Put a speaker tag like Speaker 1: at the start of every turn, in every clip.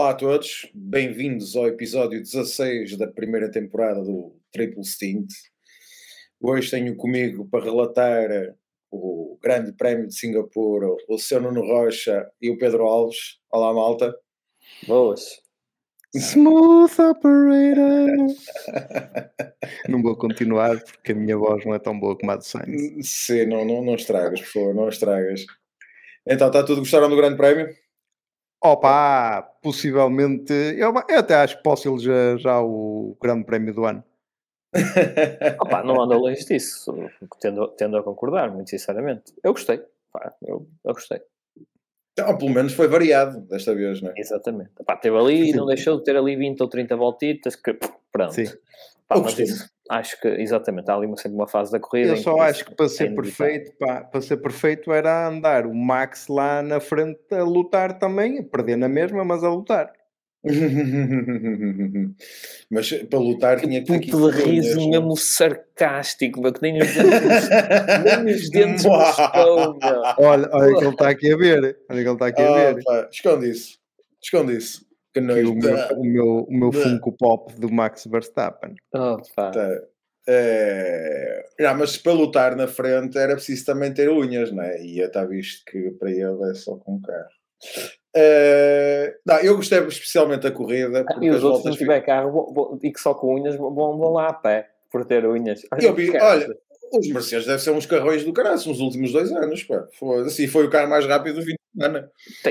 Speaker 1: Olá a todos, bem-vindos ao episódio 16 da primeira temporada do Triple Stint. Hoje tenho comigo para relatar o Grande Prémio de Singapura o Sr. Nuno Rocha e o Pedro Alves. Olá, malta.
Speaker 2: Boas.
Speaker 3: Smooth Operator. Não vou continuar porque a minha voz não é tão boa como a do Sainz.
Speaker 1: Sim, não estragas, por favor, não estragas. Então, está tudo? Gostaram do Grande Prémio?
Speaker 3: Opa, possivelmente, eu até acho que posso eleger já o Grande Prémio do ano.
Speaker 2: Opa, não ando longe disso, tendo a concordar, muito sinceramente. Eu gostei, eu gostei.
Speaker 1: Então, pelo menos foi variado desta vez, não é?
Speaker 2: Exatamente. Opa, teve ali, não deixou de ter ali 20 ou 30 voltitas, que pronto.
Speaker 3: Sim.
Speaker 2: Pá, mas isso, acho que, exatamente, há ali sempre uma fase da corrida.
Speaker 3: Eu só acho que para ser perfeito era andar o Max lá na frente a lutar também, a perder na mesma, mas a lutar.
Speaker 1: Mas para lutar tinha que ter
Speaker 2: puto de riso mesmo sarcástico, meu, que nem os dentes mostrou, meu.
Speaker 3: Olha que ele está aqui a ver.
Speaker 1: Pá, esconde isso. Que
Speaker 3: o meu Funko Pop do Max Verstappen.
Speaker 1: Mas para lutar na frente era preciso também ter unhas, não é? E está visto que para ele é só com carro. Eu gostei especialmente da corrida.
Speaker 2: E os outros, se não tiver carro e que só com unhas, vão lá a pé por ter unhas.
Speaker 1: Olha, os Mercedes devem ser uns carrões do caraço nos últimos 2 anos. Pá. Foi o carro mais rápido do fim de semana.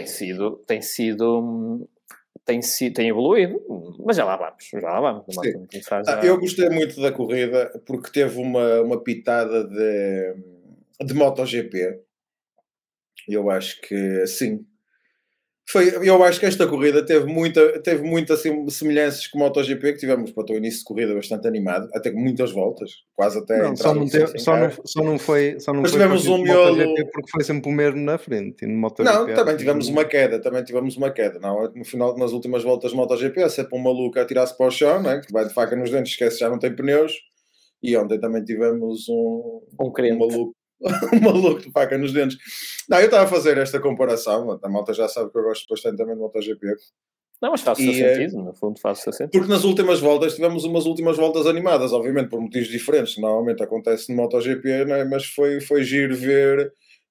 Speaker 2: Tem evoluído, mas já lá vamos.
Speaker 1: Eu gostei muito da corrida porque teve uma pitada de MotoGP. Eu acho que sim. Eu acho que esta corrida teve muita assim, semelhanças com o MotoGP, que tivemos para o início de corrida bastante animado, até com muitas voltas, quase até
Speaker 3: só não foi
Speaker 1: mas tivemos um miolo
Speaker 3: porque foi sempre o mesmo na frente e no
Speaker 1: MotoGP, não, também tivemos uma queda, não, no final, nas últimas voltas do MotoGP é sempre um maluco a tirar-se para o chão, não é? Que vai de faca nos dentes, esquece, já não tem pneus, e ontem também tivemos um maluco um maluco de faca nos dentes. Não, eu estava a fazer esta comparação. A malta já sabe que eu gosto bastante também do MotoGP.
Speaker 2: Não, mas faz o seu sentido, no fundo faz o seu sentido.
Speaker 1: Porque nas últimas voltas tivemos umas últimas voltas animadas, obviamente por motivos diferentes. Normalmente acontece no MotoGP, não é? Mas foi giro ver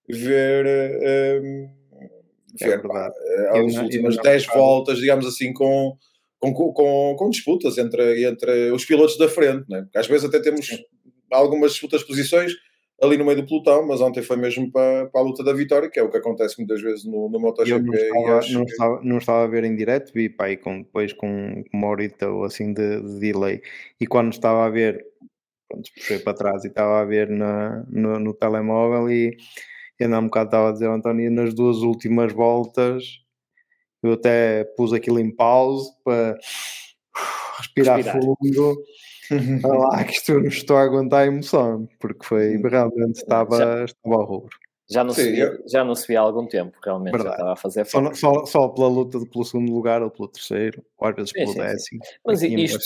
Speaker 1: as últimas 10 voltas, digamos assim, com disputas entre os pilotos da frente, não é? Porque às vezes até temos algumas disputas de posições ali no meio do pelotão, mas ontem foi mesmo para a luta da vitória, que é o que acontece muitas vezes no MotoGP.
Speaker 3: Não estava a ver em direto, vi pá, depois com uma horita ou assim de delay, e quando estava a ver, pronto, puxei para trás e estava a ver no telemóvel e ainda há um bocado estava a dizer ao António, nas 2 últimas voltas eu até pus aquilo em pause para respirar. Fundo. Lá que estou a aguentar a emoção, porque foi realmente estava ao rubro.
Speaker 2: Já não se via há algum tempo, realmente. Verdade. Já estava a fazer falta.
Speaker 3: Só pela luta pelo segundo lugar ou pelo terceiro, ou às vezes pelo décimo.
Speaker 2: Mas isto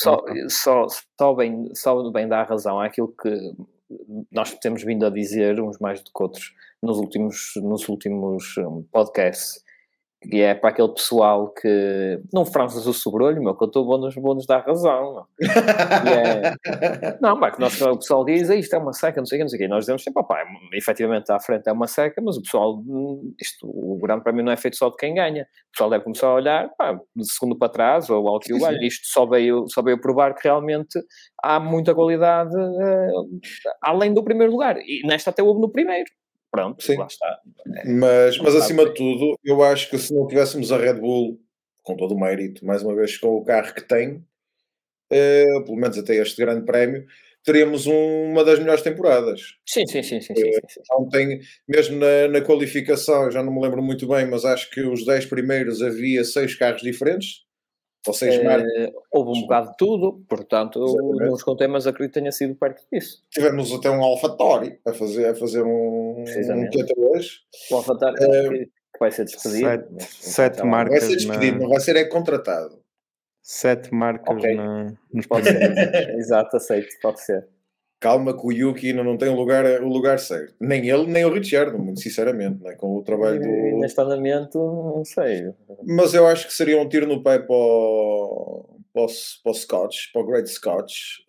Speaker 2: só bem dá razão àquilo que nós temos vindo a dizer, uns mais do que outros, nos últimos podcasts, que é para aquele pessoal que não franzas o sobrolho, meu, que eu estou bom nos dar razão. Não, que o pessoal diz, isto é uma seca, não sei o que, nós dizemos sempre, efetivamente à frente é uma seca, mas o pessoal, o Grande Prémio não é feito só de quem ganha, o pessoal deve começar a olhar, de segundo para trás, ou ao que o ganha, isto só veio provar que realmente há muita qualidade além do primeiro lugar, e nesta até houve no primeiro. Pronto, sim. Lá está.
Speaker 1: Mas acima de tudo, eu acho que se não tivéssemos a Red Bull, com todo o mérito, mais uma vez com o carro que tem, pelo menos até este grande prémio, teríamos uma das melhores temporadas.
Speaker 2: Sim.
Speaker 1: Ontem, mesmo na qualificação, já não me lembro muito bem, mas acho que os 10 primeiros havia 6 carros diferentes. Ou 6 marcas.
Speaker 2: Houve um bocado de tudo, portanto, não os contei, mas acredito que tenha sido perto disso.
Speaker 1: Tivemos até um AlphaTauri a fazer um Q3.
Speaker 2: O AlphaTauri que vai ser despedido.
Speaker 3: 7 marcas.
Speaker 1: Vai ser despedido, não vai ser contratado.
Speaker 3: 7 marcas nos
Speaker 2: pode ser. Exato, aceito, pode ser.
Speaker 1: calma que o Yuki não tem o lugar certo. Nem ele, nem o Ricciardo, muito sinceramente, né? Com o trabalho do...
Speaker 2: Neste andamento, não sei.
Speaker 1: Mas eu acho que seria um tiro no pé para o Scotch, para o Great Scotch,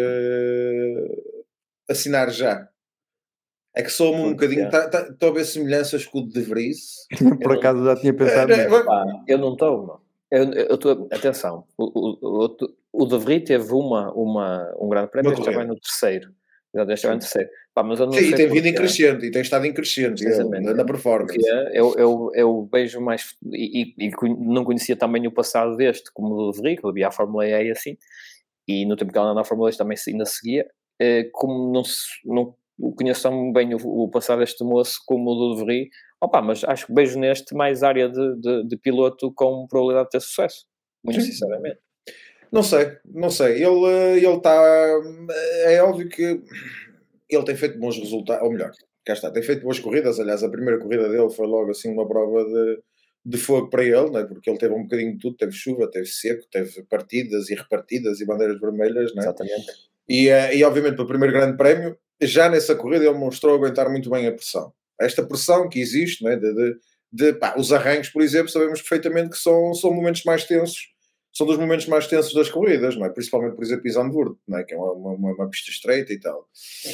Speaker 1: assinar já. É que sou um bocadinho... Estou a ver semelhanças com o De Vries.
Speaker 3: Por acaso já tinha pensado nisso.
Speaker 2: Eu não estou, não. Eu estou... Atenção. O De Vries teve um grande prémio, este já vai no terceiro. Este já vai no terceiro. Mas eu não sei
Speaker 1: e tem vindo em crescente, e tem estado em crescente na performance.
Speaker 2: Eu vejo mais... E não conhecia também o passado deste, como o De Vries, que havia a Fórmula E assim, e no tempo que ela andava na Fórmula 2 também ainda seguia. Como não conheço tão bem o passado deste moço como o do De Vries, mas acho que vejo neste mais área de piloto com probabilidade de ter sucesso, muito sinceramente.
Speaker 1: Não sei. Ele está... É óbvio que ele tem feito bons resultados, ou melhor, cá está, tem feito boas corridas. Aliás, a primeira corrida dele foi logo assim uma prova de fogo para ele, não é? Porque ele teve um bocadinho de tudo, teve chuva, teve seco, teve partidas e repartidas e bandeiras vermelhas, não é?
Speaker 2: Exatamente.
Speaker 1: E obviamente para o primeiro grande prémio, já nessa corrida ele mostrou aguentar muito bem a pressão. Esta pressão que existe, não é? Os arranques, por exemplo, sabemos perfeitamente que são momentos mais tensos, são dos momentos mais tensos das corridas, não é? Principalmente, por exemplo, em Zandvoort, não é? Que é uma pista estreita e tal.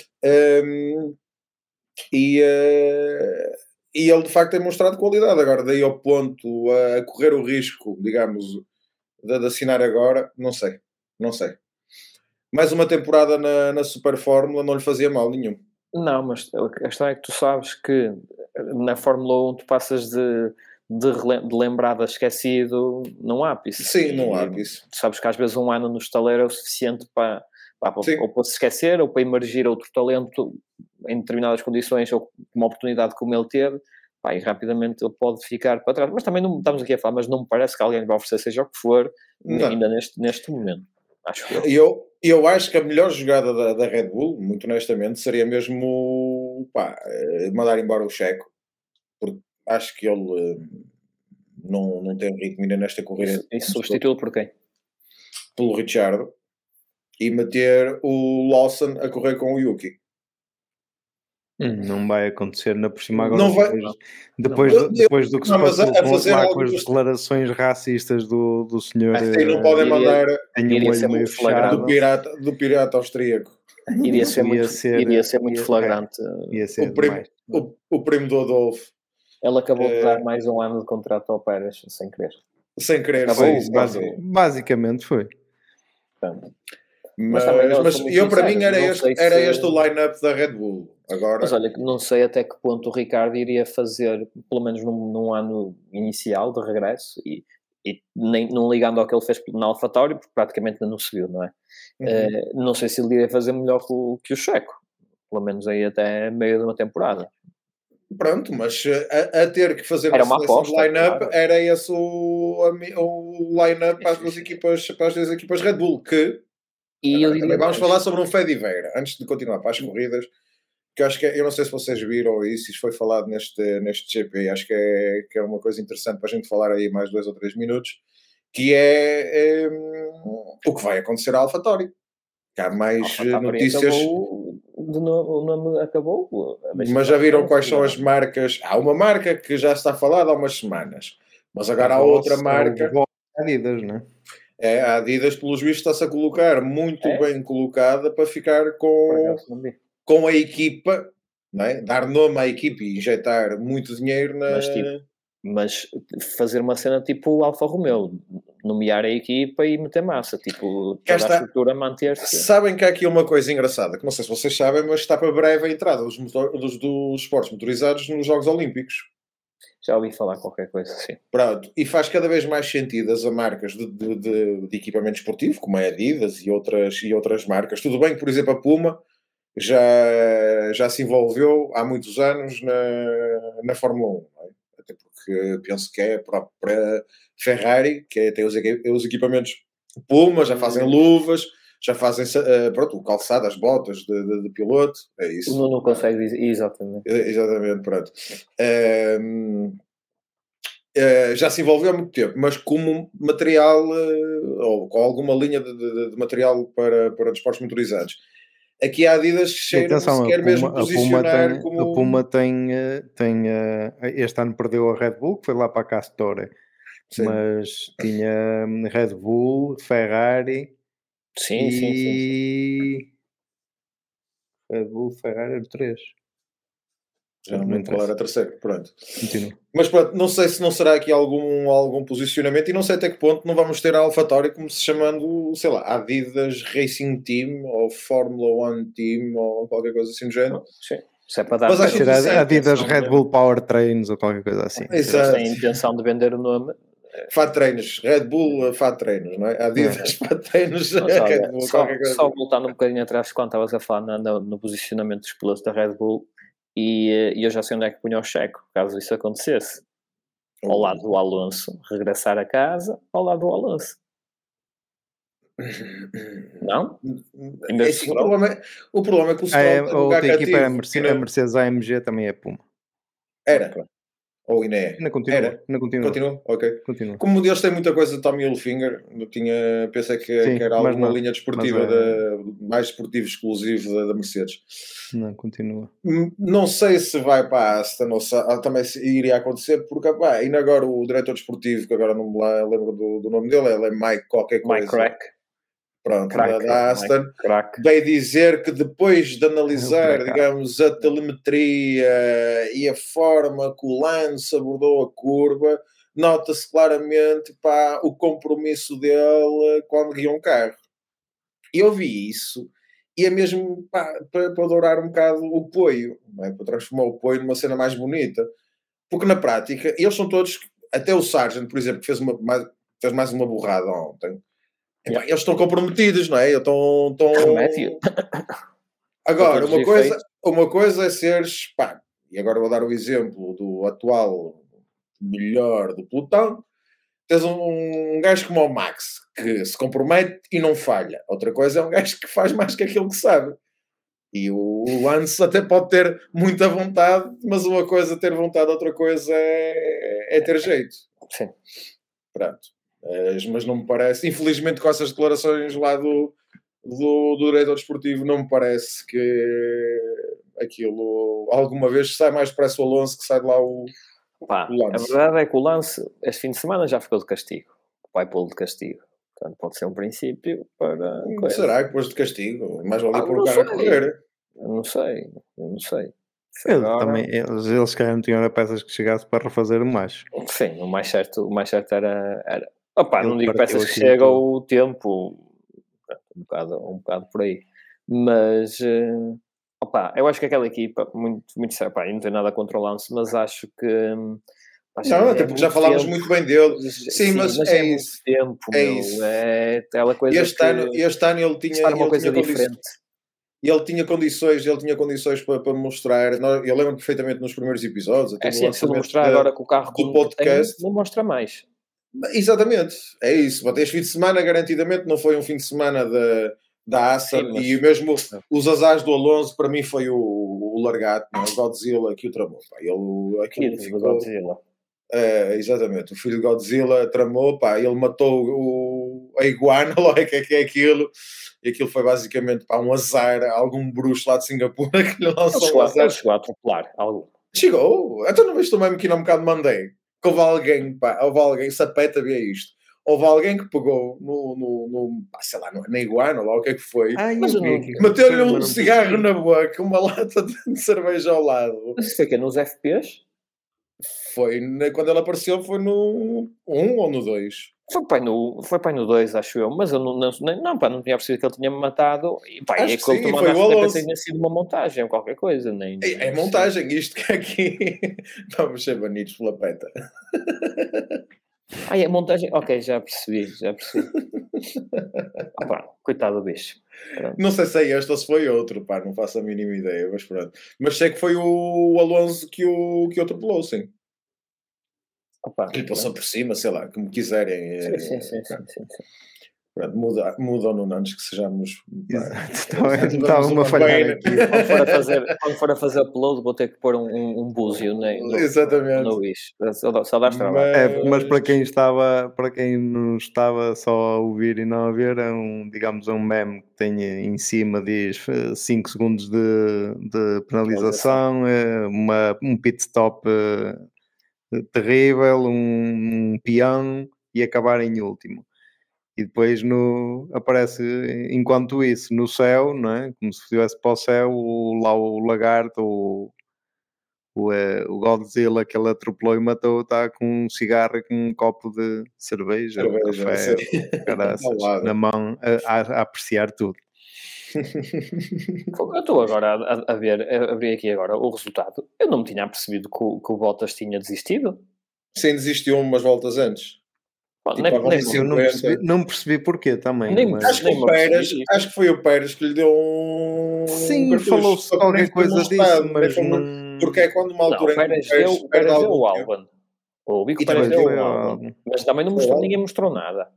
Speaker 1: E ele de facto tem mostrado qualidade. Agora, daí ao ponto a correr o risco, digamos, de assinar agora, não sei. Mais uma temporada na Super Fórmula não lhe fazia mal nenhum.
Speaker 2: Não, mas a questão é que tu sabes que na Fórmula 1 tu passas de lembrado a esquecido num ápice.
Speaker 1: Sim, num ápice.
Speaker 2: Tu sabes que às vezes um ano no estaleiro é o suficiente para ou para se esquecer, ou para emergir outro talento em determinadas condições, ou uma oportunidade como ele teve, e rapidamente ele pode ficar para trás. Mas também não estamos aqui a falar, mas não me parece que alguém vai oferecer seja o que for, ainda neste momento. Acho que
Speaker 1: eu acho que a melhor jogada da Red Bull, muito honestamente, seria mesmo mandar embora o Checo, porque acho que ele não tem ritmo ainda nesta corrida.
Speaker 2: E substituí-lo por quem?
Speaker 1: Pelo Ricciardo, e meter o Lawson a correr com o Yuki.
Speaker 3: Não vai acontecer, ainda por cima agora.
Speaker 1: Não vai.
Speaker 3: Depois do que se passou lá com as declarações racistas do senhor.
Speaker 1: Não podem mandar
Speaker 3: meio fechado.
Speaker 1: Do pirata austríaco.
Speaker 2: Iria ser muito flagrante.
Speaker 3: Ia ser
Speaker 1: o primo do Adolfo.
Speaker 2: Ele acabou de dar mais um ano de contrato ao Pérez, sem querer.
Speaker 1: Sem querer,
Speaker 3: basicamente foi.
Speaker 1: Mas para mim era este o line-up da Red Bull. Agora...
Speaker 2: Mas olha, não sei até que ponto o Ricardo iria fazer, pelo menos num ano inicial de regresso, e nem não ligando ao que ele fez na AlphaTauri, porque praticamente ainda não se viu, não é? Não sei se ele iria fazer melhor que o Checo, pelo menos aí até meio de uma temporada.
Speaker 1: Pronto, mas a ter que fazer
Speaker 2: uma aposta,
Speaker 1: line-up,
Speaker 2: claro.
Speaker 1: Era esse o line-up para as duas equipas Red Bull, que vamos falar sobre um Fediveira, antes de continuar para as corridas, que eu acho que eu não sei se vocês viram isso foi falado neste GP, acho que é uma coisa interessante para a gente falar aí mais 2 ou 3 minutos, que é o que vai acontecer à AlphaTauri. Que há mais notícias.
Speaker 2: O nome acabou.
Speaker 1: Mas já viram quais são as marcas? Há uma marca que já está falada há umas semanas, mas agora há outra marca.
Speaker 3: Adidas, não
Speaker 1: é? A Adidas, pelos vistos, está-se a colocar muito bem colocada para ficar com a equipa, não é? Dar nome à equipa e injetar muito dinheiro na.
Speaker 2: Mas fazer uma cena tipo Alfa Romeo, nomear a equipa e meter massa, tipo, toda a estrutura manter-se.
Speaker 1: Sabem que há aqui uma coisa engraçada, que não sei se vocês sabem, mas está para breve a entrada dos esportes motorizados nos Jogos Olímpicos.
Speaker 2: Já ouvi falar qualquer coisa assim.
Speaker 1: Pronto, e faz cada vez mais sentido as marcas de equipamento esportivo, como a Adidas e outras marcas. Tudo bem que, por exemplo, a Puma já se envolveu há muitos anos na Fórmula 1, não é? Até porque penso que é para Ferrari, que tem os equipamentos Puma, já fazem luvas, já fazem o calçado, as botas de piloto, é isso.
Speaker 2: Não consegue dizer, exatamente.
Speaker 1: Exatamente, pronto. Já se envolveu há muito tempo, mas como material, ou com alguma linha de material para desportos motorizados. Aqui a Adidas cheira se quer mesmo posicionar como...
Speaker 3: A Puma tem este ano perdeu a Red Bull, que foi lá para a Castor, mas tinha Red Bull, Ferrari
Speaker 2: sim.
Speaker 3: Red Bull, Ferrari, 3.
Speaker 1: Já não me lembro qual era a terceira, pronto.
Speaker 3: Continua.
Speaker 1: Mas pronto, não sei se não será aqui algum posicionamento e não sei até que ponto não vamos ter a AlphaTauri como se chamando, sei lá, Adidas Racing Team ou Fórmula 1 Team ou qualquer coisa assim do género.
Speaker 2: Sim. Se é para dar...
Speaker 3: Mas acho que Adidas Red Bull Powertrains ou qualquer coisa assim.
Speaker 2: Exato. Eles têm a intenção de vender o nome...
Speaker 1: Fat Trainers, Red Bull Fat Trainers, não é? Adidas Fat Trainers, Red Bull, qualquer coisa.
Speaker 2: Só voltando um bocadinho atrás quando estavas a falar no posicionamento dos pilotos da Red Bull, e eu já sei onde é que punha o Checo, caso isso acontecesse. Ao lado do Alonso, regressar a casa, ao lado do Alonso. Não?
Speaker 1: O problema é que o Stroll
Speaker 3: outra equipa é a Mercedes AMG, também é Puma.
Speaker 1: Era. Ou ainda é?
Speaker 3: Ainda continua.
Speaker 1: Ok.
Speaker 3: Continua.
Speaker 1: Como eles têm muita coisa de Tommy Hilfiger, pensei que era alguma linha desportiva, mais desportiva exclusiva da Mercedes.
Speaker 3: Não, continua.
Speaker 1: Não sei se vai para a Aston, ou se também iria acontecer, porque ainda agora o diretor desportivo, que agora não me lembro do nome dele, ele é Mike qualquer coisa.
Speaker 2: Mike Crack.
Speaker 1: Pronto, da Aston, veio dizer que depois de analisar, digamos, a telemetria e a forma que o Lance abordou a curva, nota-se claramente o compromisso dele quando guia um carro. E eu vi isso, e é mesmo para dourar um bocado o poio, não é? Para transformar o poio numa cena mais bonita. Porque na prática, eles são todos, até o Sargent, por exemplo, que fez mais uma burrada ontem. Eles estão comprometidos, não é? Estão... Agora, uma coisa é seres... e agora vou dar o exemplo do atual melhor do pelotão. Tens um gajo como o Max, que se compromete e não falha. Outra coisa é um gajo que faz mais que aquilo que sabe. E o Lance até pode ter muita vontade, mas uma coisa é ter vontade, outra coisa é ter jeito.
Speaker 2: Sim.
Speaker 1: Pronto. Mas não me parece, infelizmente com essas declarações lá do diretor desportivo, não me parece que aquilo alguma vez sai mais depressa o Alonso que sai de lá o Lance.
Speaker 2: A verdade é que o Lance este fim de semana já ficou de castigo, vai pô-lo de castigo, portanto pode ser um princípio para
Speaker 1: será que pôs de castigo? Mais vale pôr o carro a correr.
Speaker 2: Eu não sei.
Speaker 3: Eles querem tinham peças que chegasse para refazer o mais.
Speaker 2: Sim, o mais certo era... não digo peças que chega ao tempo, um bocado por aí, mas eu acho que aquela equipa muito sério, eu não tenho nada contra o Lance, mas acho que
Speaker 1: até porque já falámos muito bem dele. Sim, mas é isso.
Speaker 2: Tempo, é aquela coisa
Speaker 1: este ano ele tinha
Speaker 2: uma coisa diferente.
Speaker 1: Ele tinha condições para mostrar. Eu lembro perfeitamente nos primeiros episódios.
Speaker 2: Se ele mostrar agora com o carro
Speaker 1: do podcast,
Speaker 2: não mostra mais.
Speaker 1: Exatamente, é isso. Este fim de semana, garantidamente, não foi um fim de semana da Aston, e mesmo os azares do Alonso, para mim, foi o largato, o Godzilla que o tramou. Aquilo ficou...
Speaker 2: Godzilla.
Speaker 1: Exatamente, o filho de Godzilla tramou, ele matou a iguana, lá que é aquilo, e aquilo foi basicamente um azar, algum bruxo lá de Singapura que lhe lançou um azar.
Speaker 2: Ele chegou a atropelar algum.
Speaker 1: Chegou, então não viste também que não um bocado mandei. Que houve alguém, sapeta via isto. Houve alguém que pegou sei lá, na iguana, lá o que é que foi, meteu-lhe um cigarro na boca, uma lata de cerveja ao lado.
Speaker 2: Mas isso foi que nos FPs?
Speaker 1: Foi quando ele apareceu, foi no 1 ou no 2?
Speaker 2: Foi pai no 2, acho eu, mas eu não tinha percebido que ele tinha mandatado, e
Speaker 1: acho que sim, foi o Alonso.
Speaker 2: Tinha sido uma montagem ou qualquer coisa.
Speaker 1: É montagem, isto que aqui vamos ser banidos pela peta.
Speaker 2: É montagem? Ok, já percebi. Coitado do bicho.
Speaker 1: Não sei se é este ou se foi outro, não faço a mínima ideia, mas pronto. Mas sei que foi o Alonso que o atropelou, sim. Que passou por cima, sei lá, como quiserem.
Speaker 2: Sim.
Speaker 1: Mudam no Nantes que sejamos.
Speaker 3: Estava uma falhar aqui.
Speaker 2: Quando for a fazer upload, vou ter que pôr um búzio
Speaker 1: Exatamente.
Speaker 2: No bicho. Só dás trabalho.
Speaker 3: Mas para quem nos estava só a ouvir e não a ver, é digamos um meme que tem em cima, diz 5 segundos de penalização, um pit stop terrível, um peão e acabar em último. E depois aparece, enquanto isso, no céu, não é? Como se estivesse para o céu, lá o lagarto, o Godzilla que ele atropelou e matou, está com um cigarro e com um copo de cerveja ou café, na mão, a apreciar tudo.
Speaker 2: Eu estou agora a abrir aqui agora o resultado. Eu não me tinha percebido que o Bottas tinha desistido.
Speaker 1: Sim, desistiu umas voltas antes.
Speaker 3: Eu não percebi porquê também.
Speaker 1: Acho que foi o Pérez que lhe deu um.
Speaker 3: Sim, falou-se qualquer coisa disso, mas não.
Speaker 1: Porque é quando uma altura
Speaker 2: o Pérez deu o Albon. O Bico Pérez deu o Albon. Mas também ninguém mostrou nada.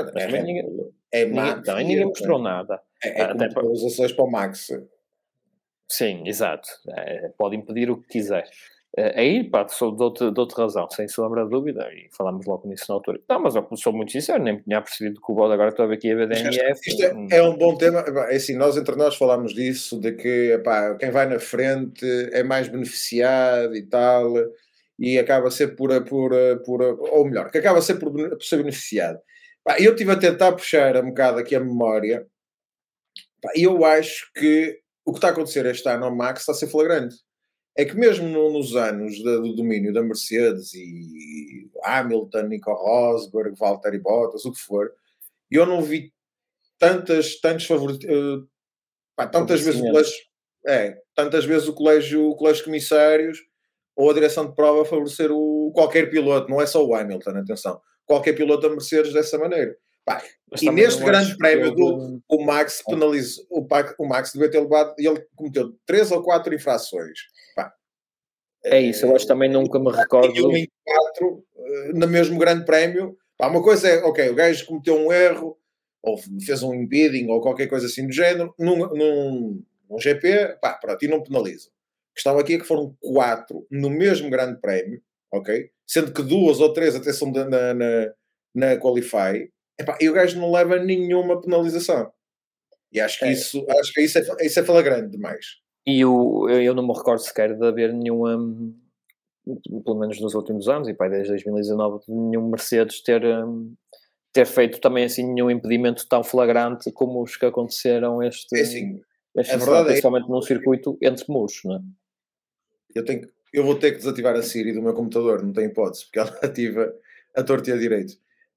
Speaker 2: Ninguém mostrou nada.
Speaker 1: Até para as ações para o Max.
Speaker 2: Sim, exato. Pode impedir o que quiser. Aí, pá, sou de outra razão, sem sombra de dúvida, e falámos logo nisso na altura. Não, mas eu sou muito sincero, nem me tinha percebido que o Bode agora estava aqui a ver DNF.
Speaker 1: Isto é um bom tema. É assim, nós entre nós falámos disso, de que quem vai na frente é mais beneficiado e tal, e acaba a ser ou melhor, que acaba a ser por ser beneficiado. Eu estive a tentar puxar um bocado aqui a memória, e eu acho que o que está a acontecer este ano ao Max está a ser flagrante. É que mesmo nos anos do domínio da Mercedes e Hamilton, Nico Rosberg, Valtteri Bottas, o que for, eu não vi tantas vezes o colégio de comissários ou a direção de prova favorecer qualquer piloto, não é só o Hamilton, atenção, qualquer piloto da Mercedes dessa maneira. E neste grande prémio o Max penalizou, o Max devia ter levado, e ele cometeu 3 ou 4 infrações.
Speaker 2: É isso, eu acho que também nunca me recordo.
Speaker 1: Em 4, no mesmo grande prémio. Uma coisa é, ok, o gajo cometeu um erro, ou fez um impeding, ou qualquer coisa assim do género, num GP, pronto, e não penaliza. A questão aqui é que foram 4 no mesmo grande prémio, ok? Sendo que 2 ou 3 até são na Qualify, e o gajo não leva nenhuma penalização. E acho que isso é flagrante demais.
Speaker 2: E eu não me recordo sequer de haver nenhuma, pelo menos nos últimos anos, e desde 2019, de nenhum Mercedes ter feito também assim nenhum impedimento tão flagrante como os que aconteceram este ano, principalmente num circuito entre muros, não é?
Speaker 1: Eu vou ter que desativar a Siri do meu computador, não tem hipótese, porque ela ativa a torta e a direito.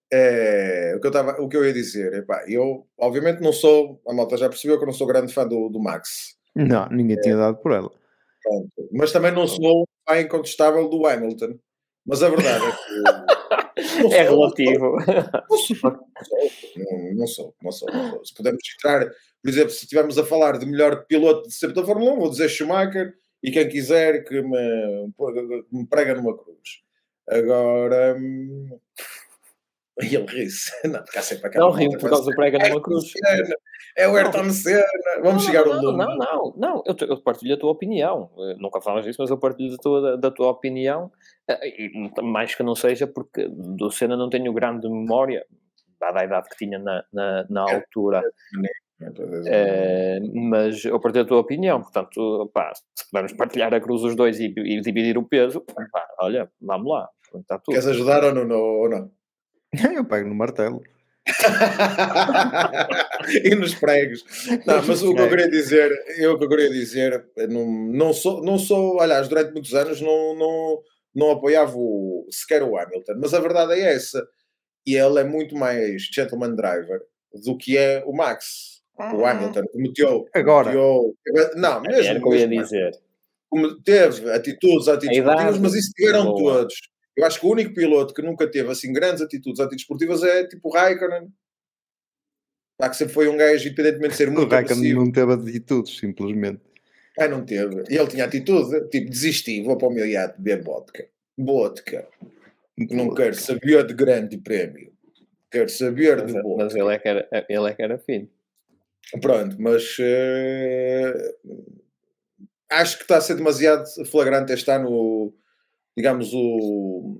Speaker 1: O que eu ia dizer, eu obviamente não sou, a malta já percebeu que eu não sou grande fã do Max.
Speaker 3: Não, ninguém tinha dado por ela.
Speaker 1: Pronto. Mas também não sou fã incontestável do Hamilton. Mas a verdade é que...
Speaker 2: é relativo.
Speaker 1: Não sou. Se pudermos citar, por exemplo, se estivermos a falar de melhor piloto de sempre da Fórmula 1, vou dizer Schumacher, e quem quiser que me prega numa cruz. Agora... E ele ri-se.
Speaker 2: Não rio por causa do prega numa cruz.
Speaker 1: É o Ayrton Senna. Vamos chegar ao lume.
Speaker 2: Não. Eu partilho a tua opinião. Nunca falas disso, mas eu partilho da tua opinião. E mais que não seja porque do Senna não tenho grande memória, dada a idade que tinha na altura. Mas eu partilho a tua opinião. Portanto, se pudermos partilhar a cruz os dois e dividir o peso, olha, vamos lá. Está tudo.
Speaker 1: Queres ajudar ou não?
Speaker 3: Eu pego no martelo.
Speaker 1: E nos pregos. Não, mas o que eu queria dizer, não sou, aliás, durante muitos anos não apoiava sequer o Hamilton, mas a verdade é essa, e ele é muito mais gentleman driver do que é o Max. O Hamilton cometeu não, mesmo
Speaker 2: era o que eu ia dizer.
Speaker 1: Teve atitudes esportivas, mas isso tiveram todos. Eu acho que o único piloto que nunca teve assim grandes atitudes antidesportivas é tipo o Raikkonen. Que sempre foi um gajo, independentemente de ser muito agressivo.
Speaker 3: O Raikkonen não teve atitudes, simplesmente.
Speaker 1: Não teve. E ele tinha atitude, tipo, desisti, vou para o meu iate beber vodka. Não quero saber de grande prémio. quero saber de boa.
Speaker 2: Mas ele é que era fino.
Speaker 1: Pronto, mas acho que está a ser demasiado flagrante este ano, digamos, o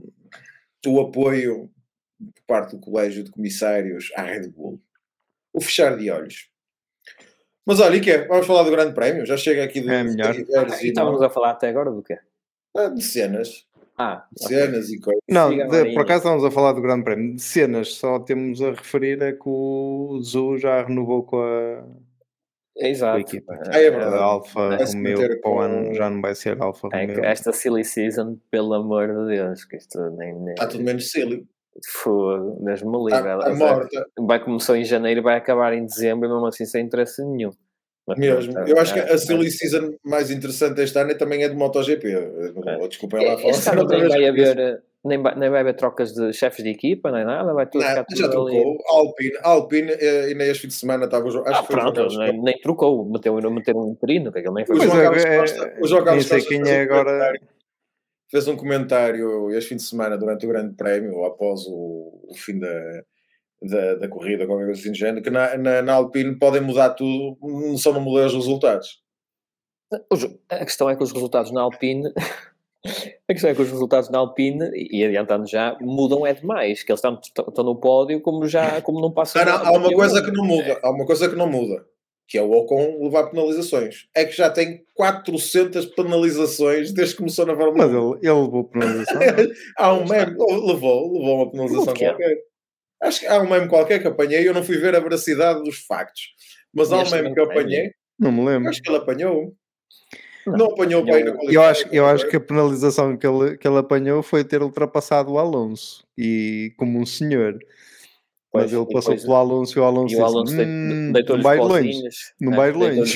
Speaker 1: apoio por parte do Colégio de Comissários à Red Bull. O fechar de olhos. Mas olha, e que é? Vamos falar do Grande Prémio? Já chega aqui do...
Speaker 3: melhor.
Speaker 2: E estávamos a falar até agora do quê?
Speaker 1: De cenas.
Speaker 2: De
Speaker 1: cenas e coisas.
Speaker 3: Não, por acaso estávamos a falar do Grande Prémio. De cenas, só temos a referir é que o Zhu já renovou com a...
Speaker 2: Exato.
Speaker 3: Com a equipa.
Speaker 1: É verdade.
Speaker 3: A Alfa Romeo para o ano já não vai ser Alfa Romeo.
Speaker 2: Esta silly season, pelo amor de Deus, que isto nem...
Speaker 1: Está tudo menos silly.
Speaker 2: Fogo, mesmo livre.
Speaker 1: Está morta.
Speaker 2: Vai começar em janeiro e vai acabar em dezembro, mesmo assim sem interesse nenhum. Mas
Speaker 1: mesmo. Eu acho que a silly season mais interessante este ano também é de MotoGP. Desculpem lá falar.
Speaker 2: Este ano nem vai haver... Nem vai haver trocas de chefes de equipa, nem nada, vai tudo ficar tudo
Speaker 1: já trocou. Alpine, e nem este fim de semana estava o jogo. Acho que
Speaker 2: pronto, nem trocou, meteu um interino, que ele nem foi.
Speaker 1: O João Carlos Costa
Speaker 3: quem é agora.
Speaker 1: Fez um comentário este fim de semana durante o Grande Prémio, ou após o fim da corrida, qualquer coisa assim de género, que na Alpine podem mudar tudo, só não mudam os resultados.
Speaker 2: A questão é que os resultados na Alpine... A questão é que os resultados na Alpine, e adiantando já, mudam demais, que eles estão no pódio como não passam...
Speaker 1: Há uma coisa que não muda, que é o Ocon levar penalizações. É que já tem 400 penalizações desde que começou na Fórmula 1.
Speaker 3: Mas ele levou penalização.
Speaker 1: Há um meme, levou uma penalização qualquer. Acho que há um meme qualquer que apanhei, eu não fui ver a veracidade dos factos, mas há um meme que eu apanhei.
Speaker 3: Não me lembro.
Speaker 1: Acho que ele apanhou. Não apanhou bem na
Speaker 3: qualificação. Eu acho que a penalização que ele apanhou foi ter ultrapassado o Alonso, e como um senhor. Mas ele passou pelo Alonso e o Alonso disse, não vais longe. Não vais longe.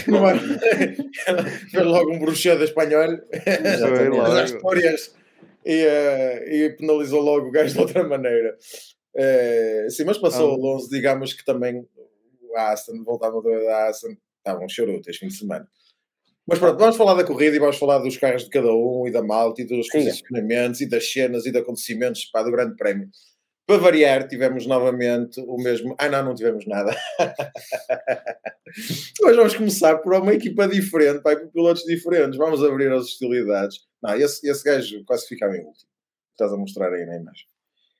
Speaker 1: Fez logo um bruxedo espanhol às histórias e penalizou logo o gajo de outra maneira. Sim, mas passou o Alonso, digamos que também a Aston, voltava da Aston, estava um charuto este fim de semana. Mas pronto, vamos falar da corrida e vamos falar dos carros de cada um e da malta e dos posicionamentos e das cenas e de acontecimentos do Grande Prémio. Para variar, tivemos novamente o mesmo... não tivemos nada. Mas vamos começar por uma equipa diferente, por pilotos diferentes. Vamos abrir as hostilidades. Esse gajo quase ficava em último. Estás a mostrar aí na imagem.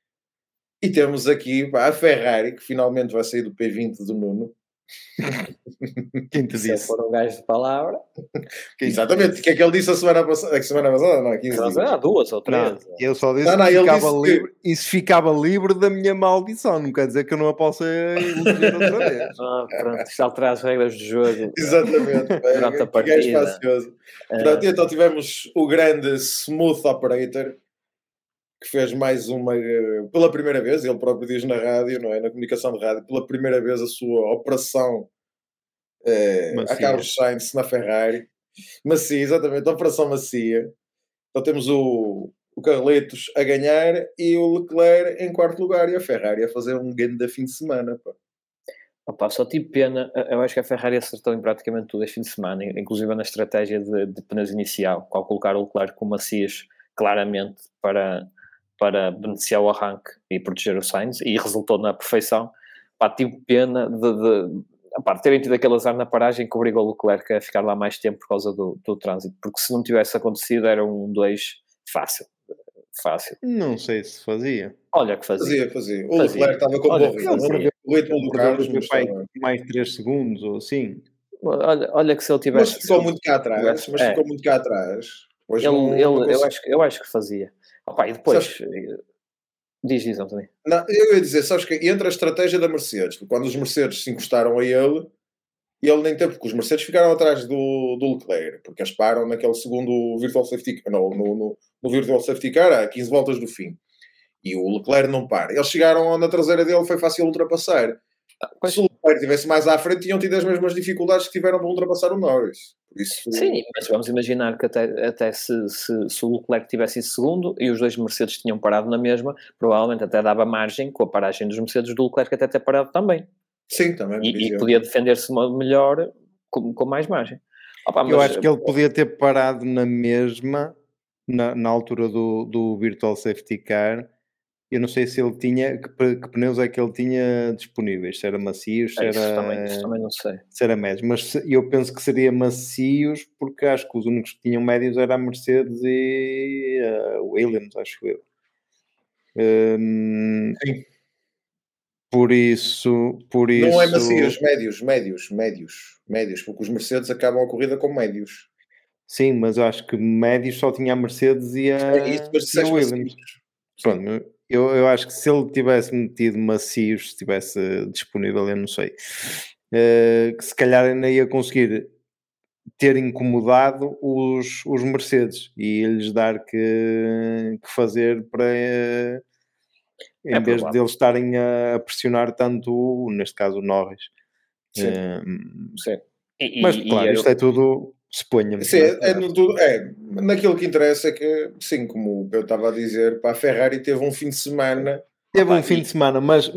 Speaker 1: E temos aqui a Ferrari, que finalmente vai sair do P20 do Nuno.
Speaker 3: Quem te disse?
Speaker 2: Se for um gajo de palavra.
Speaker 1: Exatamente, o que é que ele disse a semana passada? Não, 15 dias.
Speaker 2: Há 2 ou 3.
Speaker 3: Eu só disse que ficava livre. Isso ficava livre da minha maldição. Não quer dizer que eu não a possa iludir outra vez.
Speaker 2: Pronto, isto altera as regras do jogo.
Speaker 1: Exatamente.
Speaker 2: Durante a partida.
Speaker 1: Pronto, então tivemos o grande Smooth Operator, que fez mais uma, pela primeira vez, ele próprio diz na rádio, não é? Na comunicação de rádio, pela primeira vez a sua operação a Carlos Sainz na Ferrari. Macia, exatamente, a operação macia. Então temos o Carlitos a ganhar e o Leclerc em quarto lugar e a Ferrari a fazer um grande fim de semana.
Speaker 2: Só tive pena, eu acho que a Ferrari acertou em praticamente tudo este fim de semana, inclusive na estratégia de pneus inicial, ao colocar o Leclerc com macias claramente para beneficiar o arranque e proteger o Sainz, e resultou na perfeição. Tive pena de terem tido aquele azar na paragem que obrigou o Leclerc a ficar lá mais tempo por causa do trânsito, porque se não tivesse acontecido era um 2 fácil.
Speaker 3: Não sei se fazia.
Speaker 2: Olha que fazia.
Speaker 1: O Leclerc estava com bom ritmo. O ritmo do Carlos
Speaker 3: mais 3 segundos ou assim.
Speaker 2: Olha que se ele tivesse...
Speaker 1: Mas ficou muito cá atrás.
Speaker 2: Eu acho que fazia. E depois... Diz também.
Speaker 1: Não, eu ia dizer, sabes que entre a estratégia da Mercedes, quando os Mercedes se encostaram a ele nem teve, porque os Mercedes ficaram atrás do Leclerc, porque eles param naquele segundo Virtual Safety Car, no Virtual Safety Car a 15 voltas do fim. E o Leclerc não para. Eles chegaram na traseira dele, foi fácil ultrapassar. Se o Leclerc estivesse mais à frente, tinham tido as mesmas dificuldades que tiveram para ultrapassar o Norris. Isso...
Speaker 2: Sim, mas vamos imaginar que até se o Leclerc tivesse em segundo e os dois Mercedes tinham parado na mesma, provavelmente até dava margem, com a paragem dos Mercedes, do Leclerc até ter parado também.
Speaker 1: Sim, também.
Speaker 2: E podia defender-se melhor com mais margem.
Speaker 3: Eu acho que ele podia ter parado na mesma, na altura do Virtual Safety Car, eu não sei se ele tinha, que pneus é que ele tinha disponíveis, se era macios, se
Speaker 2: Isso também
Speaker 3: era,
Speaker 2: não sei.
Speaker 3: se era médios, mas eu penso que seria macios, porque acho que os únicos que tinham médios era a Mercedes e a Williams, acho eu.
Speaker 1: Sim.
Speaker 3: Por isso...
Speaker 1: Não é macios, médios, porque os Mercedes acabam a corrida com médios.
Speaker 3: Sim, mas eu acho que médios só tinha a Mercedes e
Speaker 1: Isso, mas
Speaker 3: a
Speaker 1: disseste
Speaker 3: Williams.
Speaker 1: macios.
Speaker 3: Pronto, eu acho que se ele tivesse metido macios, se estivesse disponível, eu não sei, que se calhar ainda ia conseguir ter incomodado os Mercedes e ia-lhes dar que fazer para... em vez de eles estarem a pressionar tanto, neste caso, o Norris.
Speaker 2: Sim. Sim.
Speaker 3: Mas, claro, isto é tudo... suponhamos.
Speaker 1: Sim, naquilo que interessa é que, sim, como eu estava a dizer, para a Ferrari teve um fim de semana.
Speaker 3: Teve um fim de semana, mas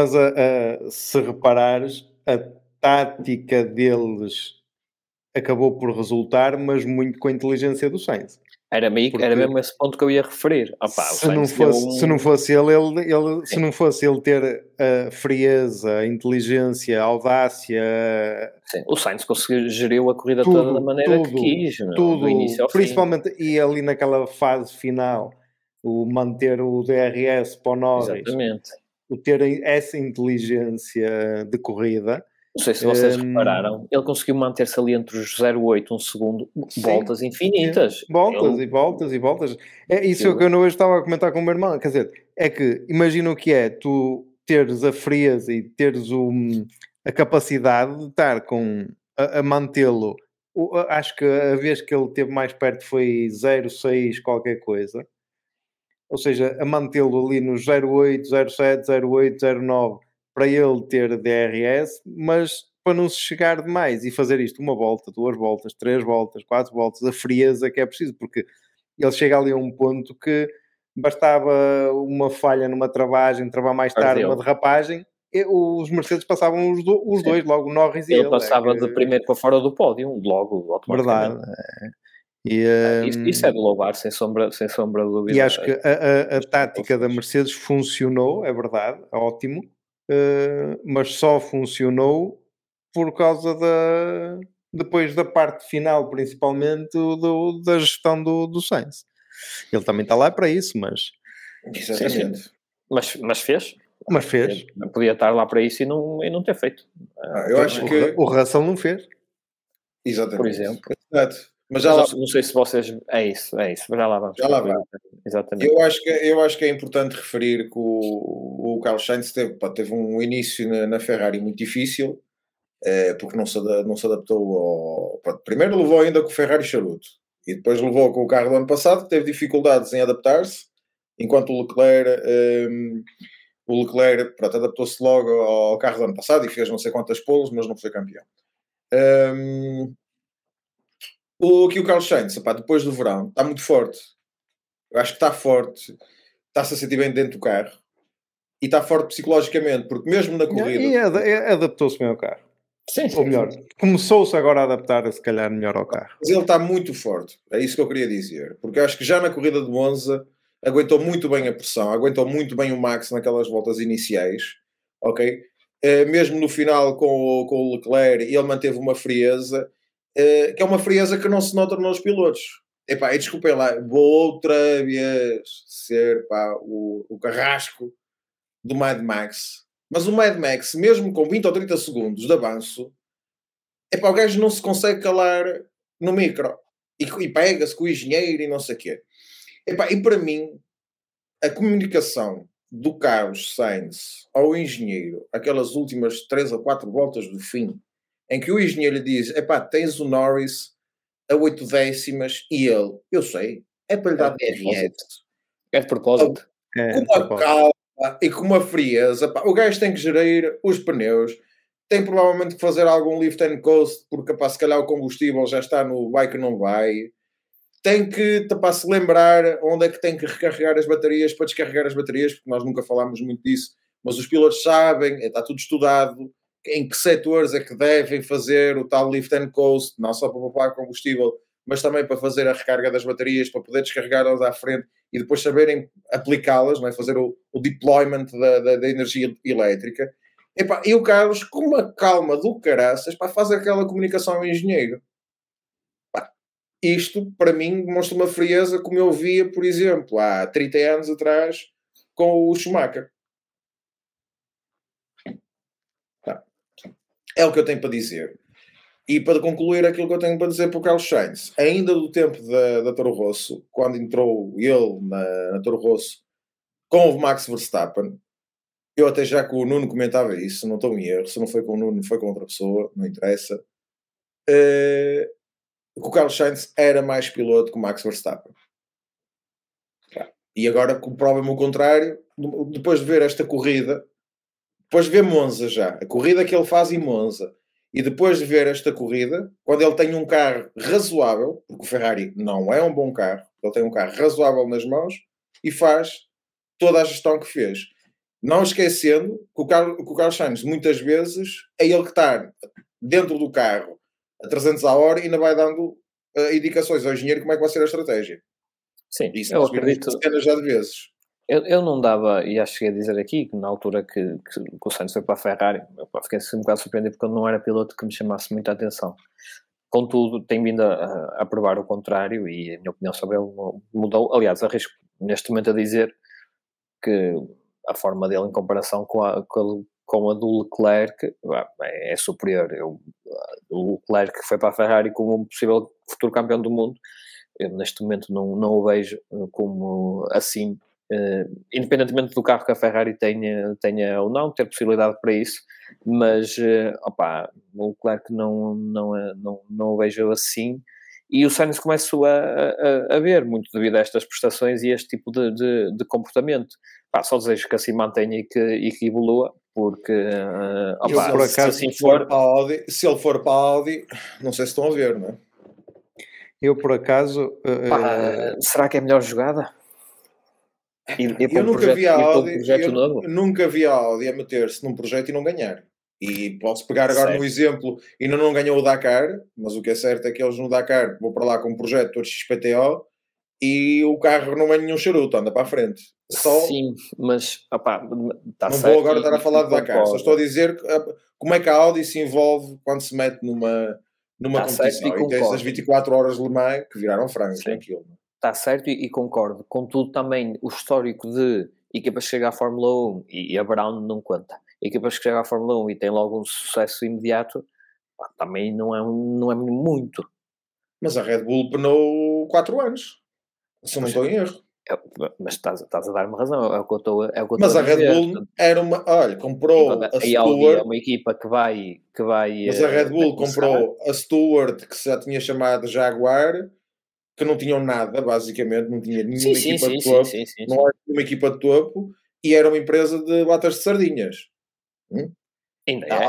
Speaker 3: se reparares, a tática deles acabou por resultar, mas muito com a inteligência do Sainz.
Speaker 2: Era mesmo esse ponto que eu ia referir.
Speaker 3: Se não fosse ele se não fosse ele ter a frieza, a inteligência, a audácia...
Speaker 2: Sim, o Sainz conseguiu gerir a corrida toda da maneira que quis, do início ao
Speaker 3: principalmente,
Speaker 2: fim.
Speaker 3: E ali naquela fase final, o manter o DRS para o Norris,
Speaker 2: exatamente,
Speaker 3: o ter essa inteligência de corrida.
Speaker 2: Não sei se vocês repararam, ele conseguiu manter-se ali entre os 0,8 e 1 segundo, voltas infinitas.
Speaker 3: Voltas e voltas e voltas. É isso que eu hoje estava a comentar com o meu irmão. Quer dizer, é que imagina o que é tu teres a frieza e teres a capacidade de estar a mantê-lo. Acho que a vez que ele esteve mais perto foi 0,6 qualquer coisa. Ou seja, a mantê-lo ali nos 0,8, 0,7, 0,8, 0,9 para ele ter DRS, mas para não se chegar demais e fazer isto uma volta, 2 voltas, 3 voltas, 4 voltas, a frieza que é preciso, porque ele chega ali a um ponto que bastava uma falha numa travagem, travar mais tarde uma derrapagem, os Mercedes passavam os dois, logo o Norris e ele.
Speaker 2: Passava de primeiro para fora do pódio, logo automaticamente.
Speaker 3: Verdade.
Speaker 2: Isso é de louvar, sem sombra de dúvida.
Speaker 3: E acho que a tática da Mercedes funcionou, é verdade, ótimo, mas só funcionou por causa depois da parte final, principalmente da gestão do Sainz. Ele também está lá para isso, mas...
Speaker 1: Exatamente.
Speaker 2: Sim. Mas fez.
Speaker 3: Mas fez.
Speaker 2: Podia estar lá para isso e não ter feito.
Speaker 1: Eu acho que...
Speaker 3: O Russell não fez.
Speaker 1: Exatamente.
Speaker 2: Por exemplo.
Speaker 1: Exato.
Speaker 2: Mas já não sei se vocês... É isso. Já lá vamos.
Speaker 1: Já lá vamos.
Speaker 2: Exatamente.
Speaker 1: Eu acho que é importante referir que o Carlos Sainz teve um início na Ferrari muito difícil, porque não se adaptou ao... Primeiro levou ainda com o Ferrari charuto, e depois levou com o carro do ano passado, que teve dificuldades em adaptar-se, enquanto o Leclerc adaptou-se logo ao carro do ano passado e fez não sei quantas poles, mas não foi campeão. O Carlos Sainz, depois do verão, está muito forte. Eu acho que está forte, está-se a sentir bem dentro do carro e está forte psicologicamente, porque mesmo na corrida...
Speaker 3: E adaptou-se bem ao carro.
Speaker 2: Sim.
Speaker 3: Ou melhor, começou-se agora a adaptar, se calhar, melhor ao carro.
Speaker 1: Mas ele está muito forte, é isso que eu queria dizer, porque eu acho que já na corrida de Monza aguentou muito bem a pressão, aguentou muito bem o Max naquelas voltas iniciais, ok? Mesmo no final com o Leclerc, ele manteve uma frieza, que é uma frieza que não se nota nos pilotos. Epá, e desculpem lá, vou outra vez ser o carrasco do Mad Max. Mas o Mad Max, mesmo com 20 ou 30 segundos de avanço, o gajo não se consegue calar no micro. E pega-se com o engenheiro e não sei o quê. E para mim, a comunicação do Carlos Sainz ao engenheiro, aquelas últimas 3 ou 4 voltas do fim, em que o engenheiro lhe diz, tens o Norris a 8 décimas e ele, eu sei, é para lhe dar DRS.
Speaker 2: É de propósito.
Speaker 1: Com uma calma e com uma frieza. O gajo tem que gerir os pneus, tem provavelmente que fazer algum lift and coast, porque se calhar o combustível já está no vai que não vai. Tem que se lembrar onde é que tem que recarregar as baterias para descarregar as baterias, porque nós nunca falámos muito disso, mas os pilotos sabem, está tudo estudado, em que setores é que devem fazer o tal lift and coast, não só para poupar combustível, mas também para fazer a recarga das baterias, para poder descarregá-las à frente e depois saberem aplicá-las, não é? Fazer o deployment da energia elétrica. E o Carlos, com uma calma do caraças, faz aquela comunicação ao engenheiro. Isto, para mim, demonstra uma frieza como eu via, por exemplo, há 30 anos atrás, com o Schumacher. É o que eu tenho para dizer. E para concluir aquilo que eu tenho para dizer para o Carlos Sainz, ainda do tempo da Toro Rosso, quando entrou ele na Toro Rosso com o Max Verstappen, eu até já com o Nuno comentava isso, não estou em erro, se não foi com o Nuno, foi com outra pessoa, não interessa, que o Carlos Sainz era mais piloto que o Max Verstappen. E agora comprova-me o contrário, depois de ver esta corrida, depois de ver Monza já, a corrida que ele faz em Monza, e depois de ver esta corrida, quando ele tem um carro razoável, porque o Ferrari não é um bom carro, ele tem um carro razoável nas mãos e faz toda a gestão que fez. Não esquecendo que o Carlos Sainz, muitas vezes, é ele que está dentro do carro a 300 a hora e ainda vai dando indicações ao engenheiro como é que vai ser a estratégia.
Speaker 2: Sim,
Speaker 1: isso
Speaker 2: eu acredito.
Speaker 1: Já de vezes.
Speaker 2: Eu não dava, e acho que ia dizer aqui, que na altura que o Sainz foi para a Ferrari, eu fiquei um bocado surpreendido porque ele não era piloto que me chamasse muita atenção. Contudo, tenho vindo a provar o contrário e a minha opinião sobre ele mudou. Aliás, arrisco neste momento a dizer que a forma dele em comparação com a do Leclerc é superior. O Leclerc foi para a Ferrari como um possível futuro campeão do mundo. Eu neste momento não o vejo como assim. Independentemente do carro que a Ferrari tenha ou não, ter possibilidade para isso, mas o Leclerc não o vejo assim, e o Sainz começo a ver, muito devido a estas prestações e este tipo de comportamento. Só desejo que assim mantenha e que evolua, porque
Speaker 1: se ele for para a Audi, não sei se estão a ver, não é?
Speaker 3: Eu por acaso
Speaker 2: será que é a melhor jogada?
Speaker 1: Eu nunca vi a Audi a meter-se num projeto e não ganhar. E posso pegar agora no exemplo, ainda não ganhou o Dakar, mas o que é certo é que eles no Dakar vão para lá com um projeto todo XPTO e o carro não é nenhum charuto, anda para a frente.
Speaker 2: Sim, mas
Speaker 1: não vou agora estar a falar do Dakar, só estou a dizer como é que a Audi se envolve quando se mete numa competição. E tens as 24 horas de Le Mans que viraram frangos naquilo.
Speaker 2: Está certo e concordo. Contudo, também o histórico de equipas que chegam à Fórmula 1 e a Brown não conta. Equipas que chegam à Fórmula 1 e têm logo um sucesso imediato, também não é muito.
Speaker 1: Mas a Red Bull penou 4 anos. Se não estou em erro.
Speaker 2: Mas estás a dar-me razão. É o que eu estou a dizer.
Speaker 1: Mas a Red Bull era uma... Olha, comprou a Stewart...
Speaker 2: é uma equipa que vai...
Speaker 1: Mas a Red Bull comprou a Stewart, que já tinha chamado Jaguar... que não tinham nada, basicamente, não tinha nenhuma equipa de topo, não era nenhuma equipa de topo, e era uma empresa de latas de sardinhas.
Speaker 2: Ainda
Speaker 1: é?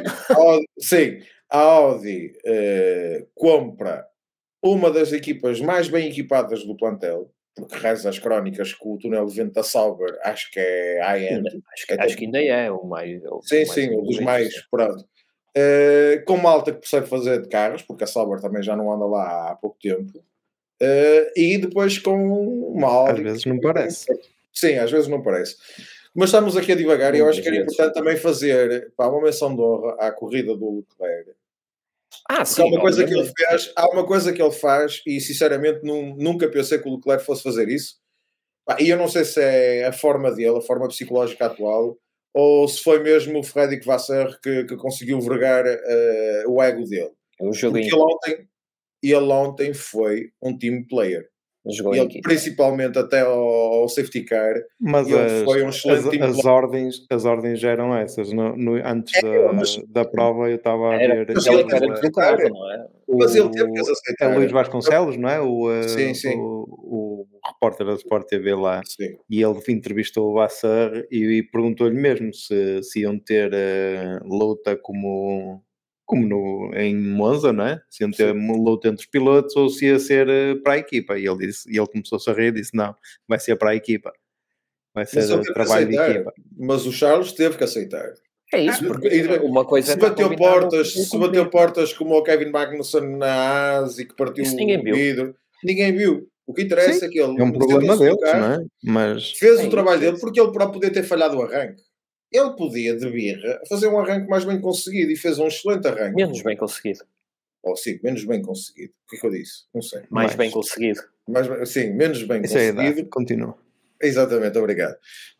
Speaker 1: A Audi compra uma das equipas mais bem equipadas do plantel, porque reza as crónicas que o túnel de vento da Sauber, acho que é high-end.
Speaker 2: Acho que ainda é o mais...
Speaker 1: um dos mais, pronto. Com malta que percebe fazer de carros, porque a Sauber também já não anda lá há pouco tempo. E depois com uma Audi.
Speaker 3: Às vezes não parece.
Speaker 1: Sim, às vezes não parece. Mas estamos aqui a divagar e eu acho que era importante também fazer uma menção de honra à corrida do Leclerc.
Speaker 2: Sim,
Speaker 1: há uma coisa que ele fez, há uma coisa que ele faz e sinceramente nunca pensei que o Leclerc fosse fazer isso. E eu não sei se é a forma dele, a forma psicológica atual, ou se foi mesmo o Frederic Vasseur que conseguiu vergar o ego dele. Porque ele ontem foi um team player. Ele, principalmente até ao safety car,
Speaker 3: mas
Speaker 1: ele foi um excelente team
Speaker 3: player. As ordens já eram essas. Antes da prova eu estava a ver...
Speaker 1: Mas ele teve que as aceitar.
Speaker 3: É Luís Vasconcelos, não é?
Speaker 1: Sim.
Speaker 3: O repórter da Sport TV lá.
Speaker 1: Sim.
Speaker 3: E ele entrevistou o Vasseur e perguntou-lhe mesmo se iam ter luta como em Monza, não é? Se iam ter luta entre os pilotos ou se ia ser para a equipa. E ele começou-se a rir e disse, não, vai ser para a equipa. Vai ser trabalho de equipa.
Speaker 1: Mas o Charles teve que aceitar.
Speaker 2: É isso, porque uma coisa
Speaker 1: se bateu portas como o Kevin Magnussen na AS e que partiu o vidro, ninguém viu. O que interessa é que ele
Speaker 3: é um problema deles, não é? Mas
Speaker 1: fez o trabalho dele porque ele próprio podia ter falhado o arranque. Ele podia, de birra, fazer um arranque mais bem conseguido e fez um excelente arranque.
Speaker 2: Menos bem conseguido.
Speaker 1: Ou sim, menos bem conseguido. O que é que eu disse? Não sei.
Speaker 2: Mais bem conseguido.
Speaker 1: Sim, menos bem conseguido.
Speaker 3: Continua.
Speaker 1: Exatamente, obrigado.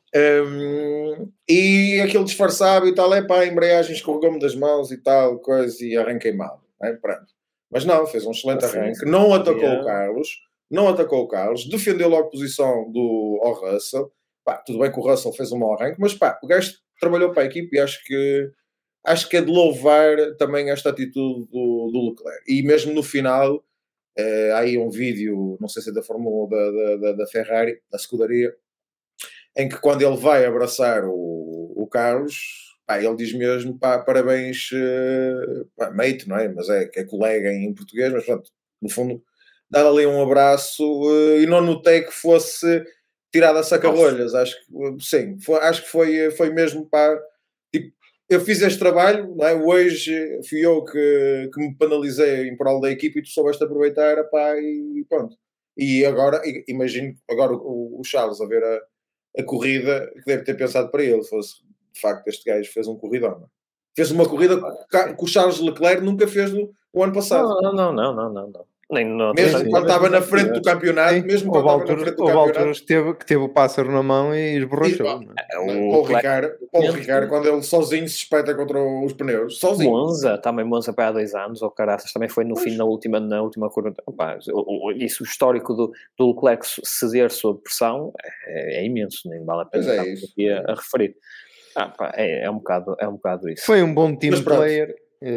Speaker 1: E aquele disfarçado e tal, a embreagem escorregou-me das mãos e tal, coisa, e arranquei mal. Pronto. Mas não, fez um excelente arranque. Não atacou o Carlos, defendeu logo a posição ao Russell. Tudo bem que o Russell fez um mau arranque, mas o gajo trabalhou para a equipe e acho que é de louvar também esta atitude do Leclerc. E mesmo no final, há aí um vídeo, não sei se é da Fórmula 1 da Ferrari, da escuderia, em que quando ele vai abraçar o Carlos, ele diz mesmo, parabéns, mate, não é? Mas é colega em português, mas pronto, no fundo, dá ali um abraço e não notei que fosse tirado a saca-rolhas. Acho que sim, acho que foi mesmo tipo, eu fiz este trabalho, não é? Hoje fui eu que me penalizei em prol da equipe e tu soubeste aproveitar, e pronto. E agora, imagino agora o Charles a ver a corrida, que deve ter pensado para ele, fosse de facto este gajo fez um corridão. Fez uma corrida que o Charles Leclerc nunca fez o ano passado.
Speaker 2: Não.
Speaker 1: Mesmo quando estava na frente do campeonato,
Speaker 3: houve alturas que teve o pássaro na mão e esborrachou.
Speaker 1: O Ricciardo, quando ele sozinho se espeta contra os pneus, sozinho.
Speaker 2: Monza para há 2 anos, ou caraças, também foi no fim, na última curva. Isso, o histórico do Leclerc ceder sob pressão é imenso, nem vale a pena estar aqui a referir. É um bocado isso.
Speaker 3: Foi um bom team player.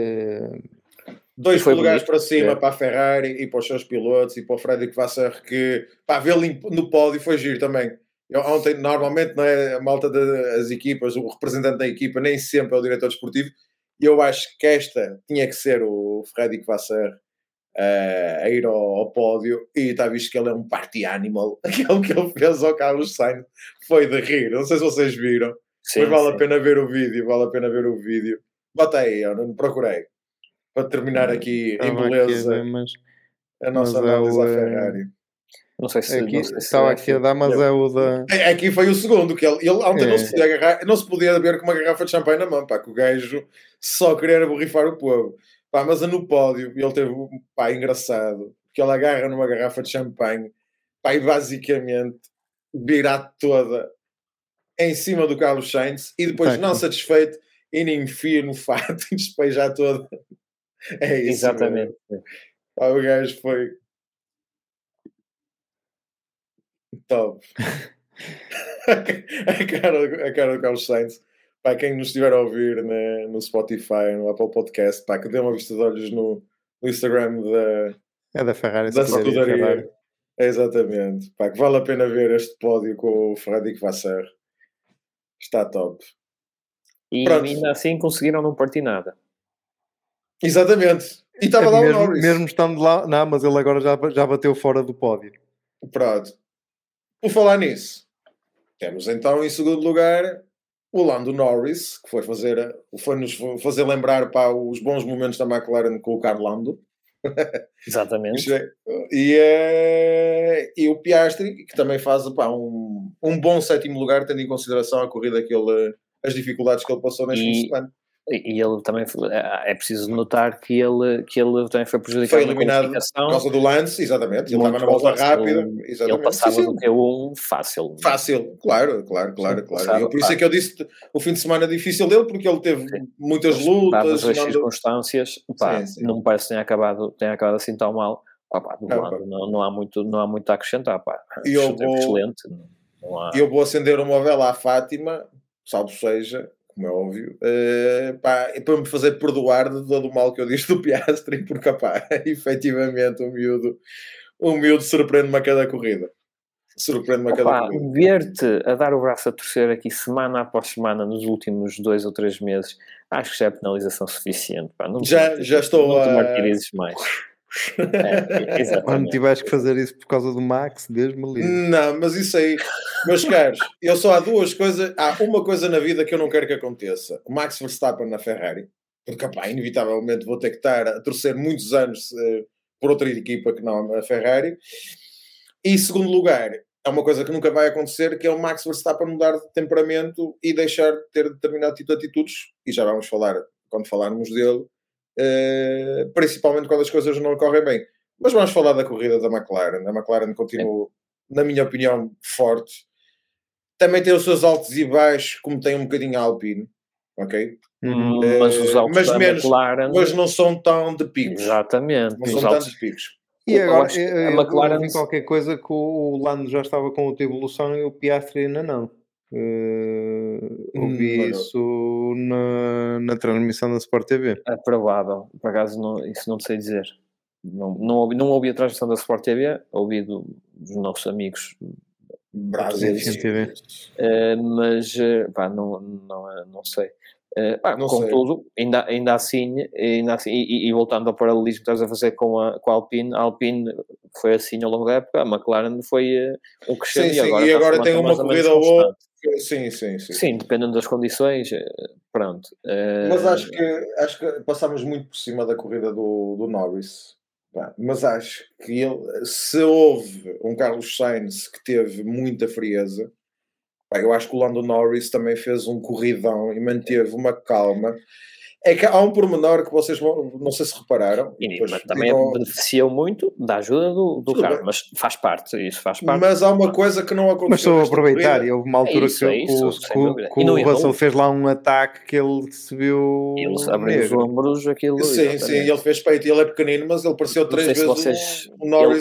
Speaker 1: 2 lugares para cima para a Ferrari e para os seus pilotos e para o Frederic Vasseur, que vê-lo no pódio foi giro também. Ontem, normalmente, não é, a malta das equipas, o representante da equipa nem sempre é o diretor desportivo, e eu acho que esta tinha que ser o Frederic Vasseur a ir ao pódio, e está visto que ele é um party animal. Aquilo que ele fez ao Carlos Sainz foi de rir, não sei se vocês viram, mas vale a pena ver o vídeo, bota aí, eu não procurei para terminar aqui em beleza a nossa análise à Ferrari.
Speaker 2: Não sei se
Speaker 3: estava aqui a dar, mas é o da...
Speaker 1: Aqui foi o segundo, que ele ontem não se podia beber com uma garrafa de champanhe na mão, que o gajo só queria borrifar o povo. Mas no pódio ele teve engraçado, que ele agarra numa garrafa de champanhe, e basicamente vira toda em cima do Carlos Sainz e depois, não satisfeito, ainda enfia no fato e despejar toda. É isso.
Speaker 2: Exatamente.
Speaker 1: O gajo foi top. a cara do Carlos Sainz. Quem nos estiver a ouvir no Spotify, no Apple Podcast, que dê uma vista de olhos no Instagram
Speaker 3: da Ferrari.
Speaker 1: Da escuderia. Exatamente. Que vale a pena ver este pódio com o Frederic Vasseur. Está top.
Speaker 2: E ainda assim conseguiram não partir nada.
Speaker 1: Exatamente. E estava lá o Norris.
Speaker 3: Mesmo estando lá, não, mas ele agora já bateu fora do pódio.
Speaker 1: Pronto. Por falar nisso, temos então em segundo lugar o Lando Norris, que foi-nos fazer lembrar os bons momentos da McLaren com o Lando.
Speaker 2: Exatamente.
Speaker 1: E o Piastri, que também faz um bom 7º lugar, tendo em consideração a corrida as dificuldades que ele passou neste fim de semana.
Speaker 2: E ele também é preciso notar que ele também foi prejudicado.
Speaker 1: Foi eliminado por causa do Lance, exatamente. Ele estava na volta rápida. Exatamente.
Speaker 2: Ele passava do Q1 fácil.
Speaker 1: Fácil, claro. E por isso é que eu disse o fim de semana difícil dele, porque ele teve muitas lutas.
Speaker 2: Dadas as circunstâncias, não me parece que tenha acabado assim tão mal. Não há muito a acrescentar. Excelente.
Speaker 1: Eu vou acender uma vela à Fátima, salvo seja, como é óbvio, para me fazer perdoar de todo o mal que eu disse do Piastri, porque, efetivamente, o miúdo surpreende-me a cada corrida.
Speaker 2: Ver-te a dar o braço a torcer aqui semana após semana nos últimos 2 ou 3 meses, acho que já é penalização suficiente.
Speaker 1: Já estou
Speaker 2: não te martirizes mais.
Speaker 3: Quando tiveres que fazer isso por causa do Max, Deus me livre.
Speaker 1: Não, mas isso aí, meus caros, eu só há duas coisas. Há uma coisa na vida que eu não quero que aconteça: o Max Verstappen na Ferrari, porque pá, inevitavelmente vou ter que estar a torcer muitos anos por outra equipa que não a Ferrari. E em segundo lugar, é uma coisa que nunca vai acontecer, que é o Max Verstappen mudar de temperamento e deixar de ter determinado tipo de atitudes, e já vamos falar quando falarmos dele, principalmente quando as coisas não correm bem. Mas vamos falar da corrida da McLaren. A McLaren continua, na minha opinião, forte. Também tem os seus altos e baixos, como tem um bocadinho a Alpine, ok?
Speaker 2: Mas os altos
Speaker 1: mas
Speaker 2: da
Speaker 1: menos,
Speaker 2: McLaren...
Speaker 1: Mas não são tão de picos.
Speaker 2: Exatamente.
Speaker 1: Não são tantos picos.
Speaker 3: E agora, a McLaren... vi qualquer coisa que o Lando já estava com outra evolução e o Piastri ainda não. Ouvi isso na transmissão da Sport TV.
Speaker 2: É provável. Por acaso, isso não sei dizer. Não ouvi a transmissão da Sport TV, ouvi dos nossos amigos
Speaker 3: brasileiros.
Speaker 2: Mas pá, não sei. Contudo, ainda assim, e voltando ao paralelismo que estás a fazer com a Alpine, a Alpine foi assim ao longo da época, a McLaren foi um crescendo
Speaker 1: e agora tem uma corrida ou outra. Sim,
Speaker 2: dependendo das condições, pronto.
Speaker 1: Mas acho que passámos muito por cima da corrida do Norris. Mas acho que se houve um Carlos Sainz que teve muita frieza, eu acho que o Lando Norris também fez um corridão e manteve uma calma. É que há um pormenor que vocês não sei se repararam.
Speaker 2: Mas também beneficiou muito da ajuda do carro, mas faz parte, isso faz parte.
Speaker 1: Mas há uma coisa que não aconteceu.
Speaker 3: Mas estou a aproveitar, e houve uma altura que o Russell fez lá um ataque que ele se viu.
Speaker 2: Ele abriu os ombros, aquilo.
Speaker 1: Sim, ele fez peito, ele é pequenino, mas ele pareceu 3 vezes o Norris.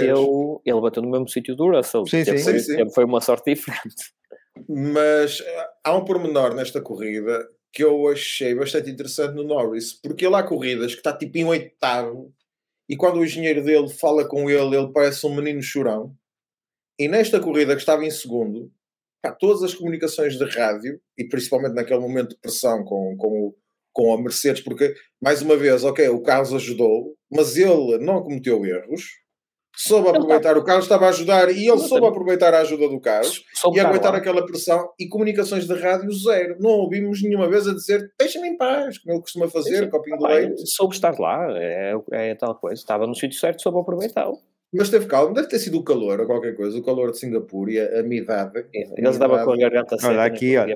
Speaker 2: Ele bateu no mesmo sítio do Russell.
Speaker 1: Sim.
Speaker 2: Foi uma sorte diferente.
Speaker 1: Mas há um pormenor nesta corrida que eu achei bastante interessante no Norris, porque ele há corridas que está tipo em 8º e quando o engenheiro dele fala com ele parece um menino chorão, e nesta corrida que estava em segundo, todas as comunicações de rádio, e principalmente naquele momento de pressão com a Mercedes, porque mais uma vez, ok, o Carlos ajudou, mas ele não cometeu erros, soube aproveitar, o Carlos estava a ajudar e ele soube aproveitar a ajuda do Carlos e aguentar aquela pressão, e comunicações de rádio zero. Não ouvimos nenhuma vez a dizer deixa-me em paz, como ele costuma fazer, copinho de leite.
Speaker 2: Soube estar lá, é tal coisa, estava no sítio certo, soube aproveitá-lo.
Speaker 1: Mas teve calma, deve ter sido o calor ou qualquer coisa, o calor de Singapura e a minha idade.
Speaker 2: Ele estava com a garganta seca.
Speaker 3: Olha aqui, olha.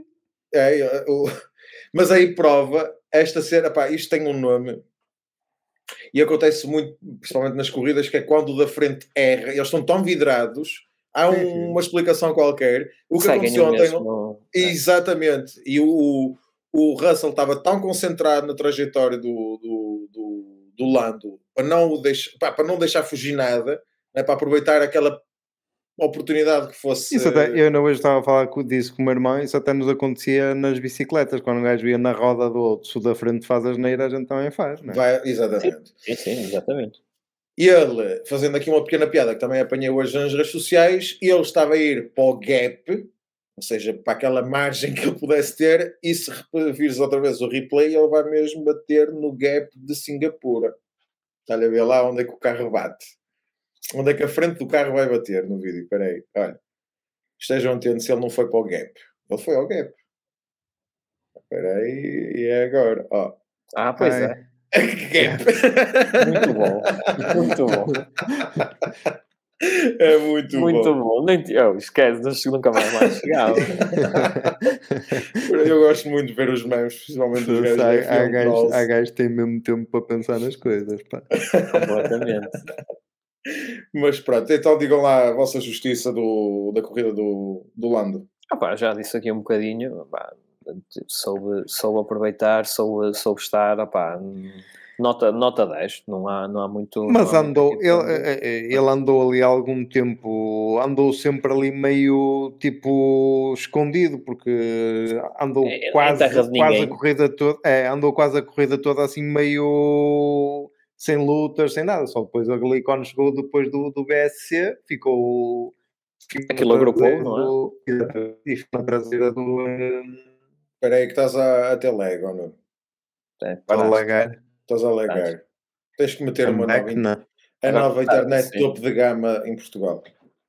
Speaker 1: Mas aí prova esta cena, isto tem um nome. E acontece muito, principalmente nas corridas, que é quando o da frente erra, eles estão tão vidrados, há uma explicação qualquer. O que aconteceu ontem... Exatamente. E o Russell estava tão concentrado na trajetória do Lando para não deixar fugir nada, né, para aproveitar aquela oportunidade que fosse...
Speaker 3: Isso até, eu ainda hoje estava a falar disso com o meu irmão, isso até nos acontecia nas bicicletas, quando o gajo ia na roda do outro, se o da frente faz as neiras, a gente também faz, não é?
Speaker 1: Exatamente.
Speaker 2: Sim, exatamente.
Speaker 1: E ele, fazendo aqui uma pequena piada que também apanhei hoje nas redes sociais, ele estava a ir para o gap, ou seja, para aquela margem que ele pudesse ter, e se vires outra vez o replay, ele vai mesmo bater no gap de Singapura. Está a ver lá onde é que o carro bate. Onde é que a frente do carro vai bater no vídeo? Espera aí, olha. Estejam atentos se ele não foi para o gap. Ele foi ao gap. Espera aí, e é agora. Ó.
Speaker 2: Pois é.
Speaker 1: Gap.
Speaker 2: Muito bom. Muito bom.
Speaker 1: É muito
Speaker 2: bom. Nem esquece, nunca mais chegava.
Speaker 1: Eu gosto muito de ver os memes, principalmente dos gajos.
Speaker 3: Há gajos que têm mesmo tempo para pensar nas coisas. Pá.
Speaker 2: Completamente.
Speaker 1: Mas pronto, então digam lá a vossa justiça da corrida do Lando.
Speaker 2: Já disse aqui um bocadinho. Soube aproveitar, soube estar. Nota 10, não há muito...
Speaker 3: Mas ele andou ali há algum tempo, andou sempre ali meio tipo escondido, porque andou quase a corrida toda, andou quase a corrida toda assim meio sem lutas, sem nada, só depois ali quando chegou depois do BSC, ficou
Speaker 2: aquilo agrupou, não
Speaker 3: é? E ficou na traseira do...
Speaker 1: Espera aí que estás a ter lag, ou não?
Speaker 3: Para lagar.
Speaker 1: Estás a lagar. Tens que meter uma nova,
Speaker 2: a
Speaker 1: nova internet topo de gama em Portugal.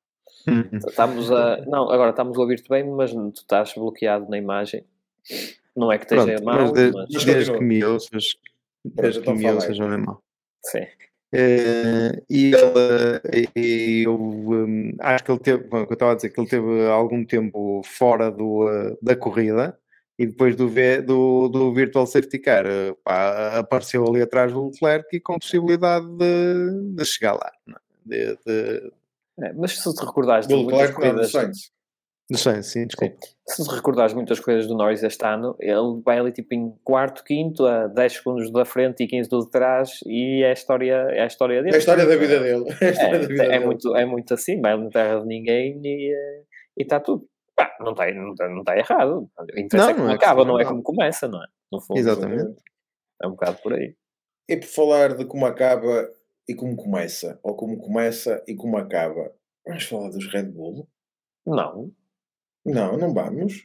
Speaker 2: Agora estamos a ouvir-te bem, mas tu estás bloqueado na imagem. Não é que esteja mal,
Speaker 3: mas desde que me ouças, não é mal.
Speaker 2: Sim.
Speaker 3: E eu acho que ele teve, eu estava a dizer que ele teve algum tempo fora da corrida e depois do Virtual Safety Car apareceu ali atrás do Leclerc e com possibilidade de chegar lá.
Speaker 2: Mas se te recordares de muitas corridas...
Speaker 3: Do Sainz, sim, desculpa.
Speaker 2: Se te recordares muitas coisas do Norris este ano, ele vai ali tipo em quarto, quinto, a 10 segundos da frente e 15 do de trás, e é a história dele.
Speaker 1: É a história da vida dele.
Speaker 2: É muito assim, vai na terra de ninguém e está tudo. Não está errado. Interessa como acaba, não é como começa, não é? No fundo,
Speaker 3: exatamente.
Speaker 2: É um bocado por aí.
Speaker 1: E por falar de como acaba e como começa, ou como começa e como acaba, vamos falar dos Red Bull?
Speaker 2: Não
Speaker 1: vamos.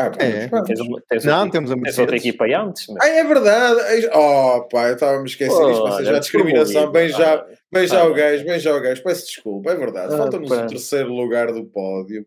Speaker 2: Tens outra equipa aí antes. Mas...
Speaker 1: é verdade. Eu estava-me esquecendo disto. Mas já discriminação. Bem já o gajo. Peço desculpa, é verdade. Falta-nos o terceiro lugar do pódio.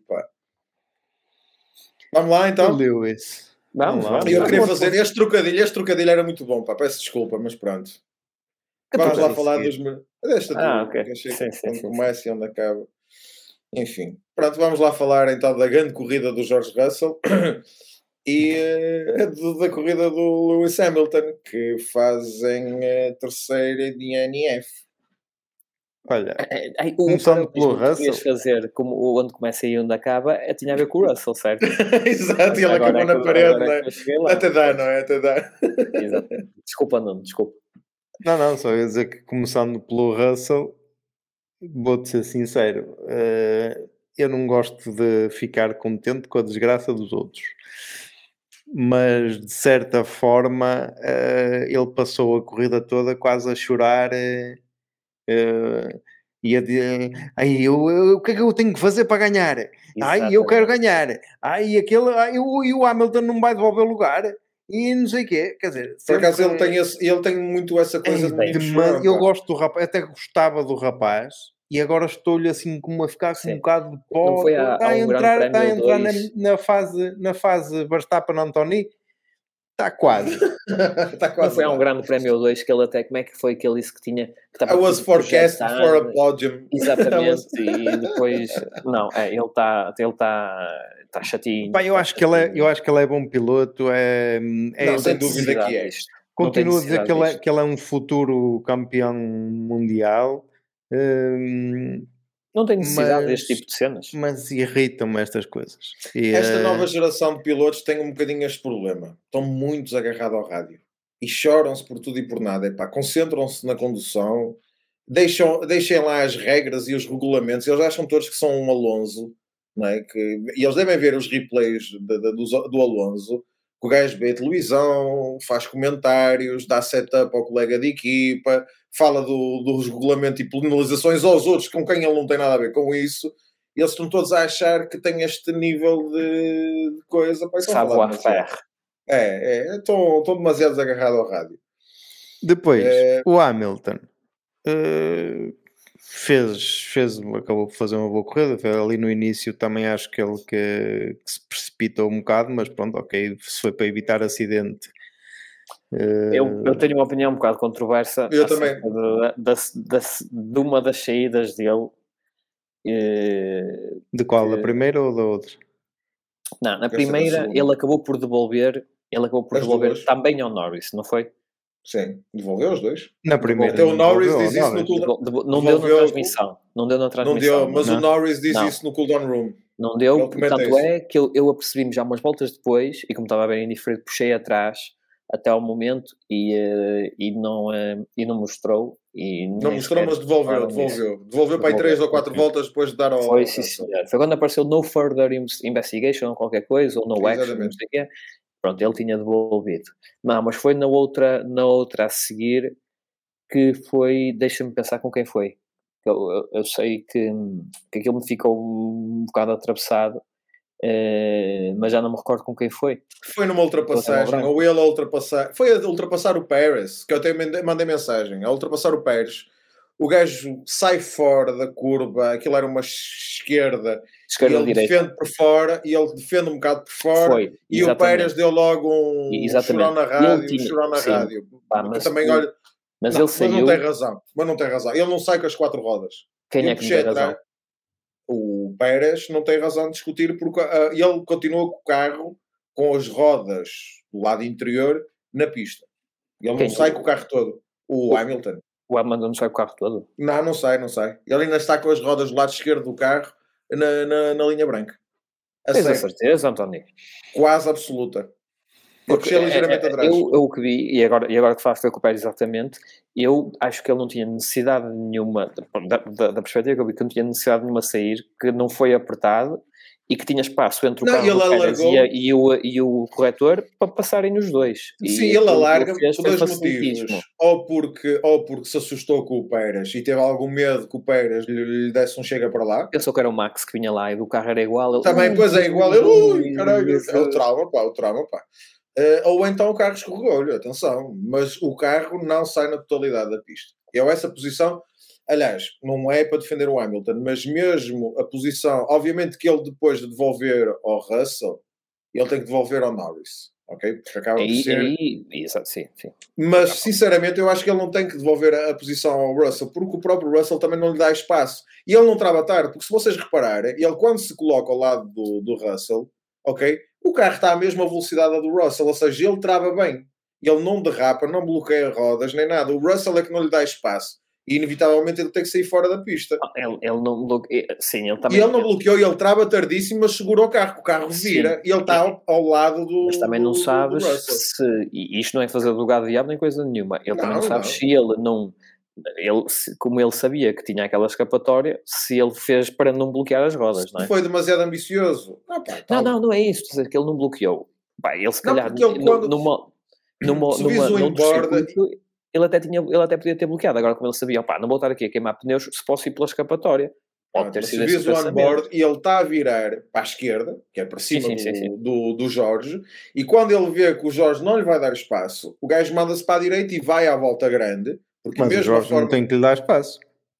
Speaker 1: Vamos lá então.
Speaker 3: Lewis.
Speaker 2: Vamos.
Speaker 1: Eu queria fazer este trocadilho era muito bom. Peço desculpa, mas pronto. Vamos lá falar dos...
Speaker 2: ok.
Speaker 1: Onde começa e onde acaba. Enfim, pronto, vamos lá falar então da grande corrida do George Russell e da corrida do Lewis Hamilton, que fazem a terceira DNF.
Speaker 3: Olha, começando pelo Russell.
Speaker 2: Fazer como onde começa e onde acaba, tinha a ver com o Russell, certo?
Speaker 1: Exato, e ele acabou na parede, não é? Até dá, não é? Até dá.
Speaker 2: Exato. Desculpa.
Speaker 3: Não, só ia dizer que começando pelo Russell, vou-te ser sincero, eu não gosto de ficar contente com a desgraça dos outros, mas de certa forma ele passou a corrida toda quase a chorar e a dizer, o que é que eu tenho que fazer para ganhar? Eu quero ganhar. E o Hamilton não vai devolver o lugar. E não sei o quê, quer dizer...
Speaker 1: Por acaso ele tem muito essa coisa de
Speaker 3: eu gosto do rapaz, até gostava do rapaz, e agora estou-lhe assim como a ficar com um bocado de pó. Está a entrar na fase Verstappen-Antoni. Está quase.
Speaker 2: Não foi um grande prémio 2 que ele até, como é que foi que ele disse que tinha... Que
Speaker 1: I was forecast for a podium.
Speaker 2: Exatamente, e depois... Não, ele está chatinho.
Speaker 3: Eu acho que ele é bom piloto.
Speaker 1: Não, sem dúvida que é.
Speaker 3: Continuo a dizer que ele é um futuro campeão mundial.
Speaker 2: Não tem necessidade deste tipo de cenas.
Speaker 3: Mas irritam-me estas coisas.
Speaker 1: Esta nova geração de pilotos tem um bocadinho este problema. Estão muito desagarrados ao rádio. E choram-se por tudo e por nada. Concentram-se na condução. Deixem lá as regras e os regulamentos. Eles acham todos que são um Alonso. Não é? E eles devem ver os replays do Alonso. Que o gajo vê televisão, faz comentários, dá setup ao colega de equipa, fala dos regulamentos e penalizações aos outros com quem ele não tem nada a ver com isso. E eles estão todos a achar que tem este nível de coisa. Estão demasiado desagarrados ao rádio.
Speaker 3: Depois, o Hamilton acabou por fazer uma boa corrida. Ali no início também acho que ele que se precipitou um bocado, mas pronto, ok, se foi para evitar acidente.
Speaker 2: Eu tenho uma opinião um bocado controversa.
Speaker 1: Eu também.
Speaker 2: De uma das saídas dele.
Speaker 3: De qual? Da primeira ou da outra?
Speaker 2: Não, na primeira ele acabou por devolver também ao Norris, não foi?
Speaker 1: Sim, devolveu os dois.
Speaker 3: Na primeira.
Speaker 1: O Norris diz isso no cooldown.
Speaker 2: Não deu na transmissão. Não deu,
Speaker 1: mas o Norris diz isso no cooldown room.
Speaker 2: Não deu, tanto é que eu apercebi-me já umas voltas depois, e como estava bem indiferente, puxei atrás até ao momento e não mostrou.
Speaker 1: Não mostrou, mas devolveu. Devolveu para aí 3 ou 4 voltas depois de dar ao...
Speaker 2: Foi, sim, senhor. Foi quando apareceu no further investigation ou qualquer coisa, ou no action, não sei o quê. Pronto, ele tinha devolvido. Não, mas foi na outra a seguir que foi... Deixa-me pensar com quem foi. Eu sei que aquilo me ficou um bocado atravessado, mas já não me recordo com quem foi.
Speaker 1: Foi numa ultrapassagem, ou ele a ultrapassar. Foi a ultrapassar o Pérez, que eu até mandei mensagem. A ultrapassar o Pérez, o gajo sai fora da curva, aquilo era uma esquerda e ele defende por fora, e ele defende um bocado por fora, e o Pérez deu logo um chorão na rádio,
Speaker 2: mas
Speaker 1: também, olha,
Speaker 2: mas ele saiu...
Speaker 1: Mas não tem razão. Ele não sai com as 4 rodas.
Speaker 2: Quem é que tem razão?
Speaker 1: O Pérez não tem razão de discutir, porque ele continua com o carro com as rodas do lado interior na pista. Ele não sai com o carro todo. O Hamilton.
Speaker 2: O Hamilton não sai com o carro todo?
Speaker 1: Não sai. Ele ainda está com as rodas do lado esquerdo do carro na linha branca.
Speaker 2: Tens a certeza, António?
Speaker 1: Quase absoluta. Porque ligeiramente atrás.
Speaker 2: Eu o que vi, e agora que falaste foi com o Pérez exatamente, eu acho que ele não tinha necessidade nenhuma, da perspectiva que eu vi, que não tinha necessidade nenhuma de sair, que não foi apertado e que tinha espaço entre o carro do Pérez e o corretor para passarem os dois.
Speaker 1: Sim, ele alarga por 2 motivos. Ou porque se assustou com o Pérez e teve algum medo que o Pérez lhe desse um chega para lá.
Speaker 2: Pensou que era o Max que vinha lá e do carro era igual. Ele,
Speaker 1: também, pois é igual. Ui, caralho, é o trauma, pá. Ou então o carro escorregou-lhe, atenção. Mas o carro não sai na totalidade da pista. E essa posição... Aliás, não é para defender o Hamilton, mas mesmo a posição... Obviamente que ele, depois de devolver ao Russell, ele tem que devolver ao Norris, ok? Porque acaba de ser...
Speaker 2: Exato, sim.
Speaker 1: Mas, sinceramente, eu acho que ele não tem que devolver a posição ao Russell, porque o próprio Russell também não lhe dá espaço. E ele não trava tarde, porque se vocês repararem, ele quando se coloca ao lado do Russell, ok? O carro está à mesma velocidade do Russell, ou seja, ele trava bem. Ele não derrapa, não bloqueia rodas, nem nada. O Russell é que não lhe dá espaço. E inevitavelmente ele tem que sair fora da pista.
Speaker 2: Ele não bloqueou. Sim, ele também.
Speaker 1: E ele não bloqueou, e ele trava tardíssimo, mas segura o carro. O carro vira e ele está ao lado do.
Speaker 2: Mas também não sabes se. E isto não é fazer do gado diabo nem coisa nenhuma. Ele também não sabe se ele não. Como ele sabia que tinha aquela escapatória, se ele fez para não bloquear as rodas, não é?
Speaker 1: Foi demasiado ambicioso.
Speaker 2: Não é isso. Dizer que ele não bloqueou. Ele se calhar. Ele até podia ter bloqueado. Agora, como ele sabia, não vou estar aqui a queimar pneus, se posso ir pela escapatória. Pode ter sido esse
Speaker 1: pensamento. Se vês o onboard e ele está a virar para a esquerda, que é para cima do Jorge, e quando ele vê que o Jorge não lhe vai dar espaço, o gajo manda-se para a direita e vai à volta grande. Porque
Speaker 3: mas o Jorge não tem que lhe dar espaço.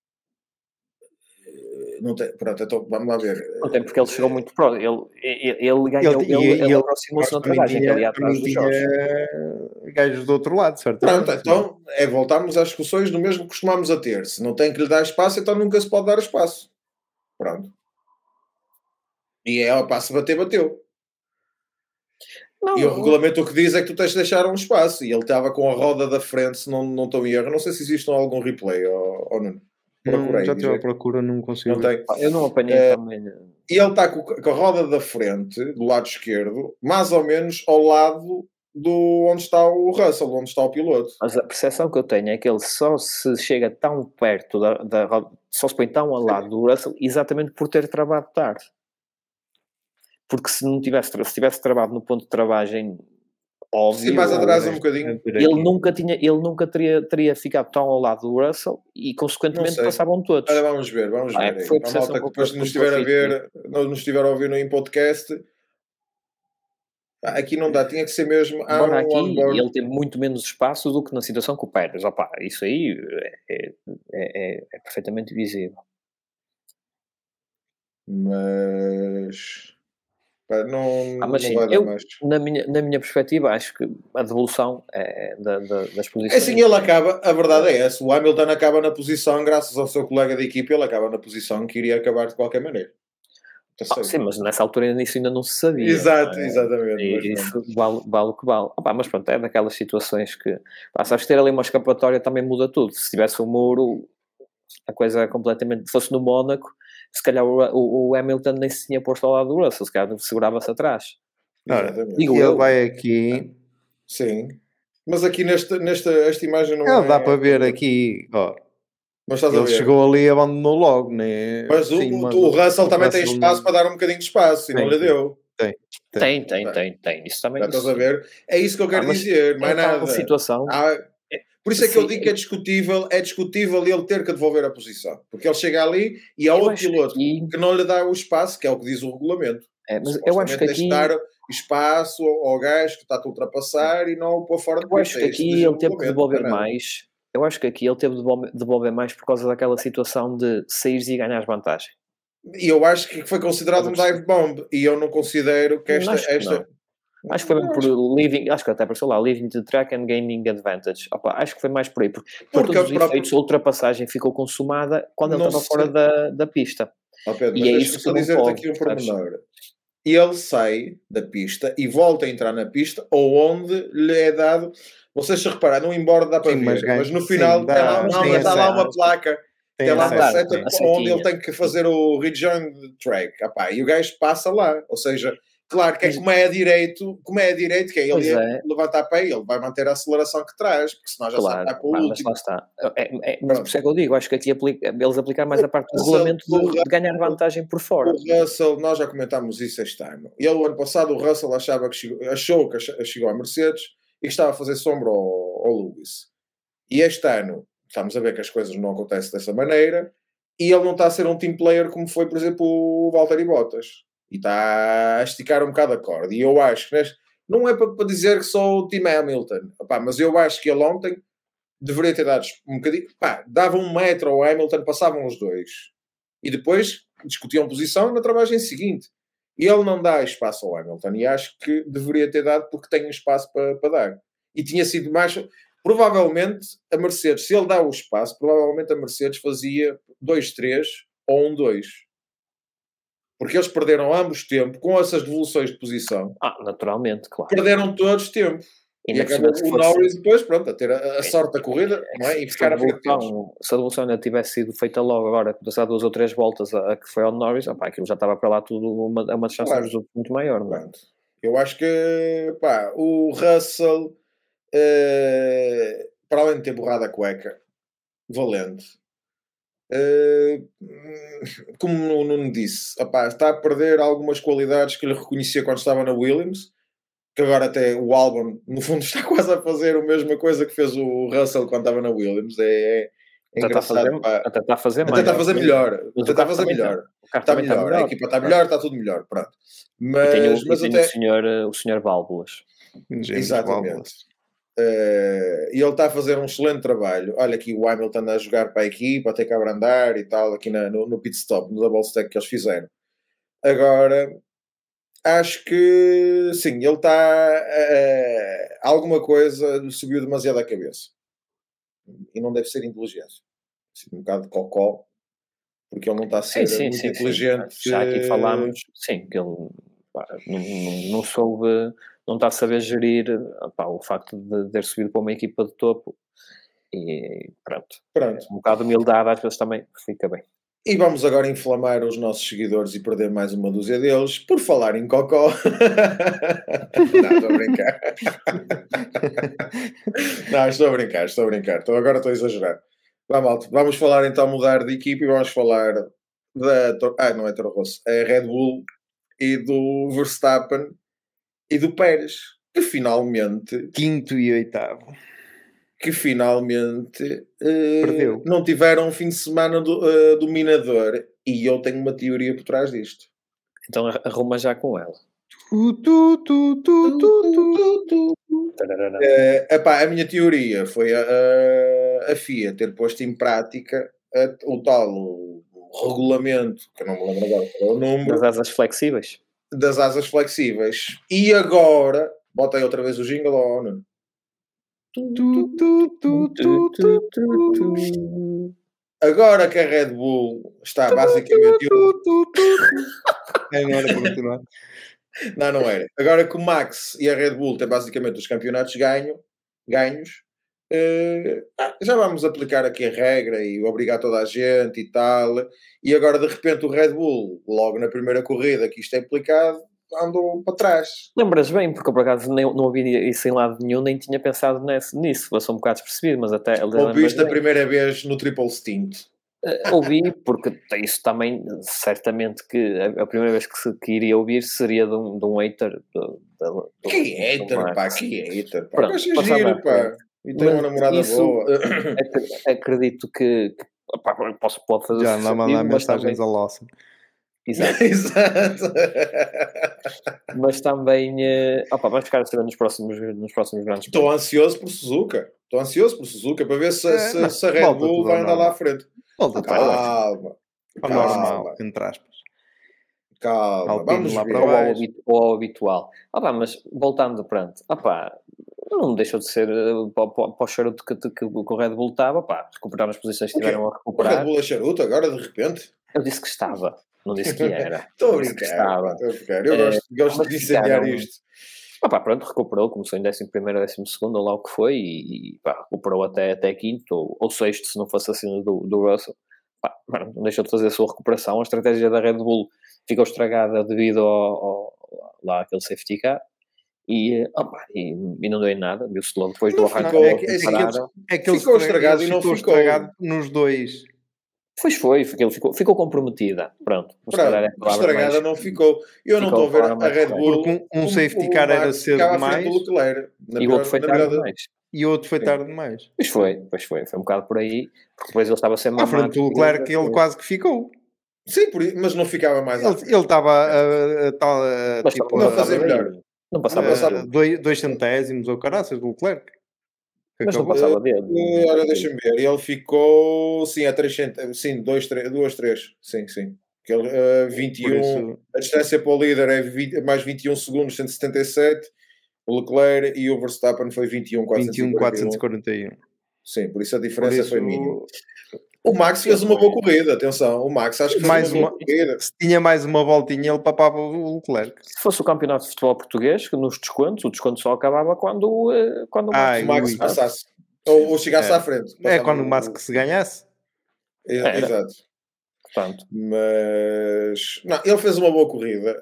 Speaker 1: Não tem, pronto, então vamos lá ver.
Speaker 2: Não tem, porque ele chegou muito próximo. Ele ganhou, ele aproximou-se na travagem, ali atrás do Jorge.
Speaker 3: Gajos do outro lado, certo?
Speaker 1: Pronto, então é voltarmos às discussões do mesmo que costumamos a ter. Se não tem que lhe dar espaço, então nunca se pode dar espaço. Pronto. E se bater, bateu. E o regulamento o que diz é que tu tens de deixar um espaço. E ele estava com a roda da frente, se não estou em erro. Não sei se existe algum replay, ou não.
Speaker 3: Procurei, já estive à procura, não consigo.
Speaker 1: Não tem.
Speaker 2: Eu não apanhei também.
Speaker 1: E ele está com a roda da frente, do lado esquerdo, mais ou menos ao lado do onde está o Russell, onde está o piloto.
Speaker 2: Mas a percepção que eu tenho é que ele só se chega tão perto da roda, só se põe tão ao lado do Russell, exatamente por ter travado tarde. Porque se tivesse travado no ponto de travagem óbvio,
Speaker 1: sim, mais atrás um bocadinho.
Speaker 2: Ele nunca teria ficado tão ao lado do Russell e consequentemente passavam todos.
Speaker 1: Olha, vamos ver.
Speaker 2: Foi a malta
Speaker 1: que depois nos estiver a ouvir em podcast, aqui não dá, tinha que ser mesmo.
Speaker 2: Aqui ele tem muito menos espaço do que na situação com o Pérez. Isso aí é perfeitamente visível.
Speaker 1: Mas não
Speaker 2: mas sim,
Speaker 1: vai dar mais.
Speaker 2: Na minha perspectiva, acho que a devolução das posições...
Speaker 1: É assim, ele acaba, a verdade é essa, o Hamilton acaba na posição, graças ao seu colega de equipe, ele acaba na posição que iria acabar de qualquer maneira.
Speaker 2: Sim, mas nessa altura isso ainda não se sabia.
Speaker 1: Exatamente.
Speaker 2: E isso vale o que vale. Mas pronto, é daquelas situações que... sabes que ter ali uma escapatória também muda tudo. Se tivesse um muro, a coisa completamente... Se fosse no Mónaco, se calhar o Hamilton nem se tinha posto ao lado do Russell, se calhar segurava-se atrás.
Speaker 3: Ele vai aqui...
Speaker 1: Sim. Mas aqui esta imagem não
Speaker 3: dá para ver aqui...
Speaker 1: Mas estás
Speaker 3: ele
Speaker 1: a ver.
Speaker 3: Chegou ali e abandonou logo, né?
Speaker 1: Mas o Russell também tem espaço para dar um bocadinho de espaço, e não lhe deu.
Speaker 2: Tem. Isso também.
Speaker 1: Já estás a ver? É isso que eu quero dizer. Mais nada.
Speaker 2: Situação.
Speaker 1: Por isso é que eu digo que é discutível ele ter que devolver a posição. Porque ele chega ali e há outro piloto que não lhe dá o espaço, que é o que diz o regulamento.
Speaker 2: Mas eu acho que aqui...
Speaker 1: dar espaço ao gajo que está a ultrapassar e não o pôr fora de pista.
Speaker 2: Eu acho que aqui ele teve que devolver mais. Eu acho que aqui ele teve de devolver mais por causa daquela situação de saíres e ganhares vantagem.
Speaker 1: E eu acho que foi considerado um dive bomb. E eu não considero que esta...
Speaker 2: Acho que foi mesmo por leaving, acho que até apareceu lá, leaving the track and gaining advantage. Opa, acho que foi mais por aí, porque todos os efeitos, a ultrapassagem ficou consumada quando ele estava fora da pista.
Speaker 1: Pedro, e é isso que eu dizer-te aqui um pormenor. E ele sai da pista e volta a entrar na pista onde lhe é dado. Vocês se reparar, no embora dá para ver, mas no final está lá uma placa, tem lá uma seta onde ele tem que fazer o rejoin track. E o gajo passa lá, ou seja, claro que como é direito, que é ele levanta a pé, ele vai manter a aceleração que traz, porque senão já está para o último.
Speaker 2: Mas lá está. Mas por isso é que eu digo, acho que aqui eles aplicaram mais a parte do regulamento de ganhar vantagem por fora.
Speaker 1: O Russell, nós já comentámos isso este ano. Ele, o ano passado, o Russell achou que chegou à Mercedes e que estava a fazer sombra ao Lewis. E este ano, estamos a ver que as coisas não acontecem dessa maneira e ele não está a ser um team player como foi, por exemplo, o Valtteri Bottas. E está a esticar um bocado a corda. E eu acho que não é para dizer que sou o time Hamilton, mas eu acho que ele ontem deveria ter dado um bocadinho. Dava 1 metro ao Hamilton, passavam os dois. E depois discutiam posição na travagem seguinte. E ele não dá espaço ao Hamilton. E acho que deveria ter dado porque tem espaço para dar. E tinha sido mais... Provavelmente a Mercedes, se ele dá o espaço, provavelmente a Mercedes fazia 2-3 ou 1-2. Porque eles perderam ambos tempo com essas devoluções de posição.
Speaker 2: Naturalmente, claro.
Speaker 1: Perderam todos tempo. E acabou o Norris depois, pronto, a ter a sorte da corrida, não é? E ficar a ficar
Speaker 2: se a devolução ainda tivesse sido feita logo agora, passar 2 ou 3 voltas a que foi ao Norris, aquilo já estava para lá tudo uma distância muito maior, não é?
Speaker 1: Eu acho que, o Russell, para além de ter borrado a cueca, valente. Como o Nuno disse, está a perder algumas qualidades que lhe reconhecia quando estava na Williams, que agora até o Albon no fundo está quase a fazer a mesma coisa que fez o Russell quando estava na Williams. É engraçado.
Speaker 2: Até está a fazer
Speaker 1: melhor. Está a fazer melhor. Está melhor. A equipa está melhor, está tudo melhor. Pronto.
Speaker 2: Mas tem o senhor Válvulas.
Speaker 1: Exatamente. E ele está a fazer um excelente trabalho. Olha aqui o Hamilton a jogar para a equipa, a ter que abrandar e tal, aqui no pit stop, no double stack que eles fizeram. Agora, acho que sim, ele está alguma coisa lhe subiu demasiado à cabeça e não deve ser inteligência, um bocado de cocó, porque ele não está a ser muito inteligente.
Speaker 2: Sim. Já aqui falámos, sim, que ele não soube, não está a saber gerir o facto de ter subido para uma equipa de topo e pronto. Um bocado de humildade às vezes também fica bem.
Speaker 1: E vamos agora inflamar os nossos seguidores e perder mais uma dúzia deles por falar em cocó. Não, estou a brincar. Não, estou a brincar. Agora estou a exagerar. Vamos falar então, mudar de equipe e vamos falar não é Toro Rosso, é Red Bull e do Verstappen e do Pérez, que finalmente...
Speaker 3: 5º e 8º.
Speaker 1: Que finalmente
Speaker 3: perdeu.
Speaker 1: Não tiveram um fim de semana dominador. E eu tenho uma teoria por trás disto.
Speaker 2: Então arruma já com ela.
Speaker 1: A minha teoria foi a FIA ter posto em prática o tal regulamento, que eu não me lembro agora qual é o número.
Speaker 2: Das asas flexíveis.
Speaker 1: Das asas flexíveis. E agora, bota aí outra vez o jingle on. Agora que a Red Bull está basicamente...
Speaker 3: Não era para continuar.
Speaker 1: Não era. Agora que o Max e a Red Bull têm basicamente os campeonatos ganhos, já vamos aplicar aqui a regra e obrigar toda a gente e tal. E agora de repente o Red Bull, logo na primeira corrida que isto é aplicado, andou para trás.
Speaker 2: Lembras bem, porque eu por acaso não ouvi isso em lado nenhum, nem tinha pensado nisso, passou um bocado despercebido, mas até...
Speaker 1: Ouviste a primeira vez no Triple Stint?
Speaker 2: Ouvi, porque isso também, certamente que a primeira vez que iria ouvir seria de um hater.
Speaker 1: Que hater, pá, que hater, pá.
Speaker 2: Pronto,
Speaker 1: giro, pá. E tem uma namorada boa.
Speaker 2: Acredito que pode fazer.
Speaker 3: Já anda a mandar mensagens
Speaker 2: também...
Speaker 3: a Lawson.
Speaker 2: Exato.
Speaker 1: Exato.
Speaker 2: Mas também vamos ficar a saber nos próximos grandes.
Speaker 1: Estou ansioso por Suzuka. Para ver se a Red Bull vai andar lá à frente.
Speaker 3: Volta
Speaker 1: calma.
Speaker 3: Normal, entre aspas.
Speaker 1: Calma, vamos
Speaker 3: lá
Speaker 1: ver.
Speaker 3: Para baixo.
Speaker 2: Ou habitual. Mas voltando, pronto. Não deixou de ser para o charuto que o Red Bull estava. Recuperar as posições que tiveram a recuperar.
Speaker 1: O Red Bull é charuto agora, de repente?
Speaker 2: Eu disse que estava. Não disse que era.
Speaker 1: Estou a brincar. Eu gosto de incendiar isto.
Speaker 2: Pronto, recuperou, começou em 11º, 12º, ou lá o que foi, e recuperou até quinto, ou sexto, se não fosse assim do Russell. Não deixou de fazer a sua recuperação. A estratégia da Red Bull ficou estragada devido lá àquele safety car, e não deu em nada, viu-se logo depois do arranque.
Speaker 1: Ficou estragado e não ficou
Speaker 3: estragado nos dois.
Speaker 2: Ficou comprometida. Pronto.
Speaker 1: Estragada não ficou. Eu não estou a ver a Red Bull.
Speaker 3: Porque um safety car era cedo demais.
Speaker 2: E o outro foi tarde demais.
Speaker 3: E o outro foi tarde demais.
Speaker 2: Pois foi um bocado por aí, porque depois ele estava a ser
Speaker 3: à frente do Leclerc, ele quase que ficou.
Speaker 1: Sim, mas não ficava mais
Speaker 3: ele estava
Speaker 1: tipo, a fazer melhor.
Speaker 2: Não passava
Speaker 3: 2 centésimos ou caraças do Leclerc.
Speaker 2: Mas não passava dele.
Speaker 1: Ora, deixa-me ver. Ele ficou, sim, a 3 centésimos. Sim, 2, 3. Sim. Que ele, 21. A distância para o líder é mais 21 segundos, 177. O Leclerc e o Verstappen foi 21.441. Sim, por isso a diferença foi mínima. O Max fez uma boa corrida, atenção. O Max acho que fez uma boa corrida.
Speaker 3: Se tinha mais uma voltinha, ele papava o Leclerc.
Speaker 2: Se fosse o campeonato de futebol português, nos descontos, o desconto só acabava quando o
Speaker 1: Max passasse. Ou chegasse à frente.
Speaker 3: Quando o Max se ganhasse.
Speaker 1: Exato.
Speaker 2: Portanto.
Speaker 1: Mas não, ele fez uma boa corrida.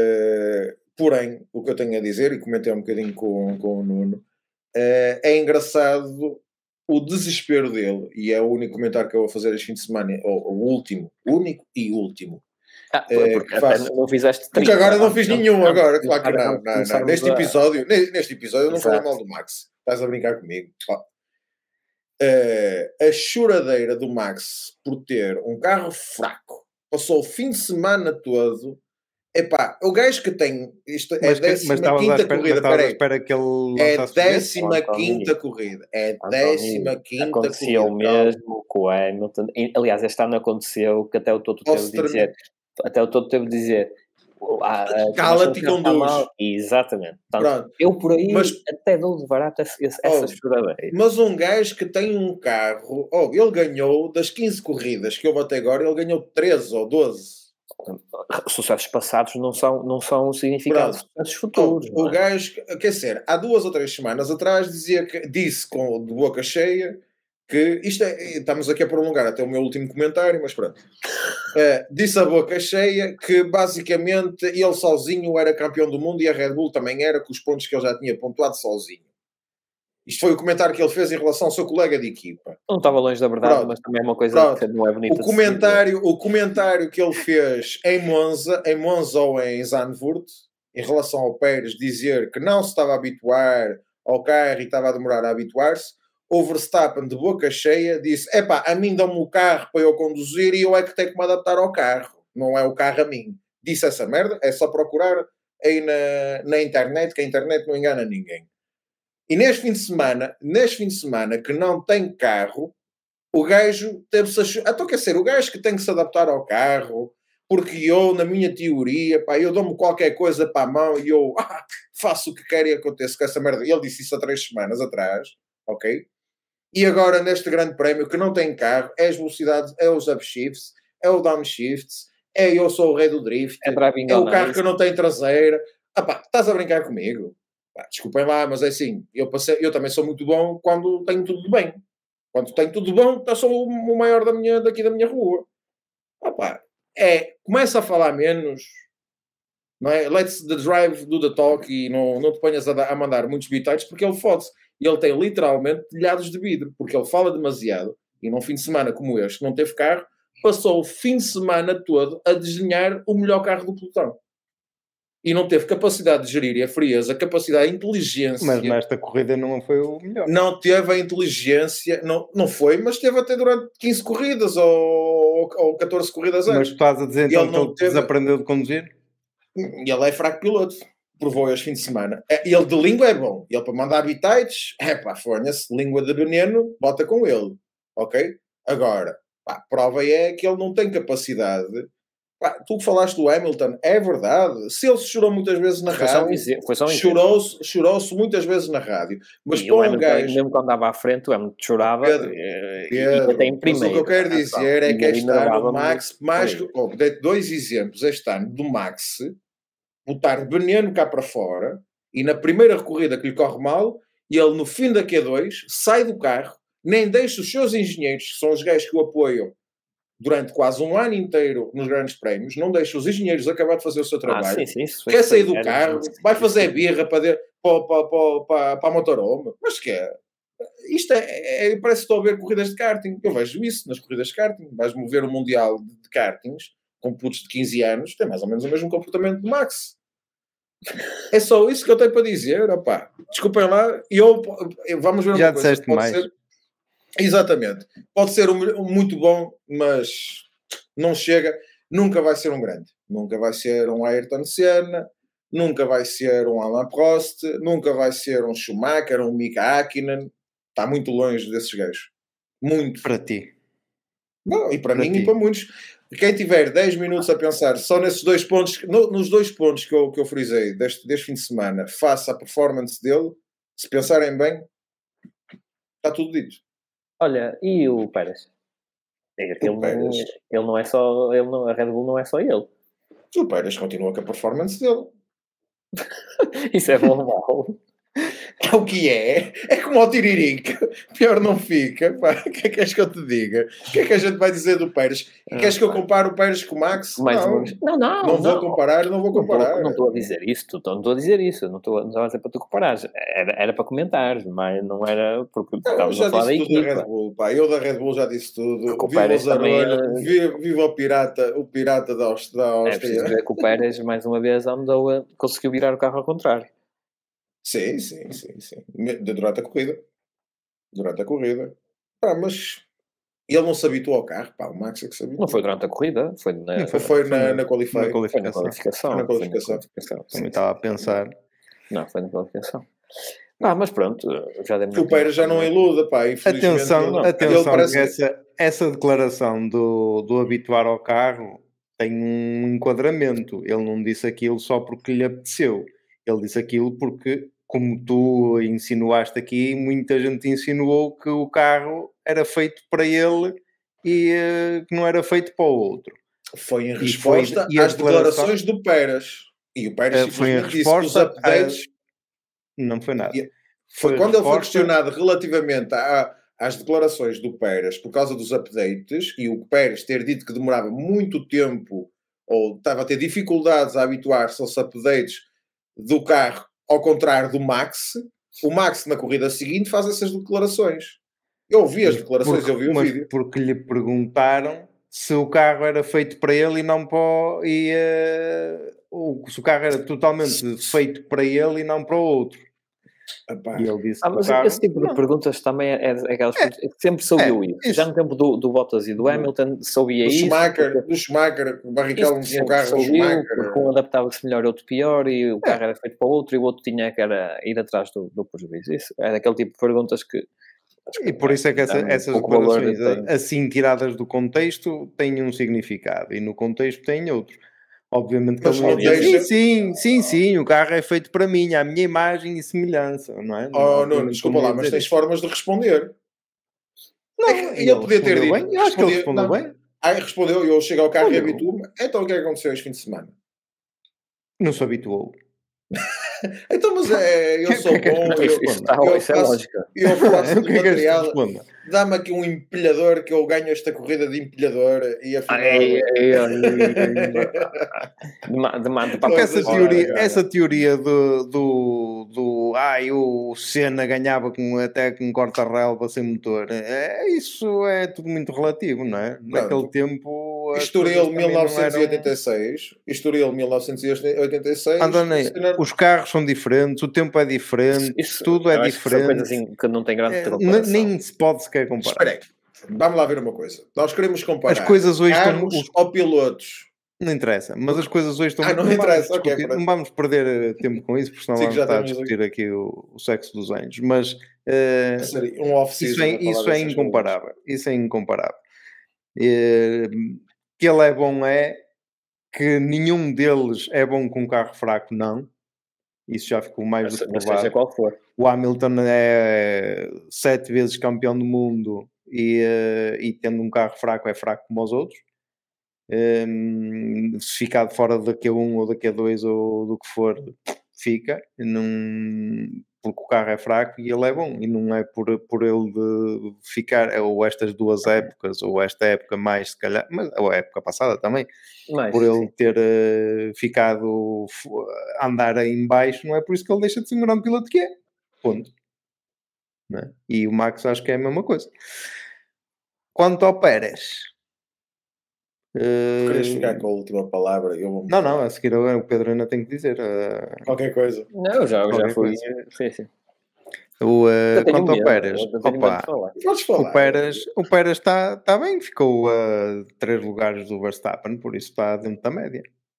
Speaker 1: Porém, o que eu tenho a dizer, e comentei um bocadinho com o Nuno, é engraçado o desespero dele, e é o único comentário que eu vou fazer este fim de semana, o único e último.
Speaker 2: Porque não fizeste 30,
Speaker 1: porque agora não fiz nenhum, agora, claro que não. Neste episódio eu não falei mal do Max. Estás a brincar comigo? A choradeira do Max por ter um carro fraco, passou o fim de semana todo. Epá, o gajo que tem isto é a 15ª corrida.
Speaker 3: Espera que ele
Speaker 1: é 15ª corrida. É 15ª corrida.
Speaker 2: Aconteceu o mesmo com o Hamilton. Aliás, este ano aconteceu que até o Toto teve de dizer.
Speaker 1: Cala-te com duas.
Speaker 2: Exatamente. Portanto, eu por aí até dou de barato essa choradeira.
Speaker 1: Mas um gajo que tem um carro, ele ganhou das 15 corridas que houve até agora, ele ganhou 13 ou 12.
Speaker 2: Sucessos passados não são significados de sucessos futuros.
Speaker 1: O gajo, quer dizer, há 2 ou 3 semanas atrás disse de boca cheia que isto estamos aqui a prolongar até o meu último comentário, mas pronto. Disse a boca cheia que basicamente ele sozinho era campeão do mundo e a Red Bull também era, com os pontos que ele já tinha pontuado sozinho. Isto foi o comentário que ele fez em relação ao seu colega de equipa.
Speaker 2: Não estava longe da verdade, mas também é uma coisa que não é bonita.
Speaker 1: O comentário que ele fez em Monza ou em Zandvoort, em relação ao Pérez, dizer que não se estava a habituar ao carro e estava a demorar a habituar-se, o Verstappen, de boca cheia, disse: a mim dão-me o carro para eu conduzir e eu é que tenho que me adaptar ao carro. Não é o carro a mim. Disse essa merda, é só procurar aí na internet, que a internet não engana ninguém. E neste fim de semana que não tem carro, o gajo teve-se a... Então, quer dizer, o gajo que tem que se adaptar ao carro, porque eu, na minha teoria, eu dou-me qualquer coisa para a mão e eu faço o que quero e acontece com essa merda. Ele disse isso há 3 semanas atrás, ok? E agora, neste grande prémio, que não tem carro, é as velocidades, é os upshifts, é o downshifts, eu sou o rei do drift, é o carro que não tem traseira. Estás a brincar comigo? Desculpem lá, mas é assim, eu também sou muito bom quando tenho tudo bem. Quando tenho tudo bom, eu sou o maior daqui da minha rua. Começa a falar menos, não é? Let's the drive do the talk e não te ponhas a mandar muitos bitites, porque ele fode-se. E ele tem literalmente telhados de vidro, porque ele fala demasiado, e num fim de semana como este, que não teve carro, passou o fim de semana todo a desenhar o melhor carro do pelotão. e não teve capacidade de gerir a frieza, a capacidade, a inteligência.
Speaker 3: Mas nesta corrida não foi o melhor.
Speaker 1: Não teve a inteligência, não foi, mas teve até durante 15 corridas ou 14 corridas antes.
Speaker 3: Mas tu estás a dizer então que ele desaprendeu de conduzir?
Speaker 1: E ele é fraco piloto. Provou este fim de semana. Ele de língua é bom. Ele para mandar habitats, forne-se língua de veneno, bota com ele. Ok? Agora, a prova é que ele não tem capacidade. Tu que falaste do Hamilton, é verdade. Se ele chorou muitas vezes na rádio, chorou-se muitas vezes na rádio. Mas
Speaker 2: para um gajo... Mesmo quando andava à frente, o Hamilton chorava.
Speaker 1: Pedro, até em primeiro. Mas o que eu quero dizer é que este ano o Max, dei 2 exemplos este ano do Max botar veneno cá para fora e na primeira corrida que lhe corre mal, ele no fim da Q2 sai do carro, nem deixa os seus engenheiros, que são os gajos que o apoiam durante quase um ano inteiro nos grandes prémios, não deixa os engenheiros acabar de fazer o seu trabalho. Quer sair do carro, vai fazer birra para a motorhome. Mas que é? Isto parece que estou a ver corridas de karting. Eu vejo isso nas corridas de karting. Vais-me ver o Mundial de kartings com putos de 15 anos, tem mais ou menos o mesmo comportamento do Max. É só isso que eu tenho para dizer. Opá, desculpem lá. Vamos ver
Speaker 3: já disseste mais.
Speaker 1: Exatamente. Pode ser muito bom, mas não chega. Nunca vai ser um grande. Nunca vai ser um Ayrton Senna. Nunca vai ser um Alain Prost. Nunca vai ser um Schumacher, um Mika Häkkinen. Está muito longe desses gajos. Muito.
Speaker 3: Para ti.
Speaker 1: Não, e para mim ti. E para muitos. Quem tiver 10 minutos a pensar só nesses 2 pontos, nos 2 pontos que eu frisei deste fim de semana, face à performance dele, se pensarem bem, está tudo dito.
Speaker 2: Olha, e o Pérez? Ele não é só... a Red Bull não é só ele.
Speaker 1: O Pérez continua com a performance dele.
Speaker 2: Isso é normal.
Speaker 1: É o que é. É como o Tiririca. Pior não fica. Pá. O que é que queres que eu te diga? O que é que a gente vai dizer do Pérez? Queres que eu compare o Pérez com o Max? Não vou comparar. Não
Speaker 2: estou a dizer isso. Não estou a dizer isso. Não estou a dizer para tu comparares. Era para comentar, mas não era porque estávamos a falar da equipa.
Speaker 1: Red Bull, pá. Eu da Red Bull já disse tudo. Viva o Zarolho. Viva o pirata da Áustria.
Speaker 2: É preciso ver que o Pérez, mais uma vez, conseguiu virar o carro ao contrário.
Speaker 1: Sim. Durante a corrida. Pá, mas ele não se habituou ao carro. Pá, o Max é que se habituou.
Speaker 2: Não foi durante a corrida. Foi
Speaker 1: na
Speaker 2: qualificação.
Speaker 3: Também estava a pensar.
Speaker 2: Não, foi na qualificação. Mas pronto, já demos.
Speaker 1: O Pérez já não iluda, pá.
Speaker 3: Atenção, essa declaração do habituar ao carro tem um enquadramento. Ele não disse aquilo só porque lhe apeteceu. Ele disse aquilo porque, como tu insinuaste aqui, muita gente insinuou que o carro era feito para ele e que não era feito para o outro.
Speaker 1: Foi em resposta às declarações do Pérez. E o Pérez
Speaker 3: foi em resposta
Speaker 1: disse que os updates...
Speaker 3: Não foi nada.
Speaker 1: Foi quando ele foi questionado relativamente às declarações do Pérez por causa dos updates e o Pérez ter dito que demorava muito tempo ou estava a ter dificuldades a habituar-se aos updates do carro, ao contrário do Max. O Max na corrida seguinte faz essas declarações. Eu ouvi as declarações, eu vi o vídeo.
Speaker 3: Porque lhe perguntaram se o carro era feito para ele e não para se o carro era totalmente feito para ele e não para o outro.
Speaker 1: Epá.
Speaker 3: E ele disse
Speaker 2: mas esse tipo de perguntas também é aquelas coisas que sempre se ouviu isso. Já no tempo do Bottas e do Hamilton se ouvia isso.
Speaker 1: Do Schumacher, o Barrichello não tinha um carro do Schumacher.
Speaker 2: Porque um adaptava-se melhor, outro pior, e o carro era feito para o outro, e o outro tinha que ir atrás do prejuízo. Isso era aquele tipo de perguntas que...
Speaker 3: E por isso é que essas declarações assim tiradas do contexto têm um significado, e no contexto têm outro. Obviamente que sim, o carro é feito para mim, à minha imagem e semelhança, não é?
Speaker 1: Não, desculpa lá, mas tens formas de responder.
Speaker 3: Não, ele podia ter dito bem. Eu acho que ele respondeu bem.
Speaker 1: Respondeu, eu chego ao carro e habituo-me. Então o que é que aconteceu este fim de semana?
Speaker 3: Não se habituou.
Speaker 1: Então, mas eu sou bom.
Speaker 2: Isso é lógica.
Speaker 1: Eu faço de material. Dá-me aqui um empilhador que eu ganho esta corrida de empilhador e afinal...
Speaker 3: Essa teoria do o Senna ganhava até com corta-relva sem motor, isso é tudo muito relativo, não é? Naquele tempo
Speaker 1: Estoril 1986. Estoril 1986.
Speaker 3: Andonei, os carros são diferentes, o tempo é diferente, tudo é diferente.
Speaker 2: Coisas assim que não tem grande
Speaker 3: nem se pode sequer comparar.
Speaker 1: Espera aí, vamos lá ver uma coisa. Nós queremos comparar
Speaker 3: as coisas hoje
Speaker 1: carros ou pilotos.
Speaker 3: Não interessa, mas as coisas hoje estão...
Speaker 1: não interessa,
Speaker 3: não vamos perder tempo com isso, porque senão vamos estar a discutir aqui o sexo dos anjos. Mas isso é incomparável. Isso é incomparável. Que ele é bom que nenhum deles é bom com um carro fraco, não. Isso já ficou mais do que provado.
Speaker 2: Seja qual for.
Speaker 3: O Hamilton é 7 vezes campeão do mundo e tendo um carro fraco é fraco como os outros. Se ficar de fora da Q1 ou da Q2 ou do que for, fica, porque o carro é fraco e ele é bom, e não é por ele de ficar, ou estas duas épocas, ou esta época mais se calhar, mas ou a época passada também, por ele ter ficado a andar aí em baixo, não é por isso que ele deixa de ser um grande piloto que é, ponto. Não é? E o Max acho que é a mesma coisa. Quanto ao Pérez,
Speaker 1: queres ficar com a última palavra?
Speaker 3: Não, a seguir agora o Pedro ainda tem que dizer
Speaker 1: qualquer coisa.
Speaker 2: Não, já fui. Sim.
Speaker 3: Quanto ao Pérez, o Pérez está bem, ficou a 3 lugares do Verstappen, por isso está dentro da média.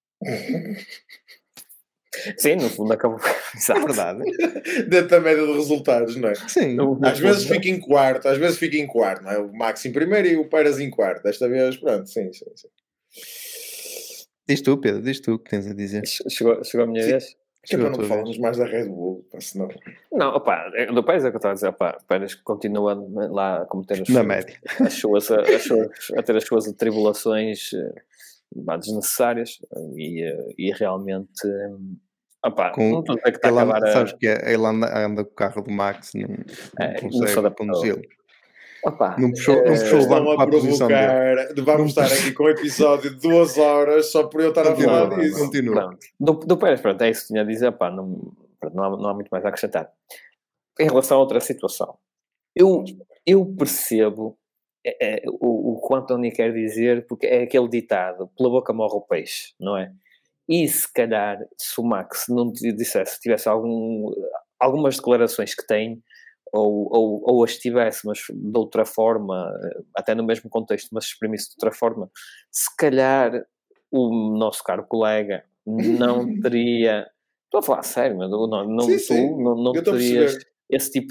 Speaker 2: Sim, no fundo acabou.
Speaker 3: É verdade.
Speaker 1: Dentro da média de resultados, não é?
Speaker 3: Sim.
Speaker 1: Às vezes fica em quarto, não é? O Max em primeiro e o Pérez em quarto. Desta vez, pronto, sim.
Speaker 3: Diz tu, Pedro, diz tu o que tens a dizer.
Speaker 2: Chegou a minha vez?
Speaker 1: Que para não falamos mais da Red Bull, senão...
Speaker 2: Não, do Pérez é que eu estava a dizer, o Pérez continua lá a cometer
Speaker 3: na média.
Speaker 2: a ter as suas atribulações desnecessárias e realmente... não estou a dizer que está a acabar
Speaker 3: sabes que ele anda com o carro do Max, não consegue conduzi-lo. Não puxou o banco para a posição dele.
Speaker 1: Vamos estar aqui com um episódio de 2 horas só por eu estar a falar disso.
Speaker 3: Continua.
Speaker 2: Do Pérez, pronto, é isso que tinha a dizer, não há muito mais a acrescentar. Em relação a outra situação, eu percebo o que o António quer dizer, porque é aquele ditado, pela boca morre o peixe, não é? E se calhar, se o Max não tivesse algumas declarações que tem, ou as tivesse, mas de outra forma, até no mesmo contexto, mas se exprimisse de outra forma, se calhar o nosso caro colega não teria... Estou a falar sério, mas não terias esse tipo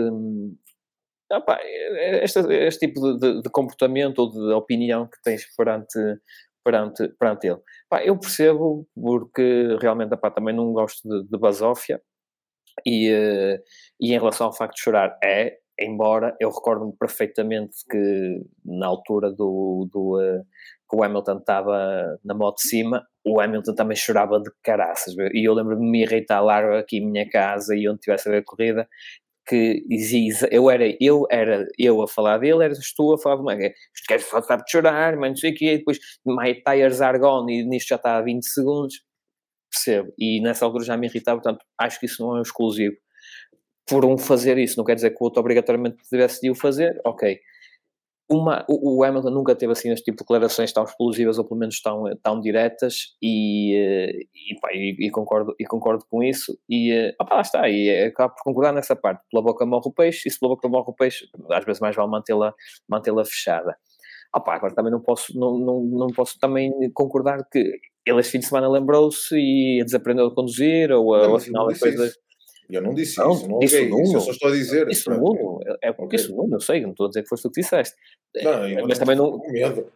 Speaker 2: este tipo de comportamento ou de opinião que tens perante ele. Eu percebo, porque realmente também não gosto de basófia, e em relação ao facto de chorar, embora eu recordo-me perfeitamente que na altura que o Hamilton estava na moto de cima, o Hamilton também chorava de caraças, e eu lembro-me de me irritar lá aqui em minha casa e onde estivesse a ver a corrida, que eu era a falar dele, eras tu a falar de mim, isto queres faltar de chorar, mas não sei o quê, e depois my tires are gone, e nisto já está a 20 segundos, percebo, e nessa altura já me irritava, portanto, acho que isso não é um exclusivo. Por fazer isso, não quer dizer que o outro obrigatoriamente tivesse de o fazer, ok. O Hamilton nunca teve assim este tipo de declarações tão explosivas, ou pelo menos tão diretas, e concordo com isso, e lá está, e acabo por concordar nessa parte. Pela boca morre o peixe, e se pela boca morre o peixe, às vezes mais vale mantê-la fechada. Agora também não posso também concordar que ele este fim de semana lembrou-se e desaprendeu a conduzir, ou afinal a coisa...
Speaker 1: Eu não disse isso, não disse isso, eu só estou a dizer.
Speaker 2: Isso Nuno, porque isso Nuno, eu sei, não estou a dizer que foste tu que disseste. Mas também não...
Speaker 1: medo.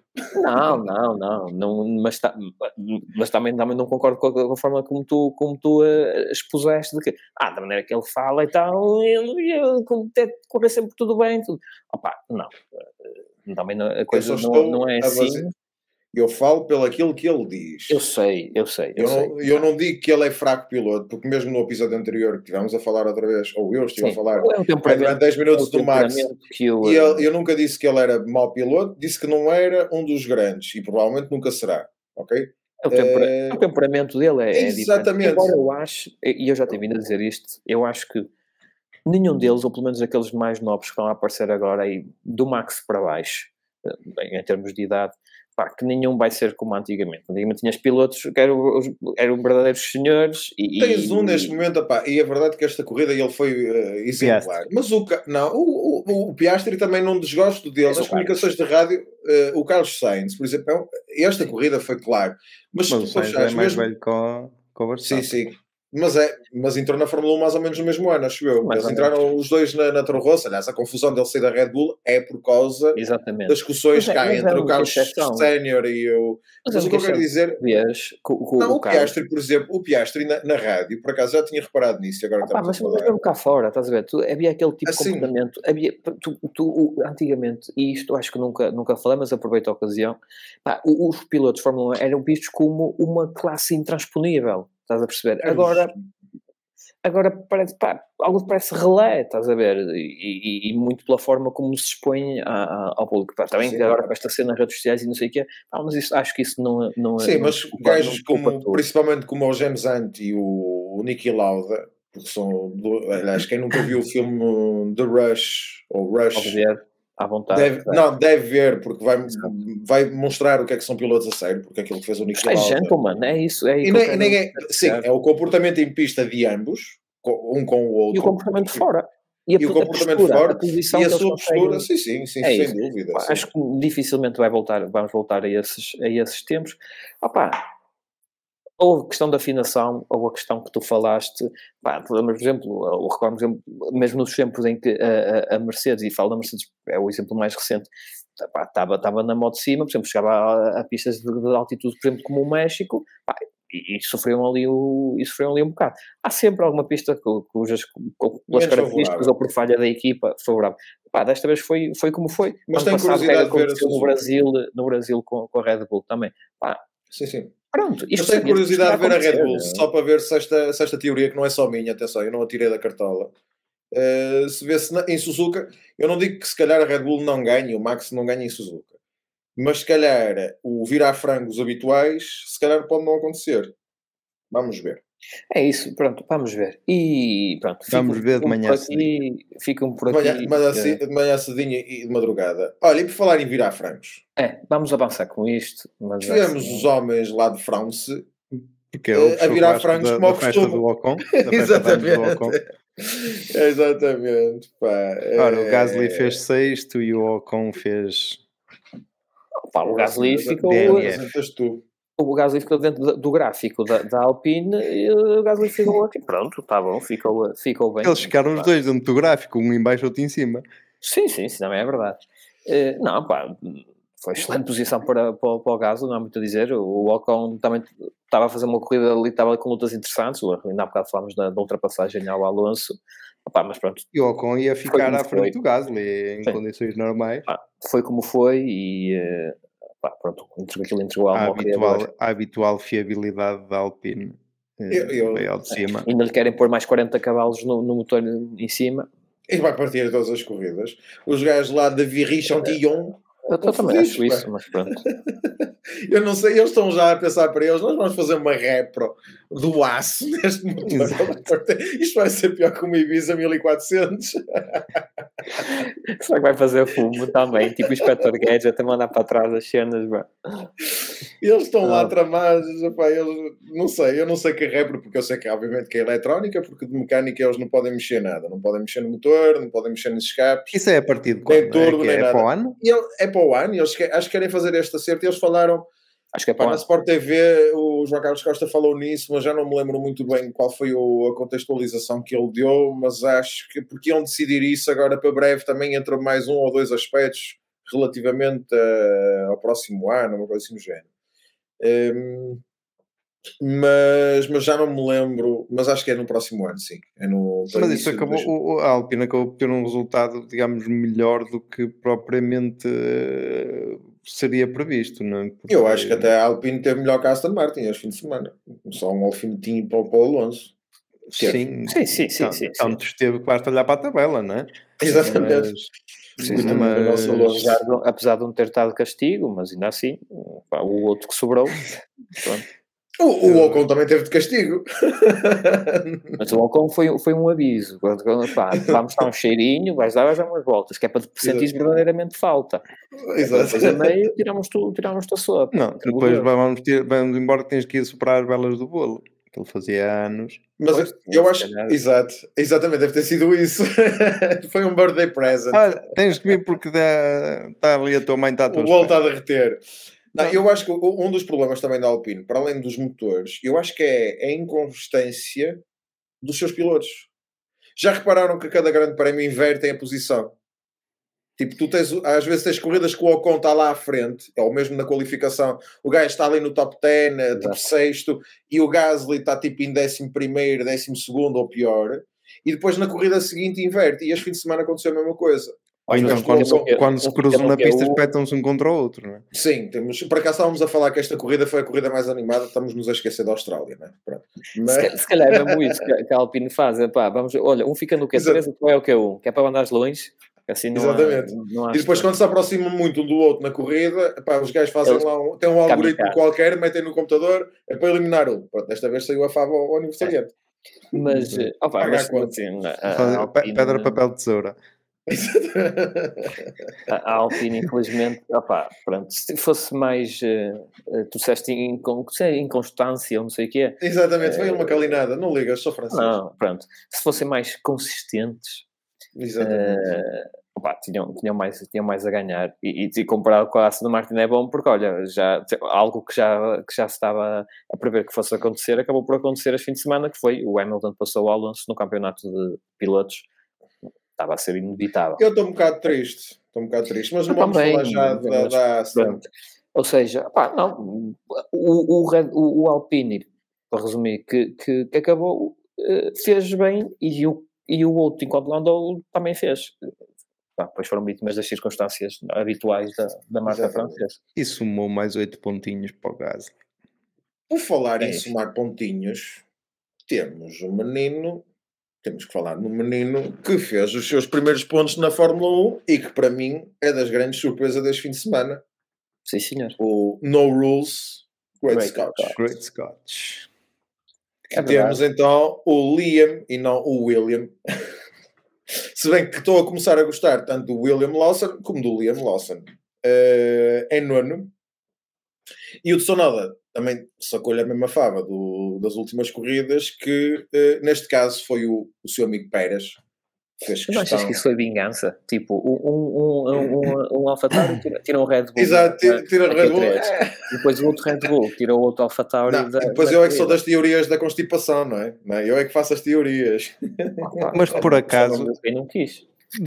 Speaker 2: Não, mas também não concordo com a forma como tu expuseste de que, da maneira que ele fala e tal, ele corre sempre tudo bem, tudo. Não. Também a coisa não é assim.
Speaker 1: Eu falo pelo aquilo que ele diz.
Speaker 2: Eu sei.
Speaker 1: Eu não digo que ele é fraco piloto, porque mesmo no episódio anterior que estivemos a falar outra vez, ou eu estive a falar, durante 10 minutos do Max, e eu nunca disse que ele era mau piloto, disse que não era um dos grandes, e provavelmente nunca será, ok?
Speaker 2: O temperamento dele é
Speaker 1: exatamente.
Speaker 2: Embora eu acho, e eu já tenho vindo a dizer isto, eu acho que nenhum deles, ou pelo menos aqueles mais novos que estão a aparecer agora, aí, do Max para baixo, em termos de idade, que nenhum vai ser como antigamente. Antigamente tinhas pilotos que eram verdadeiros senhores.
Speaker 1: Tens um neste momento, e é verdade que esta corrida ele foi exemplar. Mas o Piastri também não desgosto dele. Nas comunicações de rádio, o Carlos Sainz, por exemplo, esta corrida foi claro. Mas se tu
Speaker 3: puxares é mais velho que o Verstappen.
Speaker 1: Sim. Mas entrou na Fórmula 1 mais ou menos no mesmo ano, acho eu. Eles entraram os dois na Toro Rosso. Aliás, a confusão dele sair da Red Bull é por causa das discussões cá entre o Carlos Sénior e o... Mas o que eu quero dizer... o Piastri, por exemplo, o Piastri na rádio, por acaso já tinha reparado nisso. Agora
Speaker 2: mas mesmo cá fora, estás a ver? Havia aquele tipo de comportamento. Antigamente, e isto acho que nunca falei, mas aproveito a ocasião, os pilotos de Fórmula 1 eram vistos como uma classe intransponível. Estás a perceber? Agora parece, algo parece relé, estás a ver? E muito pela forma como se expõe ao público. Também que agora com esta cena nas redes sociais e não sei o quê, mas isso, acho que isso não é...
Speaker 1: Sim, mas gajos principalmente como o James Hunt e o Niki Lauda, porque são... Aliás, quem nunca viu o filme The Rush, ou Rush...
Speaker 2: À vontade.
Speaker 1: Deve ver, porque vai mostrar o que é que são pilotos a sério, porque é aquilo que fez o Niki Lauda.
Speaker 2: Gentleman, é isso.
Speaker 1: Sim, é o comportamento em pista de ambos, um com o outro.
Speaker 2: E o comportamento fora.
Speaker 1: E o comportamento fora.
Speaker 2: E
Speaker 1: a sua postura, sim, sem dúvida.
Speaker 2: Acho que dificilmente vamos voltar a esses tempos. Ou a questão da afinação, ou a questão que tu falaste, por exemplo, eu recordo, mesmo nos tempos em que a Mercedes, e falo da Mercedes, é o exemplo mais recente, estava na moto de cima, por exemplo, chegava a pistas de altitude, por exemplo, como o México, e sofriam ali um bocado. Há sempre alguma pista cujas, pelas características ou por falha da equipa, favorável. Desta vez foi como foi.
Speaker 1: Mas tem curiosidade de ver
Speaker 2: no Brasil com a Red Bull também.
Speaker 1: Sim.
Speaker 2: Pronto,
Speaker 1: eu tenho curiosidade de ver a Red Bull, só para ver se esta teoria, que não é só minha, atenção, eu não a tirei da cartola, se vê-se em Suzuka. Eu não digo que se calhar a Red Bull não ganhe, o Max não ganha em Suzuka, mas se calhar o virar frangos habituais, se calhar pode não acontecer. Vamos ver.
Speaker 2: É isso, pronto, vamos ver. E pronto,
Speaker 3: vamos ver de manhã cedinho.
Speaker 2: Ficam por aqui.
Speaker 1: De manhã cedinho e de madrugada. Olha, e por falar em virar frangos.
Speaker 2: Vamos avançar com isto.
Speaker 1: Tivemos os homens lá de France
Speaker 3: porque
Speaker 1: a virar frangos como ao costume. Exatamente.
Speaker 3: Ora, o Gasly fez sexto e o Ocon fez...
Speaker 2: o Gasly ficou... O Gasly ficou dentro do gráfico da Alpine e o Gasly ficou aqui. Pronto, está bom, ficou bem.
Speaker 3: Eles ficaram os dois dentro do gráfico, um em baixo, outro em cima.
Speaker 2: Sim, também é verdade. Foi excelente posição para o Gasly, não há muito a dizer. O Ocon também estava a fazer uma corrida ali, estava com lutas interessantes. Ainda há bocado falámos da ultrapassagem ao Alonso. Mas pronto.
Speaker 3: E o Ocon ia ficar à frente do Gasly em condições normais.
Speaker 2: Foi como foi e... pronto, aquilo entregou
Speaker 3: a habitual fiabilidade da Alpine veio ao de cima.
Speaker 2: Ainda lhe querem pôr mais 40 cavalos no motor em cima.
Speaker 1: E vai partir todas as corridas. Os gajos lá de Viry-Chantillon.
Speaker 2: Eu também acho isso, mas pronto.
Speaker 1: Eu não sei, eles estão já a pensar para eles, nós vamos fazer uma repro do aço neste motor. Isto vai ser pior que uma Ibiza 1400.
Speaker 2: Será que vai fazer fumo também? Tipo o Inspector Gadget a mandar para trás as cenas, bro.
Speaker 1: Eles estão lá tramados, eu não sei que é repro, porque eu sei que obviamente que é eletrónica, porque de mecânica eles não podem mexer nada, não podem mexer no motor, não podem mexer nos escapes.
Speaker 3: Isso é a partir de quando?
Speaker 1: Turbo,
Speaker 3: é para o ano?
Speaker 1: É para o ano, eles acho que querem fazer este acerto, e eles falaram,
Speaker 2: acho que é para
Speaker 1: na Sport TV, o João Carlos Costa falou nisso, mas já não me lembro muito bem qual foi a contextualização que ele deu, mas acho que porque iam decidir isso agora para breve também entre mais um ou dois aspectos relativamente ao próximo ano, uma coisa assim do género. Mas já não me lembro, mas acho que é no próximo ano, sim.
Speaker 3: Mas isso acabou, a Alpine acabou por ter um resultado, digamos, melhor do que propriamente seria previsto, não é?
Speaker 1: Porque... Eu acho que até a Alpine teve melhor que a Aston Martin este fim de semana. Só um alfinetinho para o Alonso.
Speaker 3: Sim.
Speaker 2: Tanto
Speaker 3: esteve quase a olhar para a tabela, não é?
Speaker 1: Exatamente.
Speaker 2: Mas apesar de não ter estado castigo, mas ainda assim, o outro que sobrou. Pronto.
Speaker 1: O Ocon também teve de castigo.
Speaker 2: Mas o Ocon foi um aviso. Pá, vamos dar um cheirinho, vais dar umas voltas, que é para sentir verdadeiramente falta.
Speaker 1: Exato.
Speaker 2: Depois a meio tiramos-te a sopa.
Speaker 3: Não, depois vamos embora, tens que ir superar as velas do bolo. Que ele fazia anos.
Speaker 1: Mas pois, eu acho, exatamente, deve ter sido isso. Foi um birthday present.
Speaker 3: Tens que vir porque está ali a tua mãe, está a tua
Speaker 1: O bolo está a derreter. Não, eu acho que um dos problemas também da Alpine, para além dos motores, eu acho que é a inconstância dos seus pilotos. Já repararam que cada grande prémio invertem a posição? Tipo, tu às vezes tens corridas que o Ocon está lá à frente, ou mesmo na qualificação, o gajo está ali no top 10, tipo sexto, e o Gasly está tipo em 11º, 12º ou pior, e depois na corrida seguinte inverte, e este fim de semana aconteceu a mesma coisa.
Speaker 3: Ou então quando se cruzam na pista espetam-se um contra o outro, não é?
Speaker 1: Sim, por acaso estávamos a falar que esta corrida foi a corrida mais animada, estamos-nos a esquecer da Austrália, não é?
Speaker 2: Mas... Se calhar é mesmo isso que a Alpine faz, olha, um fica no Q3, outro é o Q1, que é para andares longe. Assim não
Speaker 1: exatamente. Não e depois quando se aproximam muito um do outro na corrida, os gajos fazem lá tem um algoritmo qualquer, metem no computador, é para eliminar um. Pronto, desta vez saiu a fava ao aniversariante.
Speaker 2: Mas, assim,
Speaker 3: pedra, papel, tesoura.
Speaker 2: A Alpine, infelizmente, pronto, se fosse mais, tu disseste inconstância ou não sei o quê.
Speaker 1: Exatamente, foi uma calinada, não ligas, sou francês.
Speaker 2: Não, pronto, se fossem mais consistentes, tinham mais a ganhar, e comparado com a Aston Martin é bom, porque olha, algo que já se estava a prever que fosse acontecer, acabou por acontecer este fim de semana, que foi o Hamilton passou o Alonso no campeonato de pilotos. Estava a ser inevitável.
Speaker 1: Eu estou um bocado triste, mas não vamos falar já da Aston.
Speaker 2: Ou seja, não, o Alpine, para resumir, que acabou, fez bem, e o outro, enquanto lá andou, também fez. Pois foram vítimas das circunstâncias habituais da marca francesa.
Speaker 3: E somou mais 8 pontinhos para o Gasly.
Speaker 1: Por falar em somar pontinhos, temos que falar no menino que fez os seus primeiros pontos na Fórmula 1 e que para mim é das grandes surpresas deste fim de semana.
Speaker 2: Sim, senhor.
Speaker 1: O No Rules Great
Speaker 3: Scotch.
Speaker 1: Temos então o Liam e não o William. Se bem que estou a começar a gostar tanto do William Lawson como do Liam Lawson. Em nono. E o Tsunoda também sacou-lhe a mesma fava das últimas corridas, que neste caso foi o seu amigo Pérez.
Speaker 2: Não achas que isso foi vingança? Tipo, um AlphaTauri tira um Red Bull.
Speaker 1: Exato, tira o Red Bull.
Speaker 2: Depois o outro Red Bull tira o outro AlphaTauri.
Speaker 1: Depois eu é que sou das teorias da constipação, não é? Eu é que faço as teorias.
Speaker 3: Mas por acaso,
Speaker 2: eu não quis.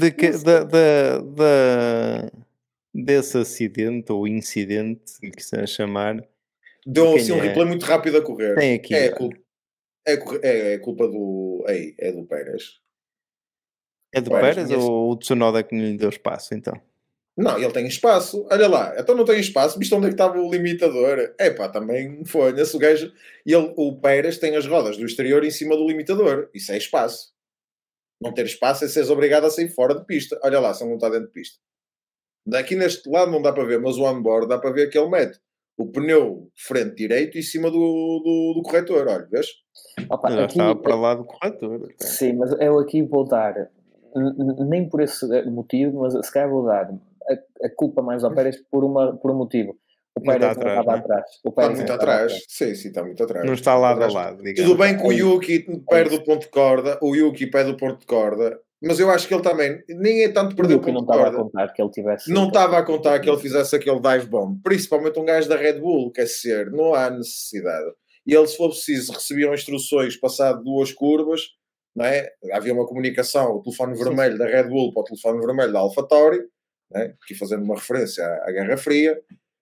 Speaker 3: Desse acidente ou incidente, que quiser chamar,
Speaker 1: deu assim um replay muito rápido a correr.
Speaker 3: Tem aqui.
Speaker 1: É culpa do. É do Pérez.
Speaker 3: É do Pérez ou o Tsunoda que lhe deu espaço, então?
Speaker 1: Não, ele tem espaço. Olha lá, então não tem espaço. Viste onde é que estava o limitador? Também foi-se o gajo. O Pérez tem as rodas do exterior em cima do limitador. Isso é espaço. Não ter espaço é seres obrigado a sair fora de pista. Olha lá, se não está dentro de pista. Daqui neste lado não dá para ver, mas o onboard dá para ver que ele mete o pneu frente direito em cima do corretor. Olha, vês?
Speaker 3: Já estava para lá do corretor.
Speaker 2: Sim, mas eu aqui vou dar, nem por esse motivo, mas se calhar vou dar a culpa mais ao Pérez por um motivo. O Pérez estava atrás.
Speaker 1: Está muito atrás. Sim, está muito atrás.
Speaker 3: Não está lado a lado.
Speaker 1: Tudo bem que o Yuki perde o ponto de corda. O Yuki perde o ponto de corda. Mas eu acho que ele também nem é tanto perder o ponto de corda.
Speaker 2: Não estava a contar que ele tivesse.
Speaker 1: Não estava a contar que ele fizesse aquele dive bomb. Principalmente um gajo da Red Bull, quer ser. Não há necessidade. E ele, se for preciso, recebiam instruções passado 2 curvas. Não é? Havia uma comunicação, o telefone vermelho da Red Bull para o telefone vermelho da AlphaTauri. Aqui fazendo uma referência à Guerra Fria.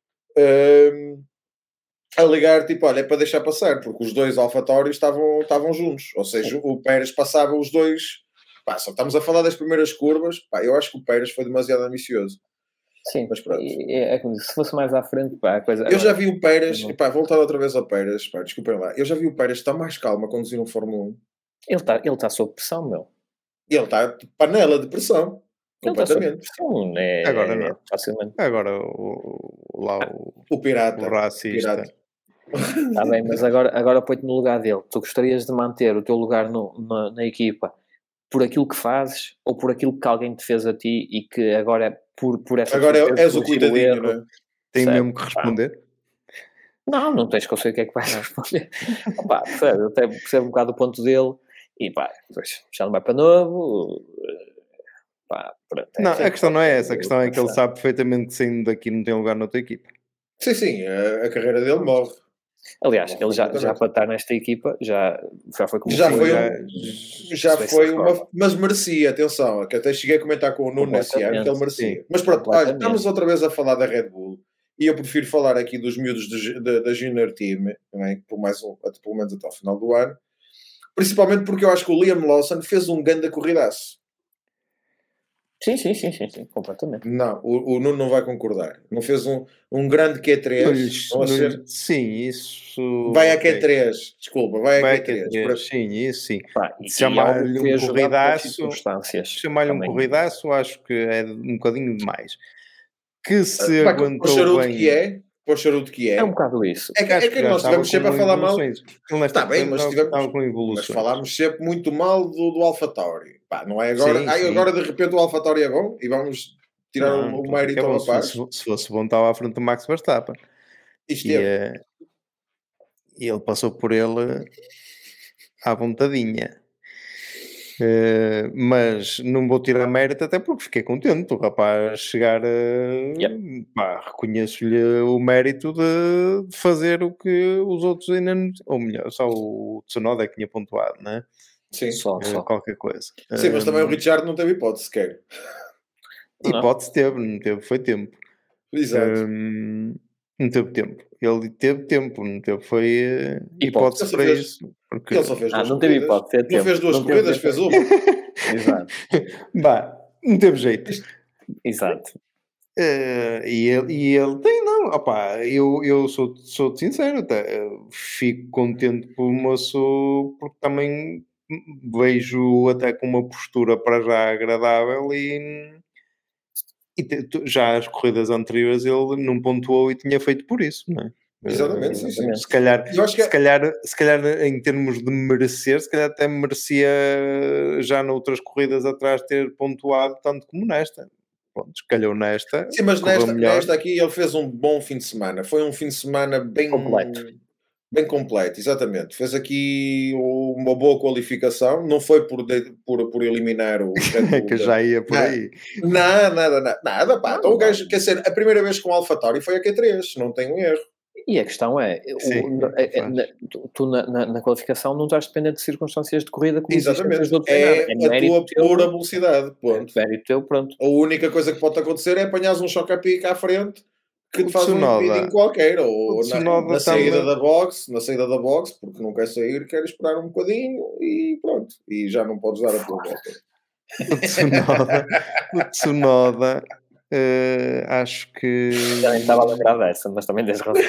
Speaker 1: A ligar, tipo, olha, é para deixar passar, porque os dois AlphaTauris estavam juntos. Ou seja, o Pérez passava os dois. Só estamos a falar das primeiras curvas. Eu acho que o Pérez foi demasiado ambicioso.
Speaker 2: Sim, mas pronto. É como se fosse mais à frente, a coisa.
Speaker 1: Eu já vi o Pérez, voltar outra vez ao Pérez, desculpem lá. Eu já vi o Pérez estar mais calmo a conduzir um Fórmula 1.
Speaker 2: Ele está sob pressão, meu.
Speaker 1: Ele está panela de pressão. Completamente.
Speaker 2: Pressão,
Speaker 3: agora não.
Speaker 2: Facilmente.
Speaker 3: Agora o pirata.
Speaker 1: O racista.
Speaker 2: Está bem, mas agora põe-te no lugar dele. Tu gostarias de manter o teu lugar na equipa por aquilo que fazes ou por aquilo que alguém te fez a ti e que agora é por essa
Speaker 1: agora és o coitadinho, não é?
Speaker 3: Tem mesmo que responder?
Speaker 2: Não tens que eu sei o que é que vais responder. Pá, eu até percebo um bocado o ponto dele e pá, depois já não vai para novo. Pá, pronto,
Speaker 3: não, a questão não é essa, a questão é que ele sabe perfeitamente que saindo daqui não tem lugar noutra equipa.
Speaker 1: Sim, a carreira dele morre.
Speaker 2: Aliás, ele já para estar nesta equipa já foi como
Speaker 1: já foi mas merecia, atenção, que até cheguei a comentar com o Nuno nesse ano que ele merecia. Sim, mas pronto, olha, estamos outra vez a falar da Red Bull e eu prefiro falar aqui dos miúdos da Junior Team, também, pelo menos até ao final do ano, principalmente porque eu acho que o Liam Lawson fez um grande corridaço.
Speaker 2: Sim, completamente.
Speaker 1: Não, o Nuno não vai concordar. Não fez um grande Q3.
Speaker 3: Sim, isso...
Speaker 1: Vai a Q3, desculpa, vai a Q3.
Speaker 3: Sim, isso sim.
Speaker 2: Chamar-lhe
Speaker 3: um corridaço, chamar-lhe um corridaço, acho que é um bocadinho demais. Que se aguentou bem...
Speaker 1: Para o charuto que é.
Speaker 2: É um bocado isso.
Speaker 1: É que nós estivemos sempre a falar mal. Está bem, mas falámos sempre muito mal do AlphaTauri. Pá, não é agora. Sim. Agora de repente o AlphaTauri é bom e vamos tirar o mérito ao rapaz.
Speaker 3: Se fosse bom, estava à frente do Max Verstappen. E ele passou por ele à vontadinha. Mas não vou tirar mérito até porque fiquei contente o rapaz chegar reconheço-lhe o mérito de fazer o que os outros ainda não, ou melhor, só o Tsunoda é que tinha pontuado, não é?
Speaker 1: Sim,
Speaker 2: só
Speaker 3: qualquer coisa.
Speaker 1: Sim, mas também o Richard não teve hipótese sequer.
Speaker 3: Hipótese não teve, foi tempo.
Speaker 1: Exato.
Speaker 3: Não teve tempo. Ele teve tempo, não teve, foi hipótese para isso. Porque...
Speaker 1: Ele só fez duas
Speaker 2: não
Speaker 1: corridas.
Speaker 2: Teve hipótese,
Speaker 1: não fez duas corridas, fez uma.
Speaker 2: Exato.
Speaker 3: Não teve jeito.
Speaker 2: Exato.
Speaker 3: E ele tem, não, opá, eu sou sincero, fico contente por moço, porque também vejo até com uma postura para já agradável e já as corridas anteriores ele não pontuou e tinha feito por isso, não é?
Speaker 1: Exatamente, sim.
Speaker 3: Se calhar em termos de merecer, se calhar até merecia já noutras corridas atrás ter pontuado tanto como nesta. Pronto, calhou nesta.
Speaker 1: Sim, mas nesta aqui ele fez um bom fim de semana. Foi um fim de semana bem completo, exatamente. Fez aqui uma boa qualificação. Não foi por eliminar o
Speaker 3: que já ia por aí.
Speaker 1: Nada, pá. Então o gajo, quer dizer, a primeira vez com o AlphaTauri foi a Q3, não tem um erro.
Speaker 2: E a questão é, tu na qualificação não estás dependente de circunstâncias de corrida como
Speaker 1: exatamente. É a tua pura velocidade. Ponto.
Speaker 2: Mérito teu, pronto.
Speaker 1: A única coisa que pode acontecer é apanhares um choque a pique à frente que te faz um impeding qualquer, ou na saída da box, porque não quer sair, quer esperar um bocadinho e pronto. E já não podes dar a tua volta.
Speaker 3: O Tsunoda acho que...
Speaker 2: Já nem estava a lembrar dessa, mas também tens razão.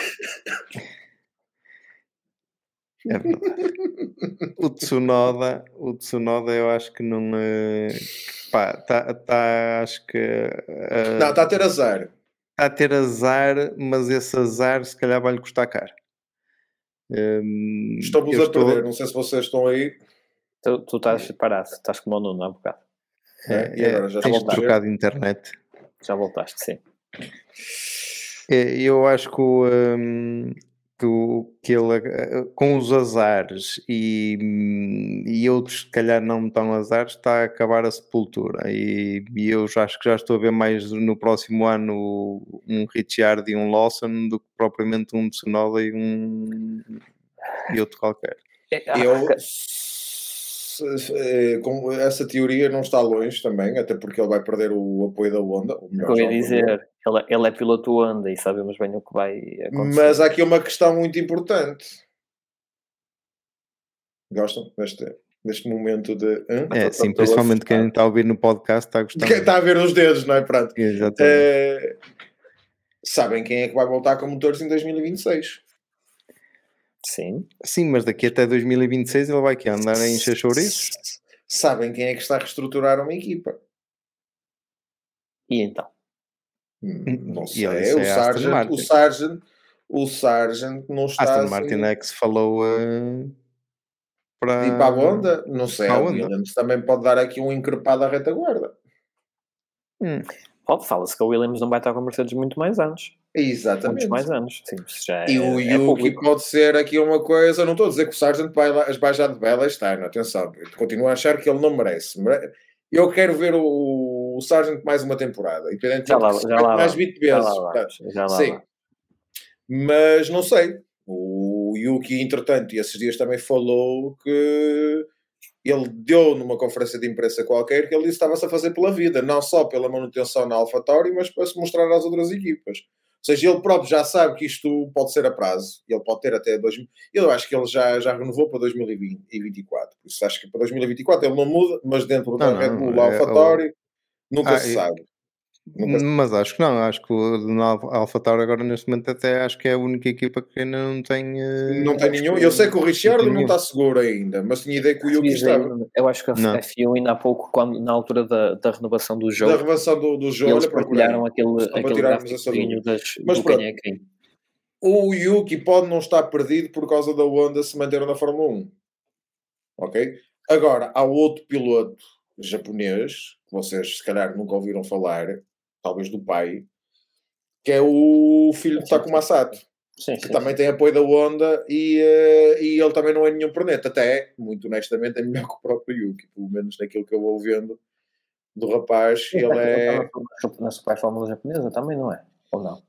Speaker 3: É verdade. O Tsunoda eu acho que não... acho que...
Speaker 1: não, está a ter azar.
Speaker 3: Está a ter azar, mas esse azar se calhar vai-lhe custar caro.
Speaker 1: Estamos a perder, não sei se vocês estão aí.
Speaker 2: Tu estás parado, estás como o Nuno há um bocado.
Speaker 1: E agora já
Speaker 3: tens trocado de internet.
Speaker 2: Já voltaste, sim.
Speaker 3: Eu acho que ele, com os azares e outros, se calhar, não tão azares, está a acabar a sepultura. E eu acho que já estou a ver mais no próximo ano um Ricciardo e um Lawson do que propriamente um Tsunoda e outro qualquer.
Speaker 1: Com essa teoria não está longe também, até porque ele vai perder o apoio da Honda.
Speaker 2: Eu ia dizer, ele é piloto Honda e sabemos bem o que vai acontecer.
Speaker 1: Mas há aqui uma questão muito importante. Gostam deste momento de...
Speaker 3: sim, principalmente quem está a ouvir no podcast está a gostar.
Speaker 1: Quem está a ver nos dedos, não é? Pronto.
Speaker 3: Exatamente.
Speaker 1: Sabem quem é que vai voltar com motores em 2026?
Speaker 2: Sim,
Speaker 3: mas daqui até 2026 ele vai andar a encher chouriços.
Speaker 1: Sabem quem é que está a reestruturar uma equipa?
Speaker 2: E então?
Speaker 1: Não sei. O o Sargent não está
Speaker 3: Aston
Speaker 1: assim,
Speaker 3: Martin é que se falou
Speaker 1: para ir para a Honda, não sei,
Speaker 3: para a
Speaker 1: a
Speaker 3: Honda.
Speaker 1: Williams também pode dar aqui um encrepado à retaguarda.
Speaker 2: Fala-se que a Williams não vai estar com a Mercedes muito mais anos.
Speaker 1: Exatamente.
Speaker 2: Muitos mais anos. Sim, já
Speaker 1: e o Yuki pode ser aqui uma coisa. Não estou a dizer que o Sargent vai já de bela estar, não, atenção. Eu continuo a achar que ele não merece. Eu quero ver o Sargent mais uma temporada. Independentemente
Speaker 2: já lá
Speaker 1: mais 20 vezes.
Speaker 2: Já lá
Speaker 1: sim. Mas não sei. O Yuki, entretanto, e esses dias também falou que ele deu numa conferência de imprensa qualquer que ele disse que estava-se a fazer pela vida, não só pela manutenção na AlphaTauri, mas para se mostrar às outras equipas. Ou seja, ele próprio já sabe que isto pode ser a prazo. Ele pode ter até 2000. Eu acho que ele já renovou para 2024. Por isso acho que para 2024 ele não muda, mas dentro da Red Bull AlphaTauri nunca se sabe.
Speaker 3: Mas acho que não, acho que o AlphaTauri agora neste momento até acho que é a única equipa que ainda não tem...
Speaker 1: não tem nenhum. Eu sei que o Ricciardo não está seguro ainda, mas tinha ideia que o Yuki estava.
Speaker 2: Eu acho que a FIA ainda há pouco, na altura da renovação do jogo,
Speaker 1: da renovação do jogo,
Speaker 2: eles partilharam aquele gráficozinho
Speaker 1: mas
Speaker 2: do quem é quem.
Speaker 1: O Yuki pode não estar perdido por causa da Honda se manter na Fórmula 1. Ok? Agora, há outro piloto japonês, que vocês se calhar nunca ouviram falar, talvez do pai, que é o filho de Takuma Sato. Que também tem apoio da Honda e ele também não é nenhum perneta. Até, muito honestamente, é melhor que o próprio Yuki, pelo menos naquilo que eu vou vendo do rapaz. Ele é...
Speaker 2: Na Super Fórmula japonesa também, não é? Ou não?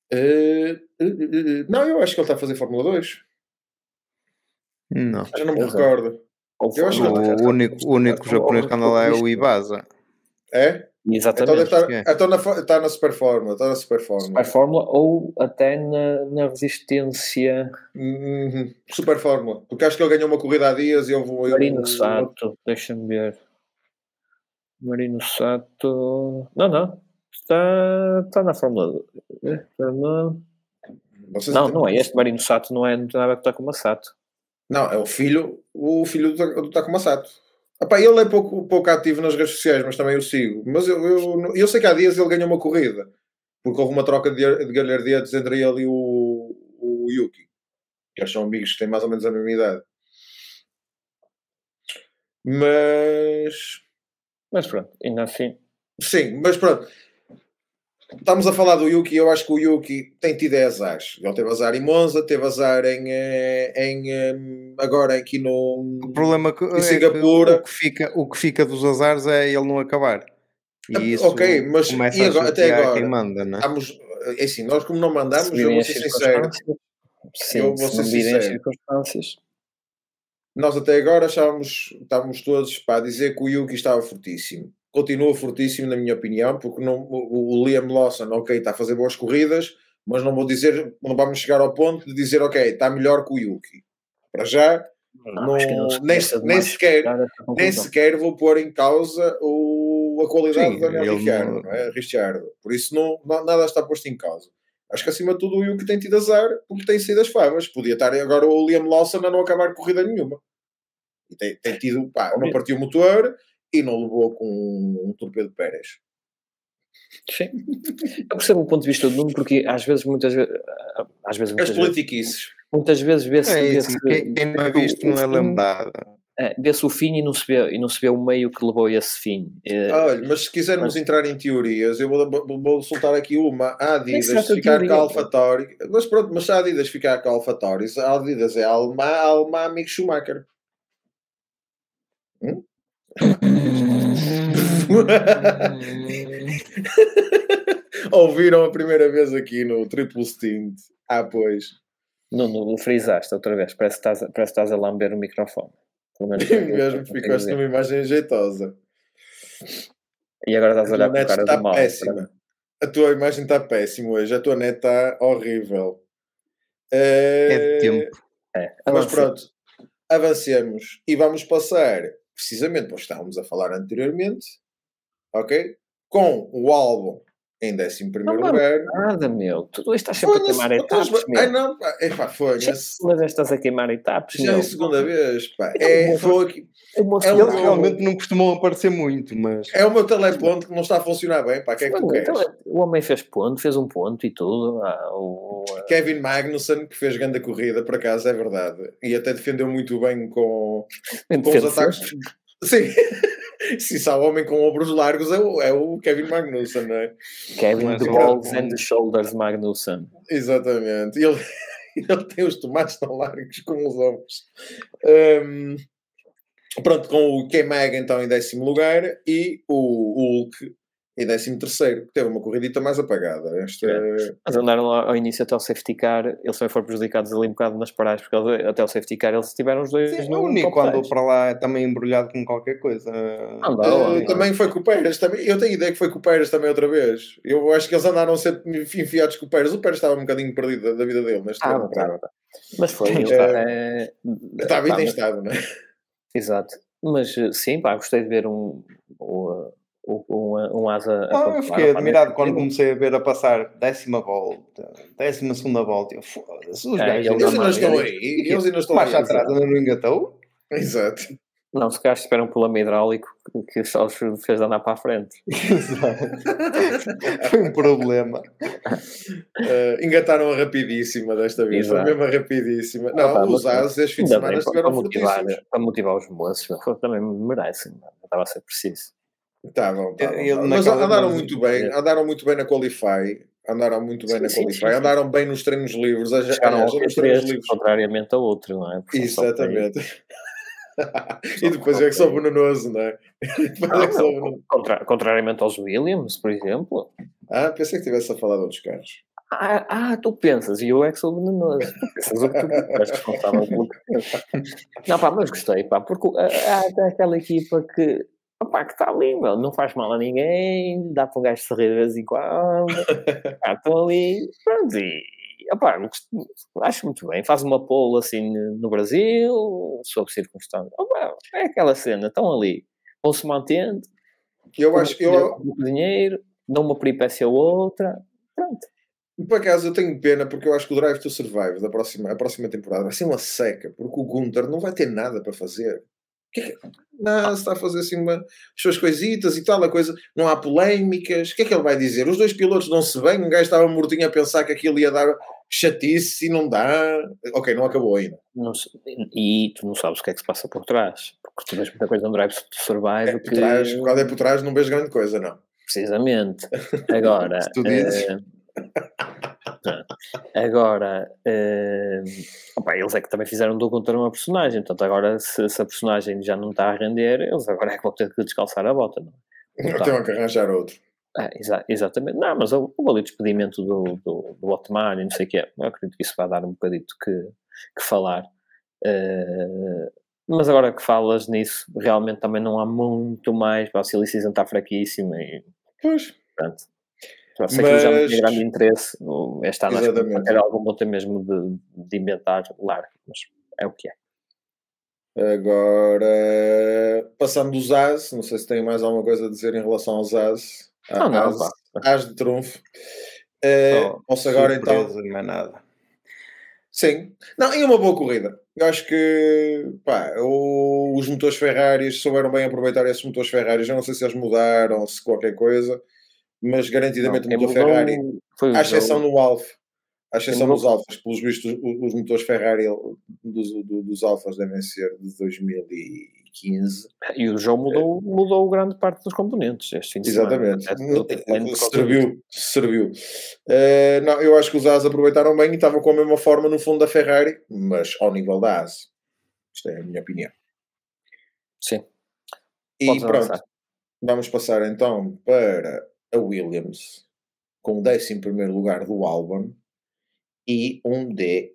Speaker 1: Não, eu acho que ele está a fazer Fórmula 2.
Speaker 3: Não.
Speaker 1: Eu não me recordo.
Speaker 3: Eu acho que o único japonês que anda lá é o Ibasa.
Speaker 1: É?
Speaker 2: Exatamente.
Speaker 1: Então está na Super Fórmula. Está na Super Fórmula.
Speaker 2: Super Fórmula ou até na Resistência.
Speaker 1: Super Fórmula. Porque acho que ele ganhou uma corrida há dias e eu vou...
Speaker 2: Marino Sato, deixa-me ver. Marino Sato... Não. Está na Fórmula 2. Não é este Marino Sato, não tem nada a ver com o Takuma Sato.
Speaker 1: Não, é o filho do Takuma Sato. Epá, ele é pouco ativo nas redes sociais, mas também o sigo. Mas eu sei que há dias ele ganhou uma corrida. Porque houve uma troca de galhardetes entre ele e o Yuki. Eles são amigos que têm mais ou menos a mesma idade.
Speaker 2: Mas pronto, ainda assim...
Speaker 1: Sim, mas pronto. Estamos a falar do Yuki. Eu acho que o Yuki tem tido azar. Ele teve azar em Monza, teve azar agora aqui no...
Speaker 3: O problema
Speaker 1: em Singapura.
Speaker 3: O que fica dos azares é ele não acabar. E isso
Speaker 1: mas
Speaker 3: começa a agora, até agora quem manda, não é?
Speaker 1: É assim, nós como não mandamos, eu vou ser sincero.
Speaker 2: Sim, se não virem as circunstâncias.
Speaker 1: Nós até agora estávamos todos para dizer que o Yuki estava fortíssimo. Continua fortíssimo, na minha opinião, porque o Liam Lawson, ok, está a fazer boas corridas, mas não vamos chegar ao ponto de dizer, ok, está melhor que o Yuki. Para já, nem sequer vou pôr em causa a qualidade do Daniel Ricciardo, não é? Ricciardo. Por isso, nada está posto em causa. Acho que acima de tudo o Yuki tem tido azar porque tem sido as favas. Podia estar agora o Liam Lawson a não acabar corrida nenhuma. E tem tido, não partiu o motor e não levou com um torpedo Pérez.
Speaker 2: Sim. Eu percebo o ponto de vista do Nuno porque muitas vezes
Speaker 1: as politiquices.
Speaker 2: Muitas vezes vê-se
Speaker 3: quem não é visto não é lembrado.
Speaker 2: Vê-se o fim e não se vê o meio que levou a esse fim.
Speaker 1: Olha, mas se quisermos entrar em teorias, eu vou soltar aqui uma. A Adidas ficar com a AlphaTauri. Mas pronto, mas se a Adidas ficar com a AlphaTauri, a Adidas é a alemã amigo Schumacher. Ouviram a primeira vez aqui no Triple Stint. Pois.
Speaker 2: Não frisaste outra vez. Parece que estás a lamber o microfone.
Speaker 1: Mesmo, ficaste numa imagem jeitosa.
Speaker 2: E agora estás a olhar para o cara do mal.
Speaker 1: Péssima. A tua imagem está péssima hoje. A tua net está horrível.
Speaker 3: É de tempo.
Speaker 1: Mas pronto, avancemos e vamos passar precisamente para o que estávamos a falar anteriormente, ok? Com o álbum em 11º lugar.
Speaker 2: Nada, meu. Tudo isto estás sempre a queimar etapas, meu.
Speaker 1: Ai não, pá. Foda-se.
Speaker 2: Mas estás a queimar etapas,
Speaker 1: já
Speaker 2: meu.
Speaker 1: É a segunda vez, pá.
Speaker 3: Eles realmente não costumam aparecer muito, mas...
Speaker 1: É o meu teleponto que não está a funcionar bem, pá. O que é que tu queres?
Speaker 2: O homem fez um ponto e tudo.
Speaker 1: Kevin Magnussen, que fez grande corrida, por acaso, é verdade. E até defendeu muito bem com os ataques. Sim. Se há homem com ombros largos, é o Kevin Magnussen, não é?
Speaker 2: Kevin the Balls and the Shoulders Magnussen.
Speaker 1: Exatamente. Ele tem os tomates tão largos como os ombros. Pronto, com o K-Mag então em 10º lugar e o Hulk em 13º, que teve uma corridita mais apagada.
Speaker 2: Mas andaram lá ao início até o safety car, eles também foram prejudicados ali um bocado nas paragens, porque até o safety car eles tiveram os dois.
Speaker 3: Sim, o Nico andou para lá também embrulhado com qualquer coisa.
Speaker 1: Também foi com o Pérez. Eu tenho ideia que foi com o Pérez também outra vez. Eu acho que eles andaram sempre enfiados com o Pérez. O Pérez estava um bocadinho perdido da vida dele neste ano.
Speaker 2: Mas foi.
Speaker 1: Estava e tem estado, não é?
Speaker 2: Exato. Mas sim, pá, gostei de ver um asa.
Speaker 3: Eu fiquei admirado quando comecei a ver a passar 10ª volta, 12ª volta. Foda-se, os gajos
Speaker 1: ainda estão aí. Eles ainda estão
Speaker 3: mais atrás, ainda não engatou.
Speaker 1: Exato.
Speaker 2: Não, se calhar esperam pelo lame hidráulico que só os fez andar para a frente.
Speaker 3: Exato. Foi um problema.
Speaker 1: Engataram a rapidíssima desta vez. Foi mesmo a rapidíssima. Não, os ases este fim de semana estiveram fortíssimos.
Speaker 2: Para motivar os moços, também merecem. Estava a ser preciso.
Speaker 1: Estavam. Mas andaram muito bem. Andaram muito bem na Qualify. Andaram bem nos treinos livres.
Speaker 2: Contrariamente a outro, não é?
Speaker 1: Exatamente. E depois é que sou venenoso, não é?
Speaker 2: Contrariamente aos Williams, por exemplo.
Speaker 1: Pensei que estivesse a falar de outros carros.
Speaker 2: Tu pensas, e eu é que sou venenoso. Tu pensas o que tu és responsável pelo que pensas. Não, pá, mas gostei, pá, porque há aquela equipa que está ali, meu, não faz mal a ninguém, dá para um gajo sorrir de vez em quando. Estão ali, pronto, acho muito bem. Faz uma pole assim no Brasil, sob circunstâncias. É aquela cena, estão ali, vão-se mantendo.
Speaker 1: Eu acho que
Speaker 2: dinheiro, dão uma peripécia ou outra, pronto.
Speaker 1: Por acaso eu tenho pena porque eu acho que o Drive to Survive a próxima temporada vai ser uma seca, porque o Gunther não vai ter nada para fazer. Não, se está a fazer assim as suas coisitas e tal, a coisa, não há polémicas. O que é que ele vai dizer? Os dois pilotos dão-se bem, um gajo estava mortinho a pensar que aquilo ia dar chatice e não dá. Ok, não acabou ainda.
Speaker 2: E tu não sabes o que é que se passa por trás, porque tu vês muita coisa no Drive to Survive
Speaker 1: quando é por trás não vês grande coisa, não.
Speaker 2: Precisamente. Agora
Speaker 3: se tu dizes.
Speaker 2: Agora eles é que também fizeram do Gunther uma personagem, portanto agora se a personagem já não está a render, eles agora é que vão ter que descalçar a bota, não?
Speaker 1: Tem que arranjar outro.
Speaker 2: Exatamente. Não, mas houve ali o despedimento do Otmar e não sei o que é. Eu acredito que isso vai dar um bocadito que falar. Mas agora que falas nisso, realmente também não há muito mais. A Silly Season está fraquíssima e
Speaker 1: pois.
Speaker 2: Pronto. Já sei que já não tinha grande interesse. Este ano acho que vai ter algum ponto mesmo de inventar largo, mas é o que é.
Speaker 1: Agora, passando dos As, não sei se tem mais alguma coisa a dizer em relação aos As. As de trunfo. Posso agora então.
Speaker 3: Não é nada.
Speaker 1: Sim. Não, e uma boa corrida. Eu acho que os motores Ferrari souberam bem aproveitar esses motores Ferrari. Já não sei se eles mudaram, se qualquer coisa. Mas garantidamente o motor Ferrari, à exceção no Alfa, à exceção dos Alfas, pelos vistos os motores Ferrari dos Alfas devem ser de 2015.
Speaker 2: E o João mudou grande parte dos componentes este fim de semana.
Speaker 1: Exatamente. Serviu. Não, eu acho que os As aproveitaram bem e estavam com a mesma forma no fundo da Ferrari, mas ao nível da As. Isto é a minha opinião.
Speaker 2: Sim.
Speaker 1: E pronto, vamos passar então para a Williams, com o 11º lugar do Albon e um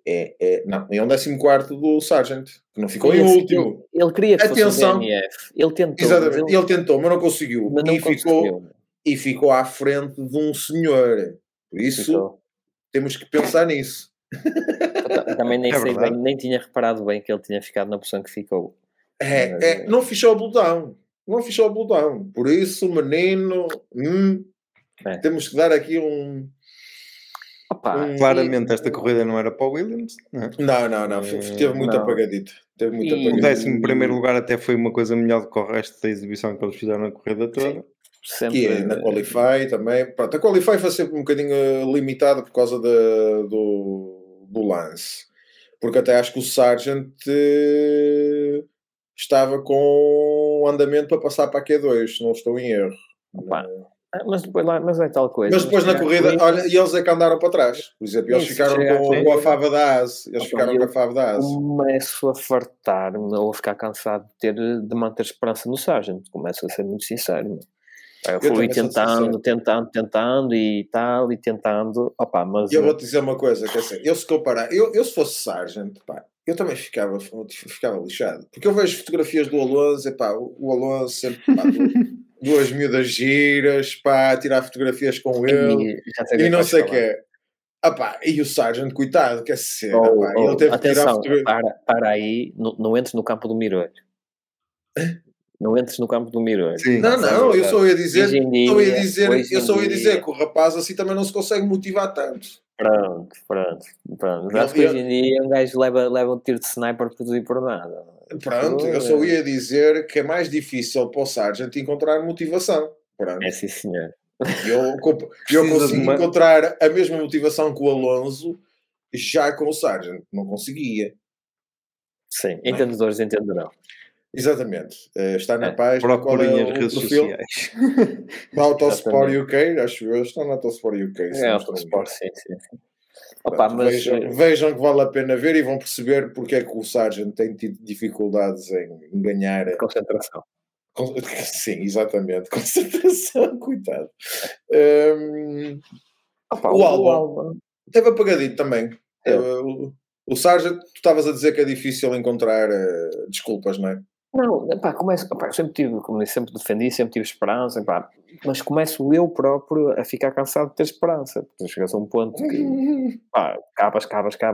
Speaker 1: 14º do Sargent, que não ficou em último.
Speaker 2: Ele queria que fosse um DNF. Ele tentou.
Speaker 1: Exatamente, ele tentou, mas não conseguiu. E ficou à frente de um senhor. Por isso, temos que pensar nisso.
Speaker 2: Também nem tinha reparado bem que ele tinha ficado na posição que ficou.
Speaker 1: Não fechou o botão. Por isso, menino... Temos que dar aqui um...
Speaker 3: Claramente esta corrida não era para o Williams.
Speaker 1: Não. Teve muito apagadito.
Speaker 3: O 11º lugar até foi uma coisa melhor do que o resto da exibição que eles fizeram na corrida toda.
Speaker 2: Sempre...
Speaker 1: E na Qualify também. Pronto, a Qualify foi sempre um bocadinho limitada por causa do Lance. Porque até acho que o Sargent estava com andamento para passar para a Q2, se não estou em erro.
Speaker 2: Mas é tal coisa.
Speaker 1: Mas depois na corrida, olha, e eles é que andaram para trás. Por exemplo, eles ficaram com a fava da AS. Eles ficaram com a fava da AS.
Speaker 2: Começo a fartar-me ou a ficar cansado de manter esperança no Sargent. Começo a ser muito sincero. Eu fui tentando e tal, e tentando. Mas
Speaker 1: eu vou-te dizer uma coisa, que é assim, eu se comparar, eu se fosse Sargent, pá, eu também ficava lixado. Porque eu vejo fotografias do Alonso, e pá, o Alonso sempre, pá, duas miúdas giras, pá, tirar fotografias com ele, e não sei o que é. E o Sargent, coitado, quer ser, ele teve que tirar fotografias.
Speaker 2: Para aí, não entres no campo do Mirolho. Não entres no campo do Mirolho.
Speaker 1: Não, eu só ia dizer que o rapaz assim também não se consegue motivar tanto.
Speaker 2: Pronto. Acho que hoje em dia um gajo leva um tiro de sniper por tudo e por nada.
Speaker 1: Pronto, eu só ia dizer que é mais difícil para o Sargent encontrar motivação. Pronto.
Speaker 2: É sim, senhor.
Speaker 1: Eu consigo encontrar a mesma motivação que o Alonso já com o Sargent. Não conseguia.
Speaker 2: Sim, entendedores entenderão.
Speaker 1: Exatamente. Está na página.
Speaker 3: Procurem as redes sociais.
Speaker 1: Na Autosport UK, acho eu. Está na Autosport UK.
Speaker 2: É, Autosport, sim.
Speaker 1: Pronto, mas vejam que vale a pena ver e vão perceber porque é que o Sargent tem tido dificuldades em ganhar.
Speaker 2: Concentração.
Speaker 1: Sim, exatamente. Concentração, coitado. O Albon teve apagadinho também. O Sargent, tu estavas a dizer que é difícil encontrar desculpas, não é?
Speaker 2: Não, eu sempre defendi, sempre tive esperança, mas começo eu próprio a ficar cansado de ter esperança, porque chegas a um ponto que, cavas.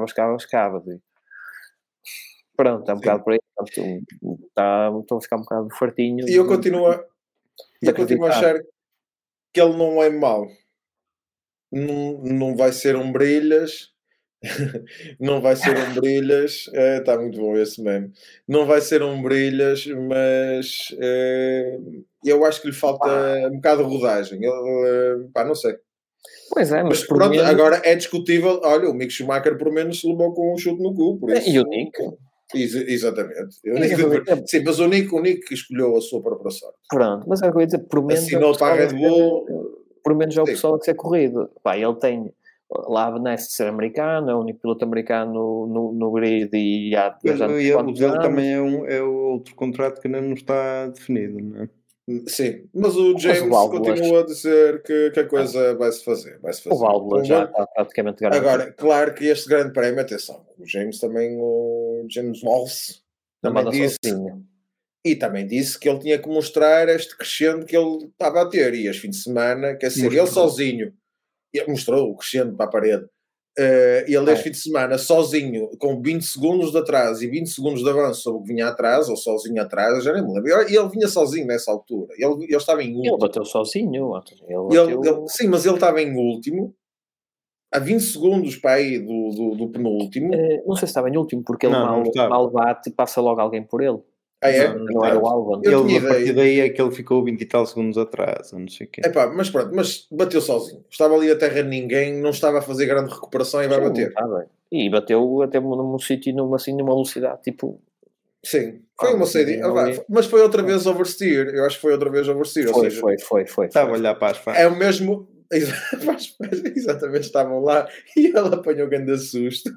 Speaker 2: Pronto, é um bocado por aí, estou a ficar um bocado fartinho.
Speaker 1: E eu continuo a achar que ele não é mau. Não vai ser um brilhas. Não vai ser um brilhas, está muito bom esse meme. Não vai ser um brilhas, mas eu acho que lhe falta um bocado de rodagem. Ele, não sei.
Speaker 2: Pois é, mas
Speaker 1: pronto, menos... agora é discutível. Olha, o Mick Schumacher por menos se levou com um chute no cu, por isso.
Speaker 2: E o Nick?
Speaker 1: Exatamente. Sim, mas o Nick escolheu a sua própria sorte.
Speaker 2: Pronto, mas é o que eu ia dizer, por menos
Speaker 1: assinou para a Red Bull.
Speaker 2: Por menos é o pessoal a ser corrido. Ele tem lá a benesse de ser americano, é o único piloto americano no grid e há
Speaker 3: o dele também é outro contrato que ainda não está definido, não é?
Speaker 1: Sim, mas o James continua a dizer que a coisa vai-se fazer.
Speaker 2: O válvula já está praticamente garantido.
Speaker 1: Agora, claro que este grande prémio, atenção, o James Walsh também disse, e também disse que ele tinha que mostrar este crescendo que ele estava a ter, e este fim de semana, quer dizer, ele sozinho mostrou o crescendo para a parede. Ele este fim de semana, sozinho, com 20 segundos de atraso e 20 segundos de avanço sobre o que vinha atrás, ou sozinho atrás, eu já nem me lembro. E ele vinha sozinho nessa altura. Ele estava em último.
Speaker 2: Ele bateu sozinho.
Speaker 1: Sim, mas ele estava em último, a 20 segundos para aí do penúltimo.
Speaker 2: Não sei se estava em último, porque ele mal bate e passa logo alguém por ele.
Speaker 3: Não era o Albon. A partir daí é que ele ficou 20 e tal segundos atrás, não sei o quê.
Speaker 1: Mas pronto, mas bateu sozinho. Estava ali a terra de ninguém, não estava a fazer grande recuperação e vai bater.
Speaker 2: E bateu até num sítio, numa velocidade, tipo...
Speaker 1: Sim, foi uma saída. Mas foi outra vez oversteer. Eu acho que foi outra vez oversteer.
Speaker 2: Foi.
Speaker 3: Estava a olhar para as fãs.
Speaker 1: É o mesmo... Exatamente, estavam lá e ele apanhou um grande susto.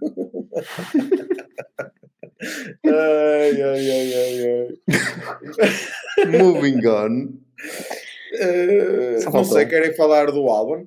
Speaker 1: Ai.
Speaker 3: Moving on.
Speaker 1: Não sei, querem falar do Albon?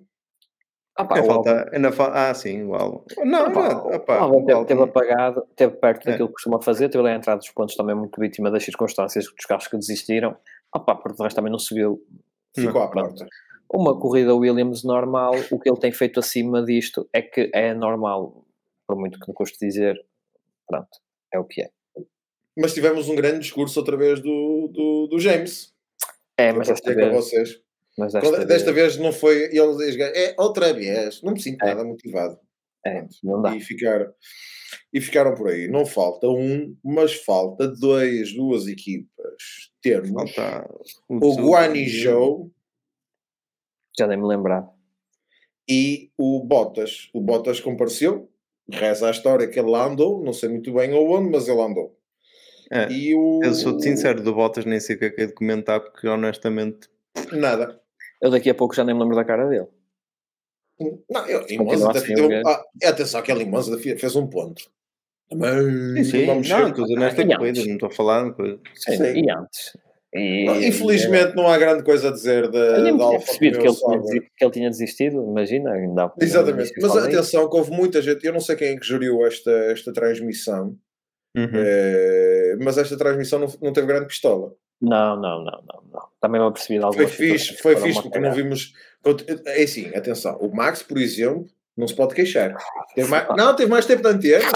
Speaker 3: Sim, o Albon.
Speaker 2: O Albon teve apagado, teve perto daquilo que costuma fazer, teve lá a entrada dos pontos também muito vítima das circunstâncias dos carros que desistiram. Por resto também não se viu.
Speaker 1: Ficou à porta.
Speaker 2: Uma corrida Williams normal, o que ele tem feito acima disto é que é normal, por muito que me custe dizer, pronto, é o que é.
Speaker 1: Mas tivemos um grande discurso outra vez do James.
Speaker 2: Mas esta vez... Mas
Speaker 1: desta vez não foi. E eles dizem, outra vez. Não me sinto nada motivado.
Speaker 2: Não dá.
Speaker 1: E ficaram por aí. Não falta um, mas falta duas equipas. Temos o Guanizhou.
Speaker 2: Já nem me lembrar.
Speaker 1: E o Bottas. O Bottas compareceu. Reza a história que ele lá andou. Não sei muito bem aonde, mas ele andou.
Speaker 3: Eu sou sincero, do Bottas nem sei o que é que é de comentar, porque honestamente...
Speaker 1: Nada.
Speaker 2: Eu daqui a pouco já nem me lembro da cara dele.
Speaker 1: Não, atenção que a Limonza fez um ponto.
Speaker 3: Mas, sim, não estou nesta corrida, não estou a falar de coisa.
Speaker 2: Sim. E antes?
Speaker 1: Infelizmente não há grande coisa a dizer da Alfa
Speaker 2: percebido que ele tinha desistido, imagina.
Speaker 1: Exatamente, mas atenção que houve muita gente, eu não sei quem é que geriu esta transmissão, mas esta transmissão não teve grande pistola.
Speaker 2: Não. Também não percebi de alguma
Speaker 1: coisa. Foi fixe porque não vimos... É assim, atenção, o Max, por exemplo, não se pode queixar. Teve mais tempo de antena.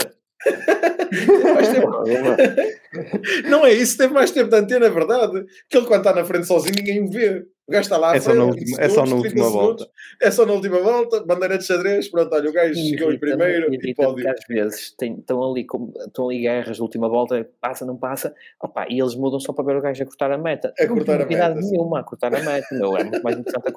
Speaker 1: Não é isso, teve mais tempo de antena, é verdade. Que ele quando está na frente sozinho ninguém o vê. O gajo está lá à frente,
Speaker 3: é só na última volta.
Speaker 1: É só na última volta, bandeira de xadrez, pronto, olha, o gajo chegou em primeiro e pode...
Speaker 2: Às vezes estão ali guerras de última volta, passa, não passa, e eles mudam só para ver o gajo a cortar a meta.
Speaker 1: A cortar a meta.
Speaker 2: Nenhuma a cortar a meta, meu, é muito mais interessante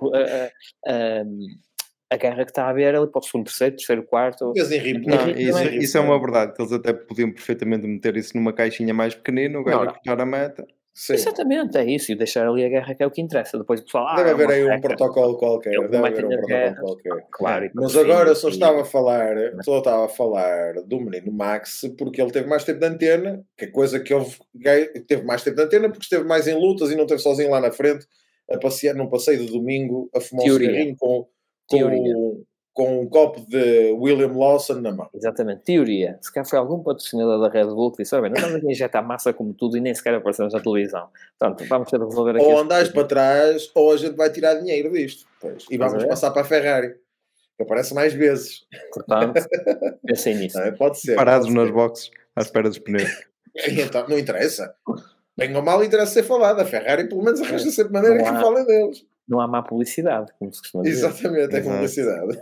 Speaker 2: a guerra que está a ver ali para o segundo, terceiro, quarto.
Speaker 3: Isso é uma verdade, que eles até podiam perfeitamente meter isso numa caixinha mais pequenina, o gajo a cortar a meta.
Speaker 1: Sim.
Speaker 2: Exatamente, é isso, e deixar ali a guerra que é o que interessa. Depois o pessoal...
Speaker 1: Deve haver aí um protocolo qualquer.
Speaker 2: Claro.
Speaker 1: Mas agora só estava a falar do menino Max, porque ele teve mais tempo de antena, que é coisa que teve mais tempo de antena porque esteve mais em lutas e não esteve sozinho lá na frente a passear num passeio de domingo a fumar um cigarrinho com um copo de William Lawson na mão.
Speaker 2: Exatamente, teoria. Se calhar foi algum patrocinador da Red Bull que disse, não estamos aqui a injetar massa como tudo e nem sequer aparecemos na televisão. Portanto, vamos ter de resolver aqui.
Speaker 1: Ou andais para trás, ou a gente vai tirar dinheiro disto. E vamos passar para a Ferrari. Que aparece mais vezes.
Speaker 2: Portanto, pensei nisso.
Speaker 1: Pode ser.
Speaker 3: Parados nas boxes, à espera dos pneus.
Speaker 1: Então, não interessa. Bem ou mal interessa ser falado. A Ferrari pelo menos arranja sempre maneira que falem deles.
Speaker 2: Não há má publicidade, como se costuma dizer.
Speaker 1: Exatamente, é publicidade.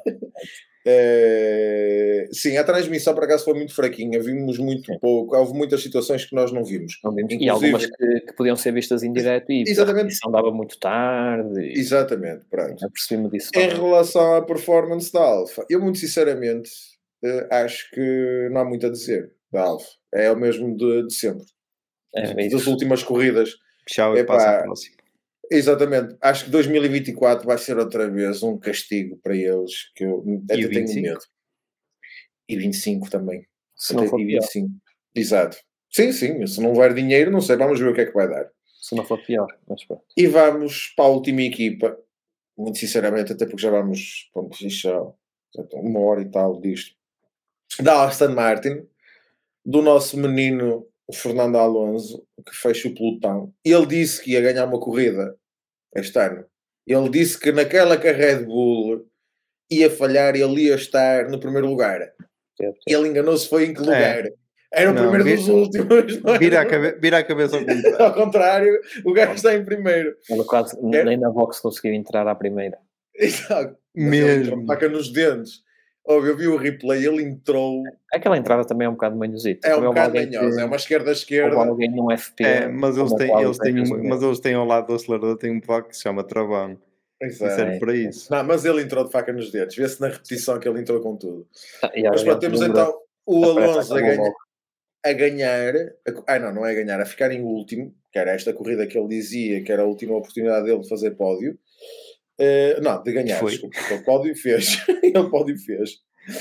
Speaker 1: Sim, a transmissão por acaso foi muito fraquinha, vimos muito pouco, houve muitas situações que nós não vimos.
Speaker 2: E algumas que podiam ser vistas em direto e a transmissão dava muito tarde.
Speaker 1: Exatamente, pronto.
Speaker 2: Eu percebi-me disso.
Speaker 1: Em relação à performance da Alfa, eu muito sinceramente acho que não há muito a dizer da Alfa. É o mesmo de sempre. Das últimas corridas.
Speaker 3: Tchau e passa a próxima.
Speaker 1: Exatamente, acho que 2024 vai ser outra vez um castigo para eles que eu até tenho medo. E 25 também.
Speaker 2: Se não for
Speaker 1: 25. Exato. Sim, se não houver dinheiro, não sei, vamos ver o que é que vai dar.
Speaker 2: Se não for pior, mas pronto.
Speaker 1: E vamos para a última equipa, muito sinceramente, até porque já vamos, já tem 1 hora e tal disto, da Aston Martin, do nosso menino Fernando Alonso, que fecha o pelotão. Ele disse que ia ganhar uma corrida este ano. Ele disse que naquela que a Red Bull ia falhar e ele ia estar no primeiro lugar. Ele enganou-se, foi em que lugar? Era o primeiro dos últimos.
Speaker 3: Vira a cabeça
Speaker 1: ao contrário, o gajo está em primeiro.
Speaker 2: Ele quase nem na box conseguiu entrar à primeira.
Speaker 1: Exato.
Speaker 3: Mesmo.
Speaker 1: Taca nos dentes. Eu vi o replay, ele entrou...
Speaker 2: Aquela entrada também é um bocado manhosito.
Speaker 1: É um bocado manhosa, é uma esquerda-esquerda.
Speaker 2: Ou alguém num FP.
Speaker 3: Mas eles têm ao lado do acelerador, tem um bloco que se chama travão. Serve para isso.
Speaker 1: Não, mas ele entrou de faca nos dedos. Vê-se na repetição que ele entrou com tudo. Mas pronto, temos então o Alonso a ganhar... não é a ganhar, a ficar em último, que era esta corrida que ele dizia que era a última oportunidade dele de fazer pódio. De ganhar, desculpa. Ele pódio fez. Ele pódio fez.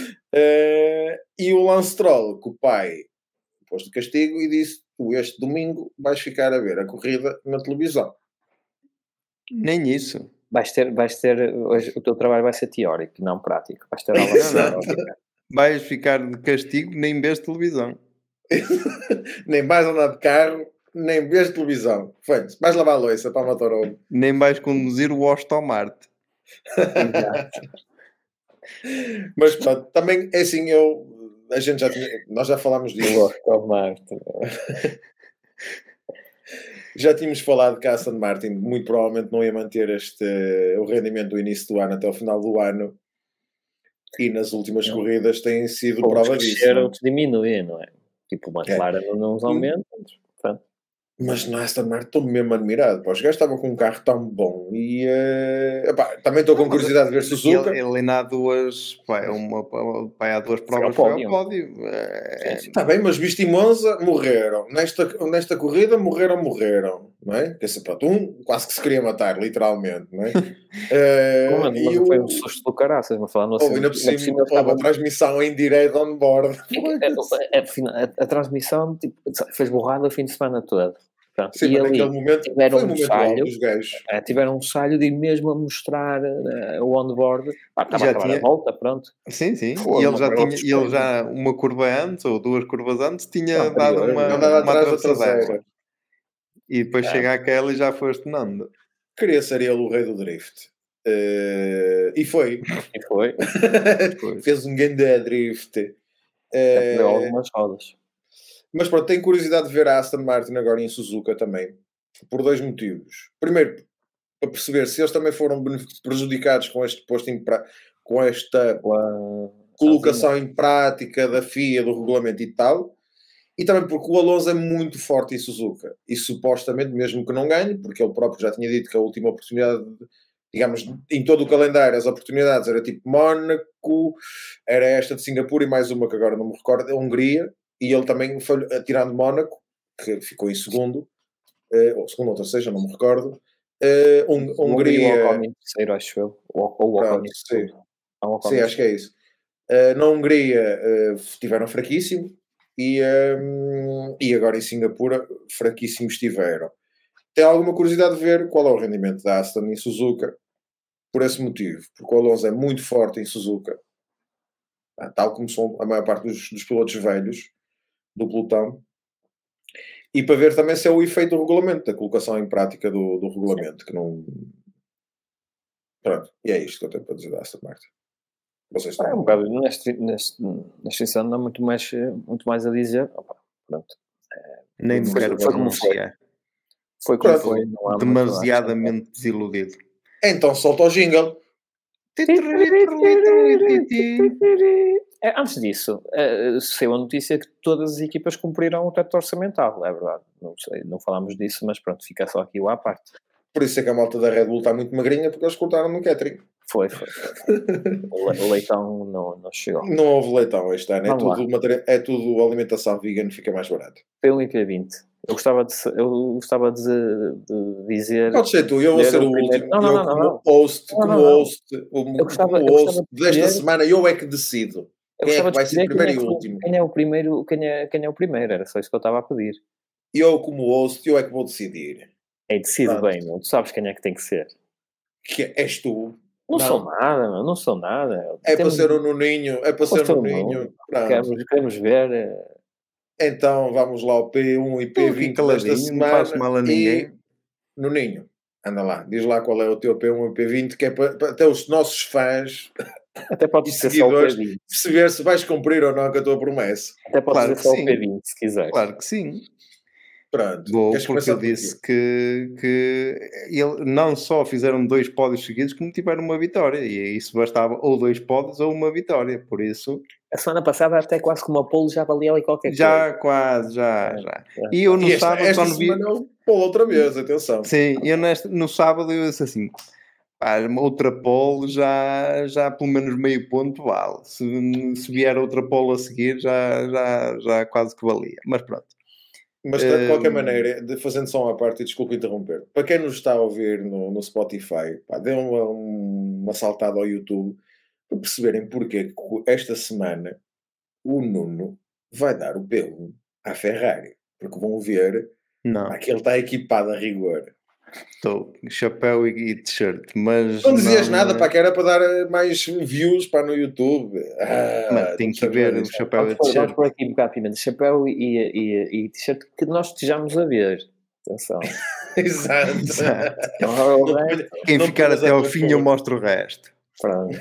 Speaker 1: E o Lance Stroll, que o pai pôs de castigo e disse: tu este domingo vais ficar a ver a corrida na televisão.
Speaker 3: Nem isso.
Speaker 2: Vais ter hoje, o teu trabalho vai ser teórico, não prático. Vais ter aula
Speaker 3: vais ficar de castigo, nem vês televisão.
Speaker 1: Nem vais andar de carro, nem vês televisão. Vais lavar a louça para o motorhome.
Speaker 3: Nem vais conduzir o Aston Martin.
Speaker 1: Mas pronto, também é assim, nós já falámos disso.
Speaker 2: O Aston Martin.
Speaker 1: Já tínhamos falado que a Aston Martin muito provavelmente não ia manter o rendimento do início do ano até o final do ano, e nas últimas corridas têm sido prova disso.
Speaker 2: Outros diminuem, não é? Tipo, o McLaren não nos aumenta, pronto.
Speaker 1: Mas na Aston Martin estou mesmo admirado. Pá, os gajos estavam com um carro tão bom e também estou com curiosidade de ver Suzuka.
Speaker 3: Ele há duas provas foi ao pódio.
Speaker 1: Está bem, mas visto em Monza, morreram. Nesta corrida, morreram. Não é? Quase que se queria matar, literalmente. Não é?
Speaker 2: Mas foi um susto do caraças, mas falando assim.
Speaker 1: Ainda por cima, a transmissão em direto on board.
Speaker 2: A transmissão tipo, fez borrada o fim de semana todo. Pronto.
Speaker 1: Sim, mas naquele momento tiveram um salho dos gajos.
Speaker 2: Tiveram um salho de mesmo a mostrar o on-board. Estava a acabar a volta, pronto.
Speaker 3: Sim. E ele já uma curva antes, ou 2 curvas antes, tinha dado uma traseira. E depois chega aquela e já foi estonando.
Speaker 1: Queria ser ele o rei do drift. E foi. Fez um grande drift.
Speaker 2: Deu algumas rodas.
Speaker 1: Mas pronto, tenho curiosidade de ver a Aston Martin agora em Suzuka também, por 2 motivos. Primeiro, para perceber se eles também foram prejudicados com este posto com esta colocação em prática da FIA, do regulamento e tal. E também porque o Alonso é muito forte em Suzuka. E supostamente, mesmo que não ganhe, porque ele próprio já tinha dito que a última oportunidade, digamos, em todo o calendário, as oportunidades era tipo Mónaco, era esta de Singapura e mais uma que agora não me recordo, a Hungria. E ele também foi tirando Mónaco, que ficou em segundo, ou segundo ou terceiro, não me recordo. Hungria.
Speaker 2: Terceiro, acho eu. Ou
Speaker 1: sim, acho que é isso. Na Hungria estiveram fraquíssimo e agora em Singapura fraquíssimos estiveram. Tem alguma curiosidade de ver qual é o rendimento da Aston em Suzuka por esse motivo, porque o Alonso é muito forte em Suzuka, tal como são a maior parte dos pilotos velhos do pelotão, e para ver também se é o efeito do regulamento, da colocação em prática do regulamento, que não... Pronto, e é isto que eu tenho para dizer da Aston Martin. Vocês estão...
Speaker 2: um bocado, neste instante não há muito mais a dizer. Pronto.
Speaker 3: Nem me quero pronunciar.
Speaker 2: Foi como foi. Não há
Speaker 3: demasiadamente desiludido.
Speaker 1: Então solta o jingle.
Speaker 2: Antes disso, saiu a notícia que todas as equipas cumpriram o teto orçamental, é verdade. Não sei, não falámos disso, mas pronto, fica só aqui o à parte.
Speaker 1: Por isso é que a malta da Red Bull está muito magrinha, porque eles cortaram no catering.
Speaker 2: Foi. O leitão não chegou.
Speaker 1: Não houve leitão este ano, é tudo alimentação vegan, fica mais barato.
Speaker 2: Pelo IP20. Eu gostava de dizer...
Speaker 1: Pode ser tu, eu vou ser o último. Como host desta semana, eu é que decido. Quem é que vai ser primeiro e último?
Speaker 2: Quem é o primeiro, era só isso que eu estava a pedir.
Speaker 1: Eu como host, eu é que vou decidir.
Speaker 2: Decido bem, não? Tu sabes quem é que tem que ser.
Speaker 1: Que és tu.
Speaker 2: Não sou nada, não sou nada.
Speaker 1: É para ser o Nuninho,
Speaker 2: Queremos ver...
Speaker 1: Então vamos lá ao P1 e P20 desta semana.
Speaker 3: Não faço mal a ninguém.
Speaker 1: Nuninho, anda lá, diz lá qual é o teu P1 e P20, que é para até os nossos fãs
Speaker 2: até pode ser só o P20.
Speaker 1: Perceber se vais cumprir ou não com a tua promessa.
Speaker 2: Até pode ser só o P20, se quiser.
Speaker 3: Claro que sim.
Speaker 1: Pronto.
Speaker 3: Porque eu disse que ele não só fizeram 2 pódios seguidos, como tiveram uma vitória. E isso bastava ou 2 pódios ou uma vitória. Por isso...
Speaker 2: A semana passada até quase que uma pole já valia ali qualquer coisa.
Speaker 3: Já, quase, já. E eu no sábado...
Speaker 1: Esta semana vi... pole outra vez, atenção.
Speaker 3: Sim, eu no sábado eu disse assim... outra pole já pelo menos meio ponto vale. Se vier outra pole a seguir, já quase que valia. Mas pronto.
Speaker 1: Mas de qualquer maneira, fazendo só uma parte, e desculpa interromper, para quem nos está a ouvir no Spotify, dê uma saltada ao YouTube para perceberem porque que esta semana o Nuno vai dar o P1 à Ferrari, porque vão ver que ele está equipado a rigor.
Speaker 3: Estou chapéu e t-shirt, mas
Speaker 1: não dizias nada, que era para dar mais views para no YouTube.
Speaker 3: Mas tem que ver o chapéu e t-shirt.
Speaker 2: Vamos por aqui um bocado, Pimenta. Chapéu e t-shirt que nós estejamos a ver. Atenção.
Speaker 1: Exato.
Speaker 3: Quem ficar até ao fim eu mostro o resto.
Speaker 2: Pronto.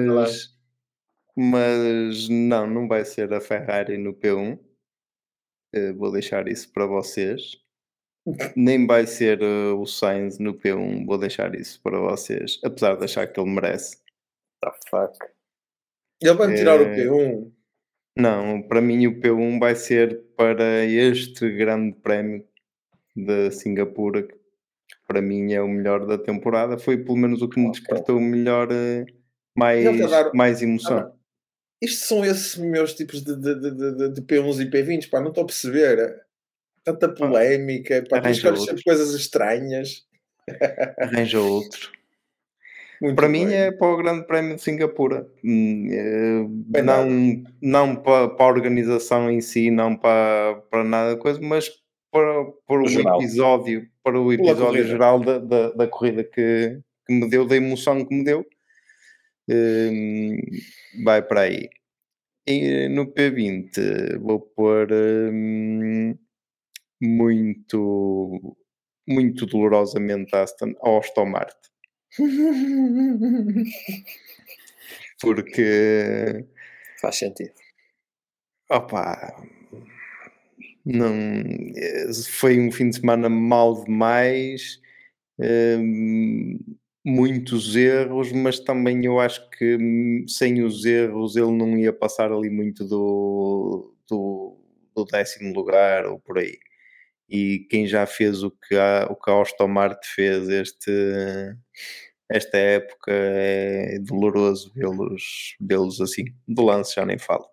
Speaker 3: Mas não vai ser a Ferrari no P1. Vou deixar isso para vocês. Nem vai ser o Sainz no P1, vou deixar isso para vocês, apesar de achar que ele merece.
Speaker 2: The fuck?
Speaker 1: Ele vai-me tirar o P1.
Speaker 3: Não, para mim o P1 vai ser para este grande prémio de Singapura, que para mim é o melhor da temporada. Foi pelo menos o que me despertou melhor, mais emoção.
Speaker 1: Isto são esses meus tipos de P1s e P20s, pá, não estou a perceber. Tanta polémica, pá, tu escolhes sempre coisas estranhas.
Speaker 3: Arranja outro. Muito para bem. Mim é para o Grande Prémio de Singapura. Não para a organização em si, não para nada coisa, mas para o episódio, geral da corrida que me deu, da emoção que me deu. Vai para aí. E no P20 vou pôr muito dolorosamente ao Aston Martin. Porque
Speaker 2: faz sentido.
Speaker 3: Opa, não foi um fim de semana mau demais, muitos erros, mas também eu acho que sem os erros ele não ia passar ali muito do 10º lugar ou por aí. E quem já fez o que a Aston Martin fez esta época é doloroso vê-los assim. Do lance já nem falo.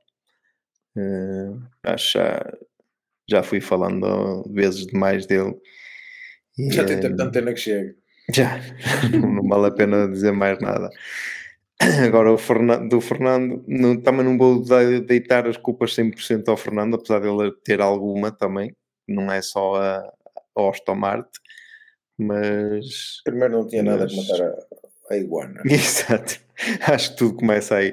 Speaker 3: Acho já fui falando vezes demais dele.
Speaker 1: E, já tem tanta antena que chega.
Speaker 3: Já, não vale a pena dizer mais nada. Agora do Fernando, também não vou deitar as culpas 100% ao Fernando, apesar dele ter alguma também. Não é só a Aston Martin, mas...
Speaker 1: Primeiro não tinha nada que matar a iguana.
Speaker 3: Exato. Acho que tudo começa aí.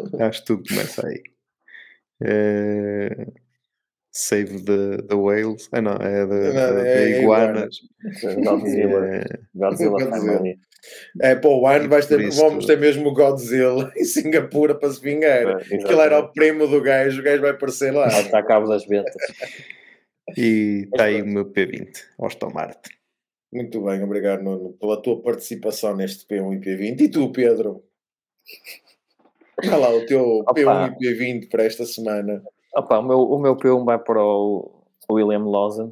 Speaker 3: Save the Whales. Não, é da iguanas.
Speaker 2: Godzilla Family.
Speaker 1: Para o ano vamos ter mesmo o Godzilla em Singapura para se vingar. Aquilo era o primo do gajo, o gajo vai aparecer lá.
Speaker 2: Vai estar a cabo das ventas.
Speaker 3: E está aí o meu P20, Aston Martin.
Speaker 1: Muito bem, obrigado, Nuno, pela tua participação neste P1 e P20. E tu, Pedro? Olha lá o teu P1 e P20 para esta semana.
Speaker 2: O meu P1 vai para o William Lawson.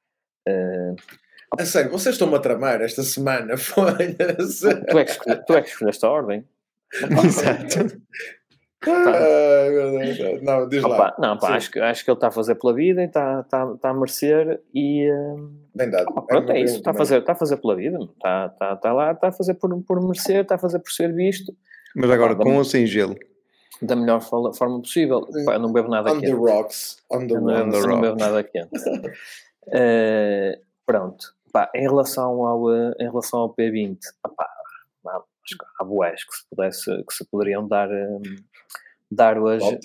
Speaker 1: A sério, vocês estão-me a tramar esta semana?
Speaker 2: Tu é que escolheste a ordem.
Speaker 3: Exato.
Speaker 1: Não, diz lá.
Speaker 2: Acho que ele está a fazer pela vida e está a merecer e...
Speaker 1: Bem dado.
Speaker 2: Pronto, é isso. Está a fazer pela vida. Está lá, está a fazer por merecer, está a fazer por ser visto.
Speaker 3: Mas agora, com ou sem gelo?
Speaker 2: Da melhor forma possível. Eu não bebo nada quente.
Speaker 1: On the rocks.
Speaker 2: Não bebo nada quente. Pronto. Em relação ao P20, acho que há boés que se poderiam dar hoje.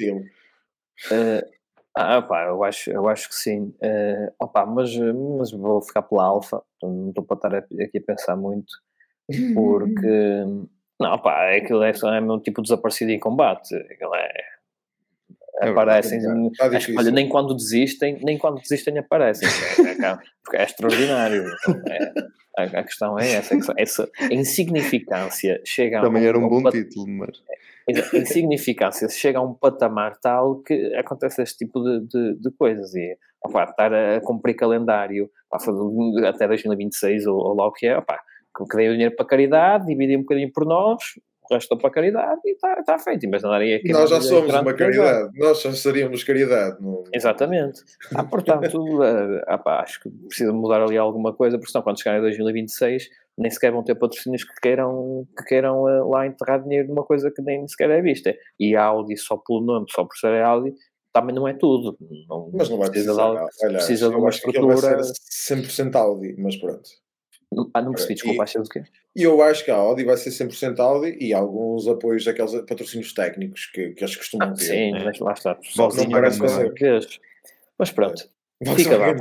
Speaker 2: Eu acho que sim. Mas vou ficar pela Alfa. Não estou para estar aqui a pensar muito, porque aquilo é um tipo desaparecido em combate. Aquilo aparecem, olha, nem quando desistem aparecem, porque é extraordinário. A questão é essa insignificância chega
Speaker 3: também era um bom título, mas
Speaker 2: a insignificância chega a um patamar tal que acontece este tipo de coisas e estar a cumprir calendário até 2026 ou lá o que é, que dei o dinheiro para caridade, dividi um bocadinho por nós, o resto para caridade e está feito. Em vez de andarem aqui,
Speaker 1: nós já somos uma caridade, nós já seríamos caridade.
Speaker 2: Exatamente. Portanto, acho que precisa mudar ali alguma coisa, porque senão quando chegarem a 2026 nem sequer vão ter patrocínios que queiram lá enterrar dinheiro numa coisa que nem sequer é vista. E a Audi, só pelo nome, só por ser a Audi, também não é tudo.
Speaker 1: Mas não vai
Speaker 2: precisa de uma estrutura...
Speaker 1: 100% Audi, mas pronto.
Speaker 2: Não percebi, desculpa, achas o quê?
Speaker 1: E eu acho que a Audi vai ser 100% Audi e alguns apoios, aqueles patrocínios técnicos que eles costumam ter.
Speaker 2: Sim, mas lá está.
Speaker 1: Não parece
Speaker 2: mas pronto.
Speaker 1: Fica lá.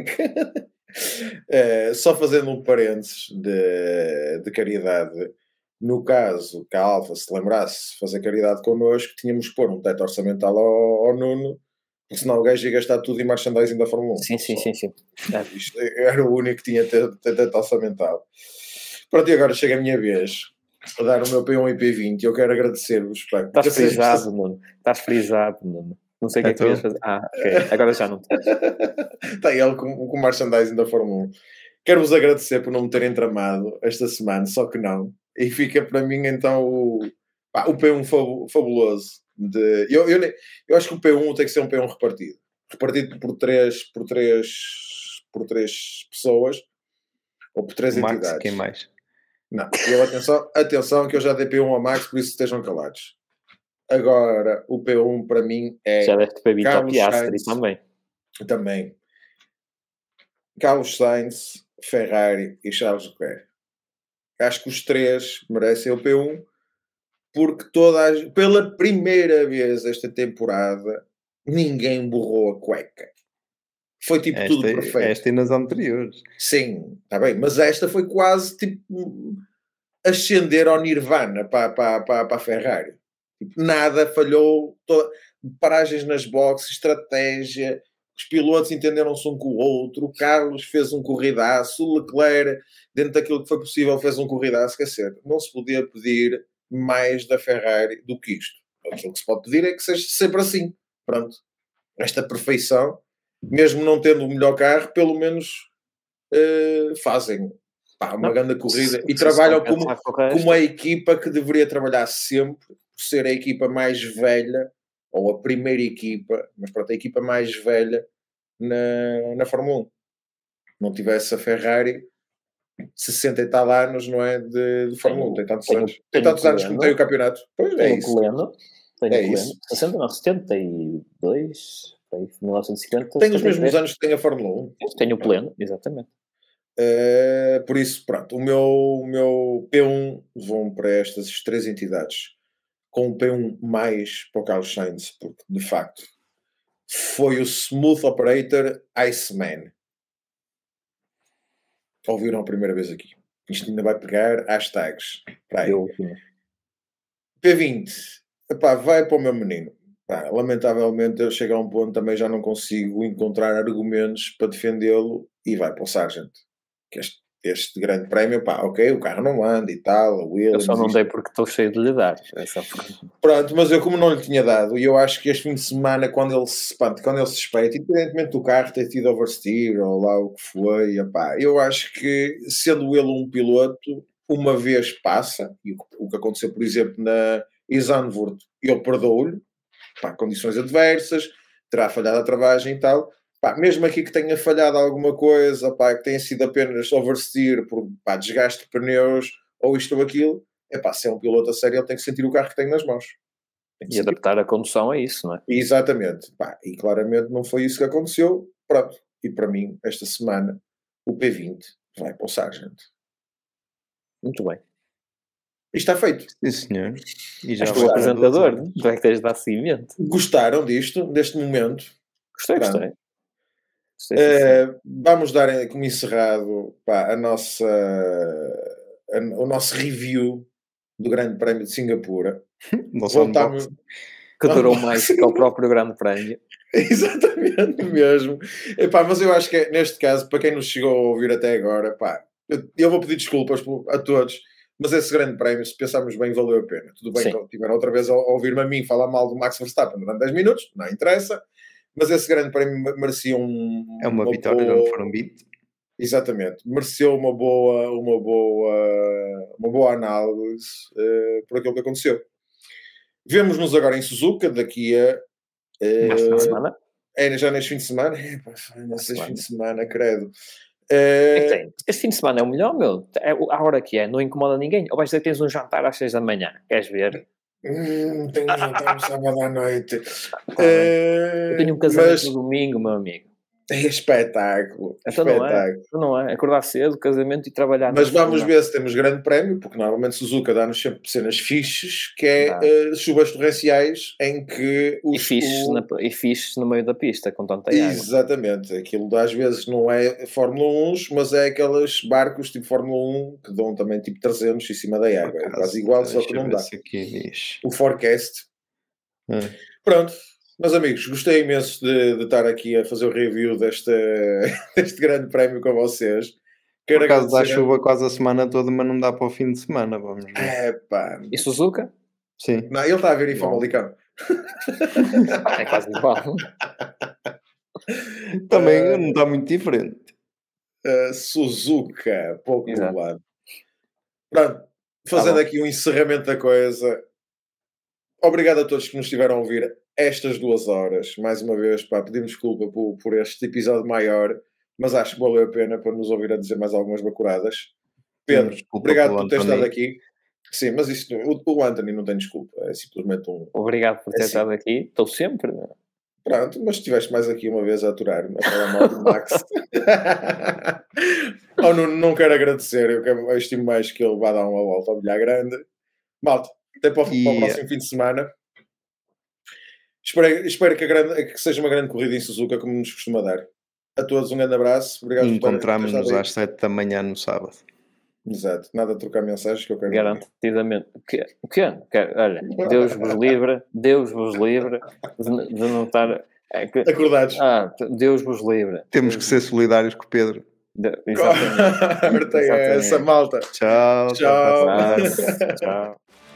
Speaker 1: Só fazendo um parênteses de caridade. No caso que a Alfa se lembrasse fazer caridade connosco, tínhamos que pôr um teto orçamental ao Nuno, senão o gajo ia gastar tudo em merchandising da Fórmula 1.
Speaker 2: Sim.
Speaker 1: Isto era o único que tinha tanto orçamental. Pronto, e agora chega a minha vez a dar o meu P1 e P20 e eu quero agradecer-vos.
Speaker 2: Estás frisado, Nuno. Não sei o que é que querias fazer. Ok. Agora já não estás.
Speaker 1: Está ele com o merchandising da Fórmula 1. Quero-vos agradecer por não me terem tramado esta semana, só que não. E fica para mim então o P1 fabuloso. Eu acho que o P1 tem que ser um P1 repartido por três pessoas ou por três
Speaker 3: Max,
Speaker 1: entidades.
Speaker 3: Quem mais?
Speaker 1: Não, atenção que eu já dei P1 ao Max, por isso estejam calados. Agora, o P1 para mim é
Speaker 2: já deve ter P20 ao Piastri
Speaker 1: também. Carlos Sainz, Ferrari e Charles Leclerc. Acho que os três merecem o P1 porque pela primeira vez esta temporada ninguém borrou a cueca. Foi tipo tudo perfeito.
Speaker 3: Esta e nas anteriores.
Speaker 1: Sim, está bem, mas esta foi quase tipo ascender ao Nirvana para a Ferrari. Tipo, nada falhou, paragens nas boxes, estratégia, os pilotos entenderam-se um com o outro, o Carlos fez um corridaço, o Leclerc, dentro daquilo que foi possível, fez um corridaço. Quer dizer, não se podia pedir mais da Ferrari do que isto. Aquilo que se pode pedir é que seja sempre assim. Pronto. Esta perfeição, mesmo não tendo o melhor carro, pelo menos fazem uma grande corrida e trabalham como a equipa que deveria trabalhar sempre, por ser a equipa mais velha, ou a primeira equipa, mas pronto, a equipa mais velha na Fórmula 1. Não tivesse a Ferrari 60 e tal anos, não é? De Fórmula 1, tem tantos anos. Tem tantos anos como tem o campeonato. Pois é isso.
Speaker 2: Tenho isso. 60, não, 72, 1950.
Speaker 1: Tem os mesmos anos que tem a Fórmula 1.
Speaker 2: Tenho o pleno, exatamente.
Speaker 1: Por isso, pronto, o meu P1 vão para estas três entidades, com um P1 mais para o Carlos Sainz, porque de facto foi o Smooth Operator Iceman. Ouviram a primeira vez aqui. Isto ainda vai pegar hashtags. P20, vai para o meu menino. Lamentavelmente eu chego a um ponto também já não consigo encontrar argumentos para defendê-lo e vai para o Sargent. Este grande prémio, ok, o carro não anda e tal, a Williams...
Speaker 2: Eu só não dei porque estou cheio de lhe dar.
Speaker 1: Pronto, mas eu como não lhe tinha dado, e eu acho que este fim de semana, quando ele se espeta, independentemente do carro ter tido oversteer ou lá o que foi, eu acho que, sendo ele um piloto, uma vez passa, e o que aconteceu, por exemplo, na Zandvoort, eu perdoo-lhe, condições adversas, terá falhado a travagem e tal... mesmo aqui que tenha falhado alguma coisa, que tenha sido apenas oversteer por desgaste de pneus ou isto ou aquilo, se é um piloto a sério, ele tem que sentir o carro que tem nas mãos.
Speaker 2: E adaptar a condução a isso, não é?
Speaker 1: Exatamente. E claramente não foi isso que aconteceu. Pronto. E para mim, esta semana, o P20 vai para o Sargent.
Speaker 2: Muito bem.
Speaker 1: E está feito.
Speaker 3: Sim, senhor.
Speaker 2: E já o apresentador, tu é que tens de dar seguimento.
Speaker 1: Gostaram deste momento?
Speaker 2: Gostei.
Speaker 1: Vamos dar como encerrado o nosso review do Grande Prémio de Singapura.
Speaker 3: Voltamos.
Speaker 2: Que durou mais que o próprio Grande Prémio.
Speaker 1: Exatamente mesmo. Mas eu acho que neste caso, para quem nos chegou a ouvir até agora, eu vou pedir desculpas a todos, mas esse Grande Prémio, se pensarmos bem, valeu a pena. Tudo bem que tiveram outra vez a ouvir-me a mim falar mal do Max Verstappen durante 10 minutos, não interessa. Mas esse Grande Prémio merecia
Speaker 3: uma vitória, já não foram 20.
Speaker 1: Exatamente. Mereceu uma boa análise por aquilo que aconteceu. Vemo-nos agora em Suzuka, daqui a...
Speaker 2: Nesta semana?
Speaker 1: Já neste fim de semana? Neste fim de semana, credo.
Speaker 2: Este fim de semana é o melhor, meu. A hora que é, não incomoda ninguém. Ou vais dizer que tens um jantar às 6 da manhã. Queres ver?
Speaker 1: Tenho um jantar no sábado à noite.
Speaker 2: Eu tenho um casamento no domingo, meu amigo.
Speaker 1: É espetáculo.
Speaker 2: Então não é. Acordar cedo, casamento e trabalhar.
Speaker 1: Mas vamos ver se temos Grande Prémio, porque normalmente Suzuka dá-nos sempre cenas fixes, que é chuvas torrenciais em que...
Speaker 2: E fixes no meio da pista, com tanta água.
Speaker 1: Exatamente. Aquilo às vezes não é Fórmula 1, mas é aqueles barcos tipo Fórmula 1 que dão também tipo 300 em cima da água. É quase igual, só que não dá. O forecast. Pronto. Meus amigos, gostei imenso de estar aqui a fazer o review deste grande prémio com vocês.
Speaker 3: Por acaso dá chuva quase a semana toda, mas não dá para o fim de semana, vamos ver.
Speaker 2: E Suzuka?
Speaker 3: Sim.
Speaker 1: Não, ele está a ver em Famalicão.
Speaker 2: É quase igual.
Speaker 3: Também não está muito diferente.
Speaker 1: Suzuka, pouco do lado. Pronto, fazendo aqui um encerramento da coisa. Obrigado a todos que nos estiveram a ouvir estas 2 horas. Mais uma vez, pedimos desculpa por este episódio maior, mas acho que valeu a pena para nos ouvir a dizer mais algumas bacuradas. Pedro, obrigado por ter estado aqui. Sim, mas isto, o Anthony não tem desculpa, é simplesmente um...
Speaker 2: Obrigado por ter estado aqui, estou sempre...
Speaker 1: Pronto, mas estiveste mais aqui uma vez a aturar-me, aquela moto do Max. Não quero agradecer, eu estimo mais que ele vá dar uma volta ao Bilhar Grande. Malta, até para o próximo fim de semana. Espero que seja uma grande corrida em Suzuka, como nos costuma dar. A todos um grande abraço. Obrigado.
Speaker 3: Encontramos-nos às 7 da manhã no sábado.
Speaker 1: Exato. Nada de trocar mensagens que eu quero.
Speaker 2: Garantidamente. O quê? Olha, Deus vos livre de não estar...
Speaker 1: Acordados.
Speaker 2: Deus vos livre.
Speaker 3: Temos que ser solidários com o Pedro.
Speaker 2: Exatamente.
Speaker 1: Essa malta.
Speaker 3: Tchau.
Speaker 2: Tchau.